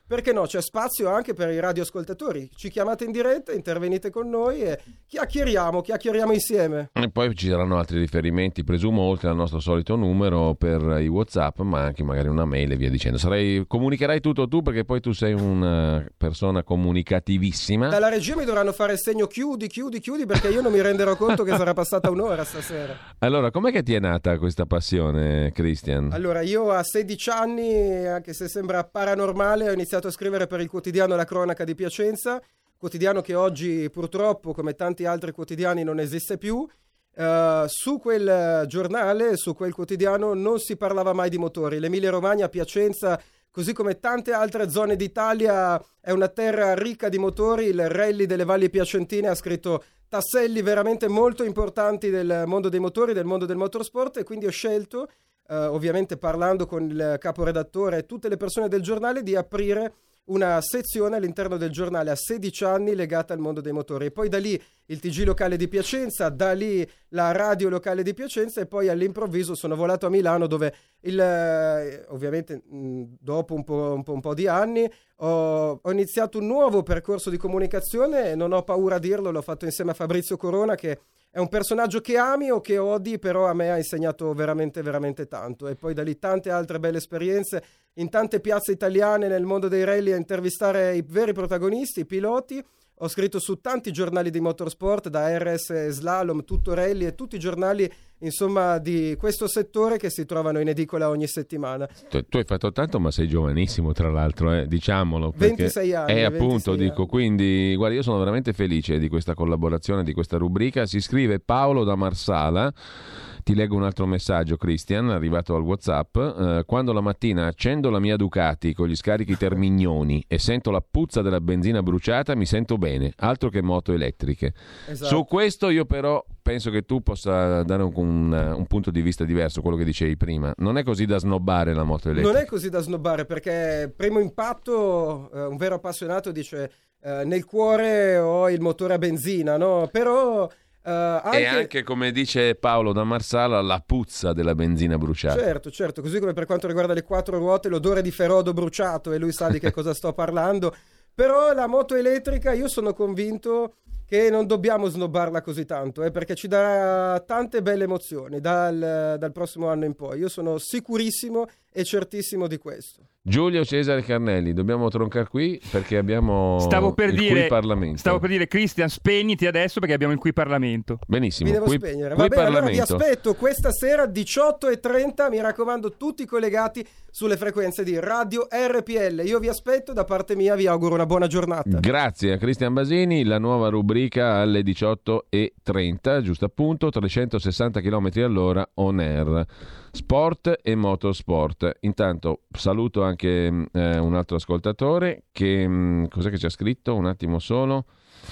perché no, c'è spazio anche per i radioascoltatori. Ci chiamate in diretta, intervenite con noi e chiacchieriamo, chiacchieriamo insieme. E poi ci saranno altri riferimenti, presumo, oltre al nostro solito numero per i WhatsApp, ma anche magari una mail e via dicendo. Sarai, comunicherai tutto tu, perché poi tu sei una persona comunicativissima. Dalla regia mi dovranno fare il segno chiudi, chiudi, chiudi, perché io non mi renderò conto che sarà passata un'ora stasera. Allora, com'è che ti è nata questa passione, Christian? Allora, io a sedici anni, anche se sembra paranormale, ho iniziato a scrivere per il quotidiano La Cronaca di Piacenza, quotidiano che oggi purtroppo, come tanti altri quotidiani, non esiste più. Uh, su quel giornale, su quel quotidiano, non si parlava mai di motori. L'Emilia Romagna, Piacenza, così come tante altre zone d'Italia, è una terra ricca di motori. Il Rally delle Valli Piacentine ha scritto tasselli veramente molto importanti del mondo dei motori, del mondo del motorsport, e quindi ho scelto, uh, ovviamente parlando con il caporedattore e tutte le persone del giornale, di aprire una sezione all'interno del giornale a sedici anni legata al mondo dei motori. E poi da lì il T G locale di Piacenza, da lì la radio locale di Piacenza, e poi all'improvviso sono volato a Milano, dove il, eh, ovviamente mh, dopo un po', un po', un po' di anni ho, ho iniziato un nuovo percorso di comunicazione, e non ho paura a dirlo, l'ho fatto insieme a Fabrizio Corona, che è un personaggio che ami o che odi, però a me ha insegnato veramente veramente tanto. E poi da lì tante altre belle esperienze in tante piazze italiane nel mondo dei rally, a intervistare i veri protagonisti, i piloti. Ho scritto su tanti giornali di motorsport, da R S Slalom, Tutto Rally e tutti i giornali, insomma, di questo settore, che si trovano in edicola ogni settimana. Tu, tu hai fatto tanto, ma sei giovanissimo, tra l'altro, eh, diciamolo. Perché ventisei anni. È appunto, ventisei dico, anni. Quindi, guarda, io sono veramente felice di questa collaborazione, di questa rubrica. Si scrive Paolo da Marsala. Ti leggo un altro messaggio, Christian, arrivato al WhatsApp. Eh, quando la mattina accendo la mia Ducati con gli scarichi termignoni e sento la puzza della benzina bruciata, mi sento bene, altro che moto elettriche. Esatto. Su questo io però penso che tu possa dare un, un, un punto di vista diverso, quello che dicevi prima. Non è così da snobbare la moto elettrica. Non è così da snobbare, perché primo impatto, eh, un vero appassionato dice eh, nel cuore ho il motore a benzina, no? Però... Uh, anche... E anche, come dice Paolo da Marsala, la puzza della benzina bruciata. Certo, certo, così come per quanto riguarda le quattro ruote, l'odore di ferodo bruciato, e lui sa di che cosa sto parlando. Però la moto elettrica, io sono convinto che non dobbiamo snobbarla così tanto, eh, perché ci darà tante belle emozioni dal, dal prossimo anno in poi. Io sono sicurissimo e certissimo di questo. Giulio Cesare Carnelli, dobbiamo troncare qui perché abbiamo stavo per il dire, qui Parlamento. Stavo per dire, Christian, spegniti adesso perché abbiamo il qui Parlamento. Benissimo. Mi devo qui, spegnere. Qui Va bene, allora vi Parlamento. aspetto questa sera diciotto e trenta, mi raccomando, tutti collegati sulle frequenze di Radio R P L. Io vi aspetto, da parte mia vi auguro una buona giornata. Grazie a Cristian Basini, la nuova rubrica alle diciotto e trenta, giusto appunto, trecentosessanta chilometri all'ora on air. Sport e motorsport. Intanto saluto anche eh, un altro ascoltatore che mh, cos'è che ci ha scritto? Un attimo solo.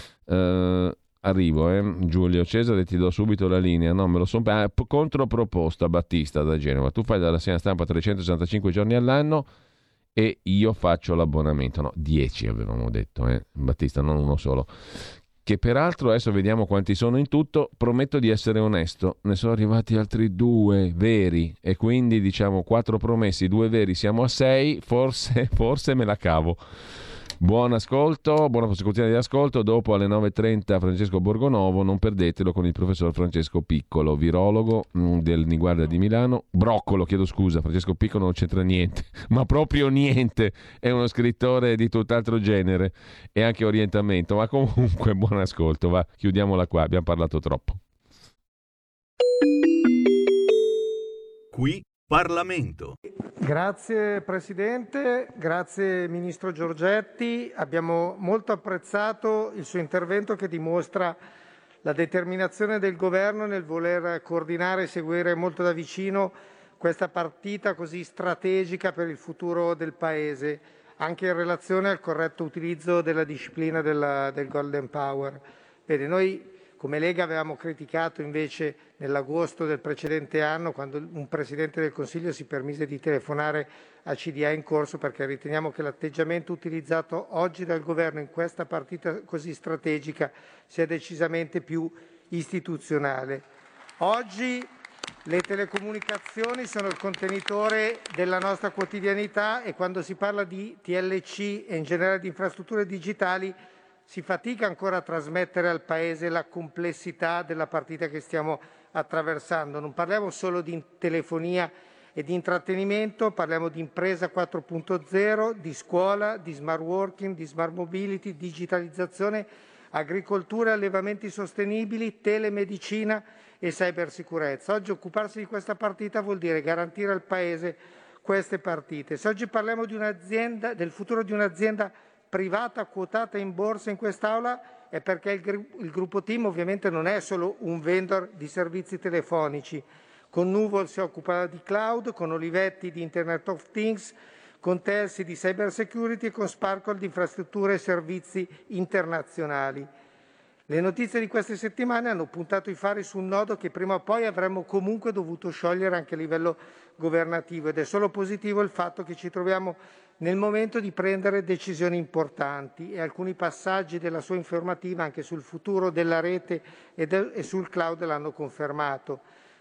Uh, arrivo, eh. Giulio Cesare, ti do subito la linea. No, me lo sono ah, controproposta. Battista da Genova. Tu fai dalla rassegna stampa trecentosessantacinque giorni all'anno e io faccio l'abbonamento. No, dieci avevamo detto, eh. Battista, non uno solo. Che peraltro adesso vediamo quanti sono in tutto. Prometto di essere onesto, ne sono arrivati altri due veri e quindi diciamo quattro promessi, due veri, siamo a sei, forse, forse me la cavo. Buon ascolto, buona prosecuzione di ascolto. Dopo alle nove e trenta Francesco Borgonovo, non perdetelo, con il professor Francesco Piccolo, virologo mh, del Niguarda di Milano. Broccolo, chiedo scusa, Francesco Piccolo non c'entra niente, ma proprio niente, è uno scrittore di tutt'altro genere e anche orientamento, ma comunque buon ascolto, va, chiudiamola qua, abbiamo parlato troppo. Qui Parlamento. Grazie Presidente, grazie Ministro Giorgetti. Abbiamo molto apprezzato il suo intervento, che dimostra la determinazione del Governo nel voler coordinare e seguire molto da vicino questa partita così strategica per il futuro del Paese, anche in relazione al corretto utilizzo della disciplina della, del Golden Power. Bene, noi come Lega avevamo criticato invece nell'agosto del precedente anno, quando un Presidente del Consiglio si permise di telefonare a C D A in corso, perché riteniamo che l'atteggiamento utilizzato oggi dal Governo in questa partita così strategica sia decisamente più istituzionale. Oggi Le telecomunicazioni sono il contenitore della nostra quotidianità e quando si parla di T L C e in generale di infrastrutture digitali si fatica ancora a trasmettere al Paese la complessità della partita che stiamo attraversando. Non parliamo solo di telefonia e di intrattenimento, parliamo di impresa quattro punto zero, di scuola, di smart working, di smart mobility, digitalizzazione, agricoltura, allevamenti sostenibili, telemedicina e cybersicurezza. Oggi occuparsi di questa partita vuol dire garantire al Paese queste partite. Se oggi parliamo di un'azienda, del futuro di un'azienda privata quotata in borsa in quest'Aula è perché il, gru- il gruppo TIM ovviamente non è solo un vendor di servizi telefonici. Con Nuvol si occupa di cloud, con Olivetti di Internet of Things, con Telsi di cyber security e con Sparkle di infrastrutture e servizi internazionali. Le notizie di queste settimane hanno puntato i fari su un nodo che prima o poi avremmo comunque dovuto sciogliere anche a livello governativo ed è solo positivo il fatto che ci troviamo nel momento di prendere decisioni importanti e alcuni passaggi della sua informativa anche sul futuro della rete e, del, e sul cloud l'hanno confermato.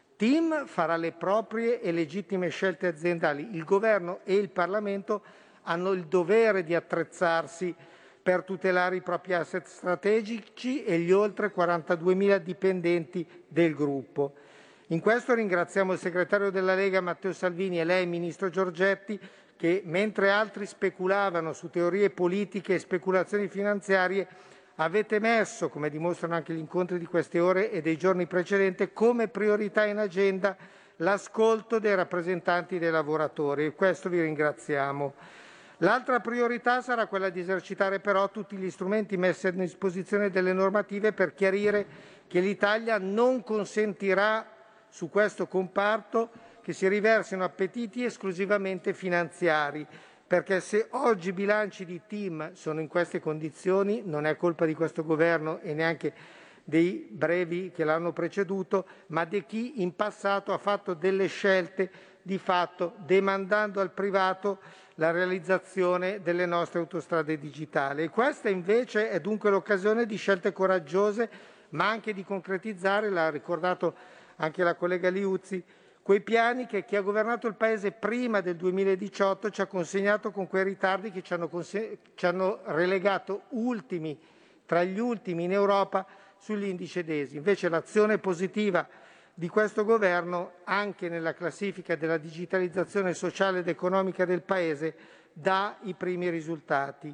TIM farà le proprie e legittime scelte aziendali. Il Governo e il Parlamento hanno il dovere di attrezzarsi per tutelare i propri asset strategici e gli oltre quarantaduemila dipendenti del gruppo. In questo ringraziamo il segretario della Lega Matteo Salvini e lei, Ministro Giorgetti, che mentre altri speculavano su teorie politiche e speculazioni finanziarie, avete messo, come dimostrano anche gli incontri di queste ore e dei giorni precedenti, come priorità in agenda l'ascolto dei rappresentanti dei lavoratori e questo vi ringraziamo. L'altra priorità sarà quella di esercitare però tutti gli strumenti messi a disposizione delle normative per chiarire che l'Italia non consentirà su questo comparto che si riversino appetiti esclusivamente finanziari, perché se oggi i bilanci di TIM sono in queste condizioni non è colpa di questo governo e neanche dei brevi che l'hanno preceduto, ma di chi in passato ha fatto delle scelte di fatto demandando al privato la realizzazione delle nostre autostrade digitali. E questa invece è dunque l'occasione di scelte coraggiose, ma anche di concretizzare, l'ha ricordato anche la collega Liuzzi, quei piani che chi ha governato il Paese prima del duemiladiciotto ci ha consegnato con quei ritardi che ci hanno, conse- ci hanno relegato ultimi, tra gli ultimi in Europa sull'indice D E S I. Invece l'azione positiva di questo governo, anche nella classifica della digitalizzazione sociale ed economica del Paese, dà i primi risultati.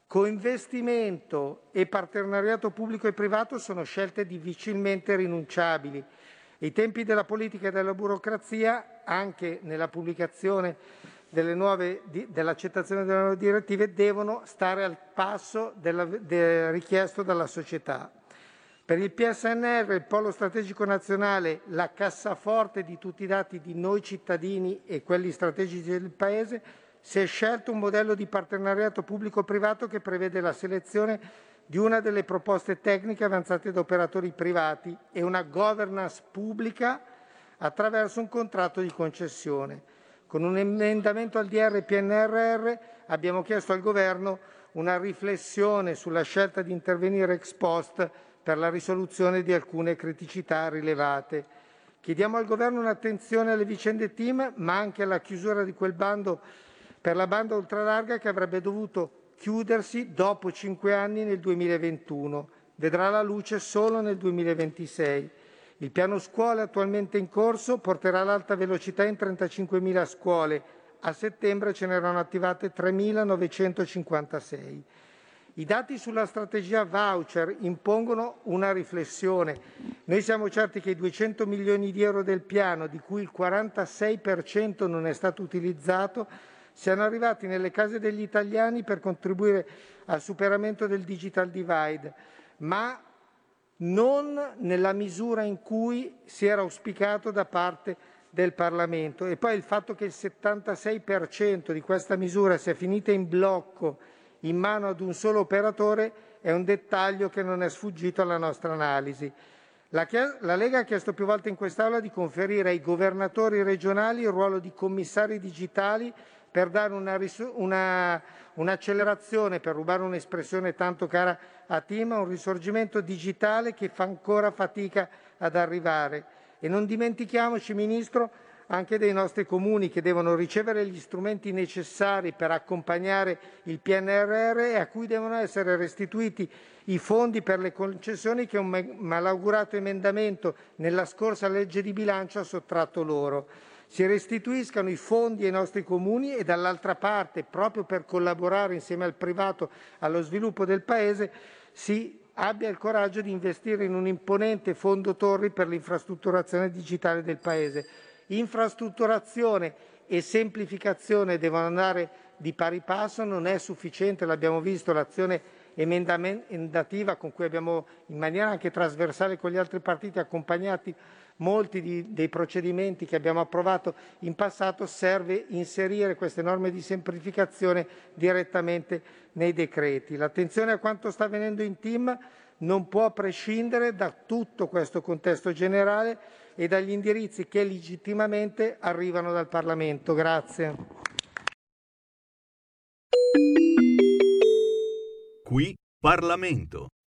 Coinvestimento e partenariato pubblico e privato sono scelte difficilmente rinunciabili. I tempi della politica e della burocrazia, anche nella pubblicazione delle nuove, dell'accettazione delle nuove direttive, devono stare al passo della, del richiesto dalla società. Per il P S N R, il Polo Strategico Nazionale, la cassaforte di tutti i dati di noi cittadini e quelli strategici del Paese, si è scelto un modello di partenariato pubblico-privato che prevede la selezione di una delle proposte tecniche avanzate da operatori privati e una governance pubblica attraverso un contratto di concessione. Con un emendamento al D R P N R R abbiamo chiesto al Governo una riflessione sulla scelta di intervenire ex post per la risoluzione di alcune criticità rilevate. Chiediamo al Governo un'attenzione alle vicende TIM, ma anche alla chiusura di quel bando per la banda ultralarga che avrebbe dovuto chiudersi dopo cinque anni nel duemilaventuno. Vedrà la luce solo nel duemilaventisei. Il piano scuole attualmente in corso porterà l'alta velocità in trentacinquemila scuole. A settembre ce ne erano attivate tremilanovecentocinquantasei. I dati sulla strategia voucher impongono una riflessione. Noi siamo certi che i duecento milioni di euro del piano, di cui il quarantasei per cento non è stato utilizzato, siano arrivati nelle case degli italiani per contribuire al superamento del digital divide, ma non nella misura in cui si era auspicato da parte del Parlamento. E poi il fatto che il settantasei per cento di questa misura sia finita in blocco in mano ad un solo operatore è un dettaglio che non è sfuggito alla nostra analisi. La, la Lega ha chiesto più volte in quest'Aula di conferire ai governatori regionali il ruolo di commissari digitali per dare una, una, un'accelerazione, per rubare un'espressione tanto cara a TIM, a un risorgimento digitale che fa ancora fatica ad arrivare. E non dimentichiamoci, Ministro, anche dei nostri comuni che devono ricevere gli strumenti necessari per accompagnare il P N R R e a cui devono essere restituiti i fondi per le concessioni che un malaugurato emendamento nella scorsa legge di bilancio ha sottratto loro. Si restituiscano i fondi ai nostri comuni e dall'altra parte, proprio per collaborare insieme al privato allo sviluppo del Paese, si abbia il coraggio di investire in un imponente fondo torri per l'infrastrutturazione digitale del Paese. Infrastrutturazione e semplificazione devono andare di pari passo, non è sufficiente, l'abbiamo visto, l'azione emendativa con cui abbiamo in maniera anche trasversale con gli altri partiti accompagnati molti di, dei procedimenti che abbiamo approvato in passato. Serve inserire queste norme di semplificazione direttamente nei decreti. L'attenzione a quanto sta avvenendo in T I M non può prescindere da tutto questo contesto generale e dagli indirizzi che legittimamente arrivano dal Parlamento. Grazie. Qui Parlamento.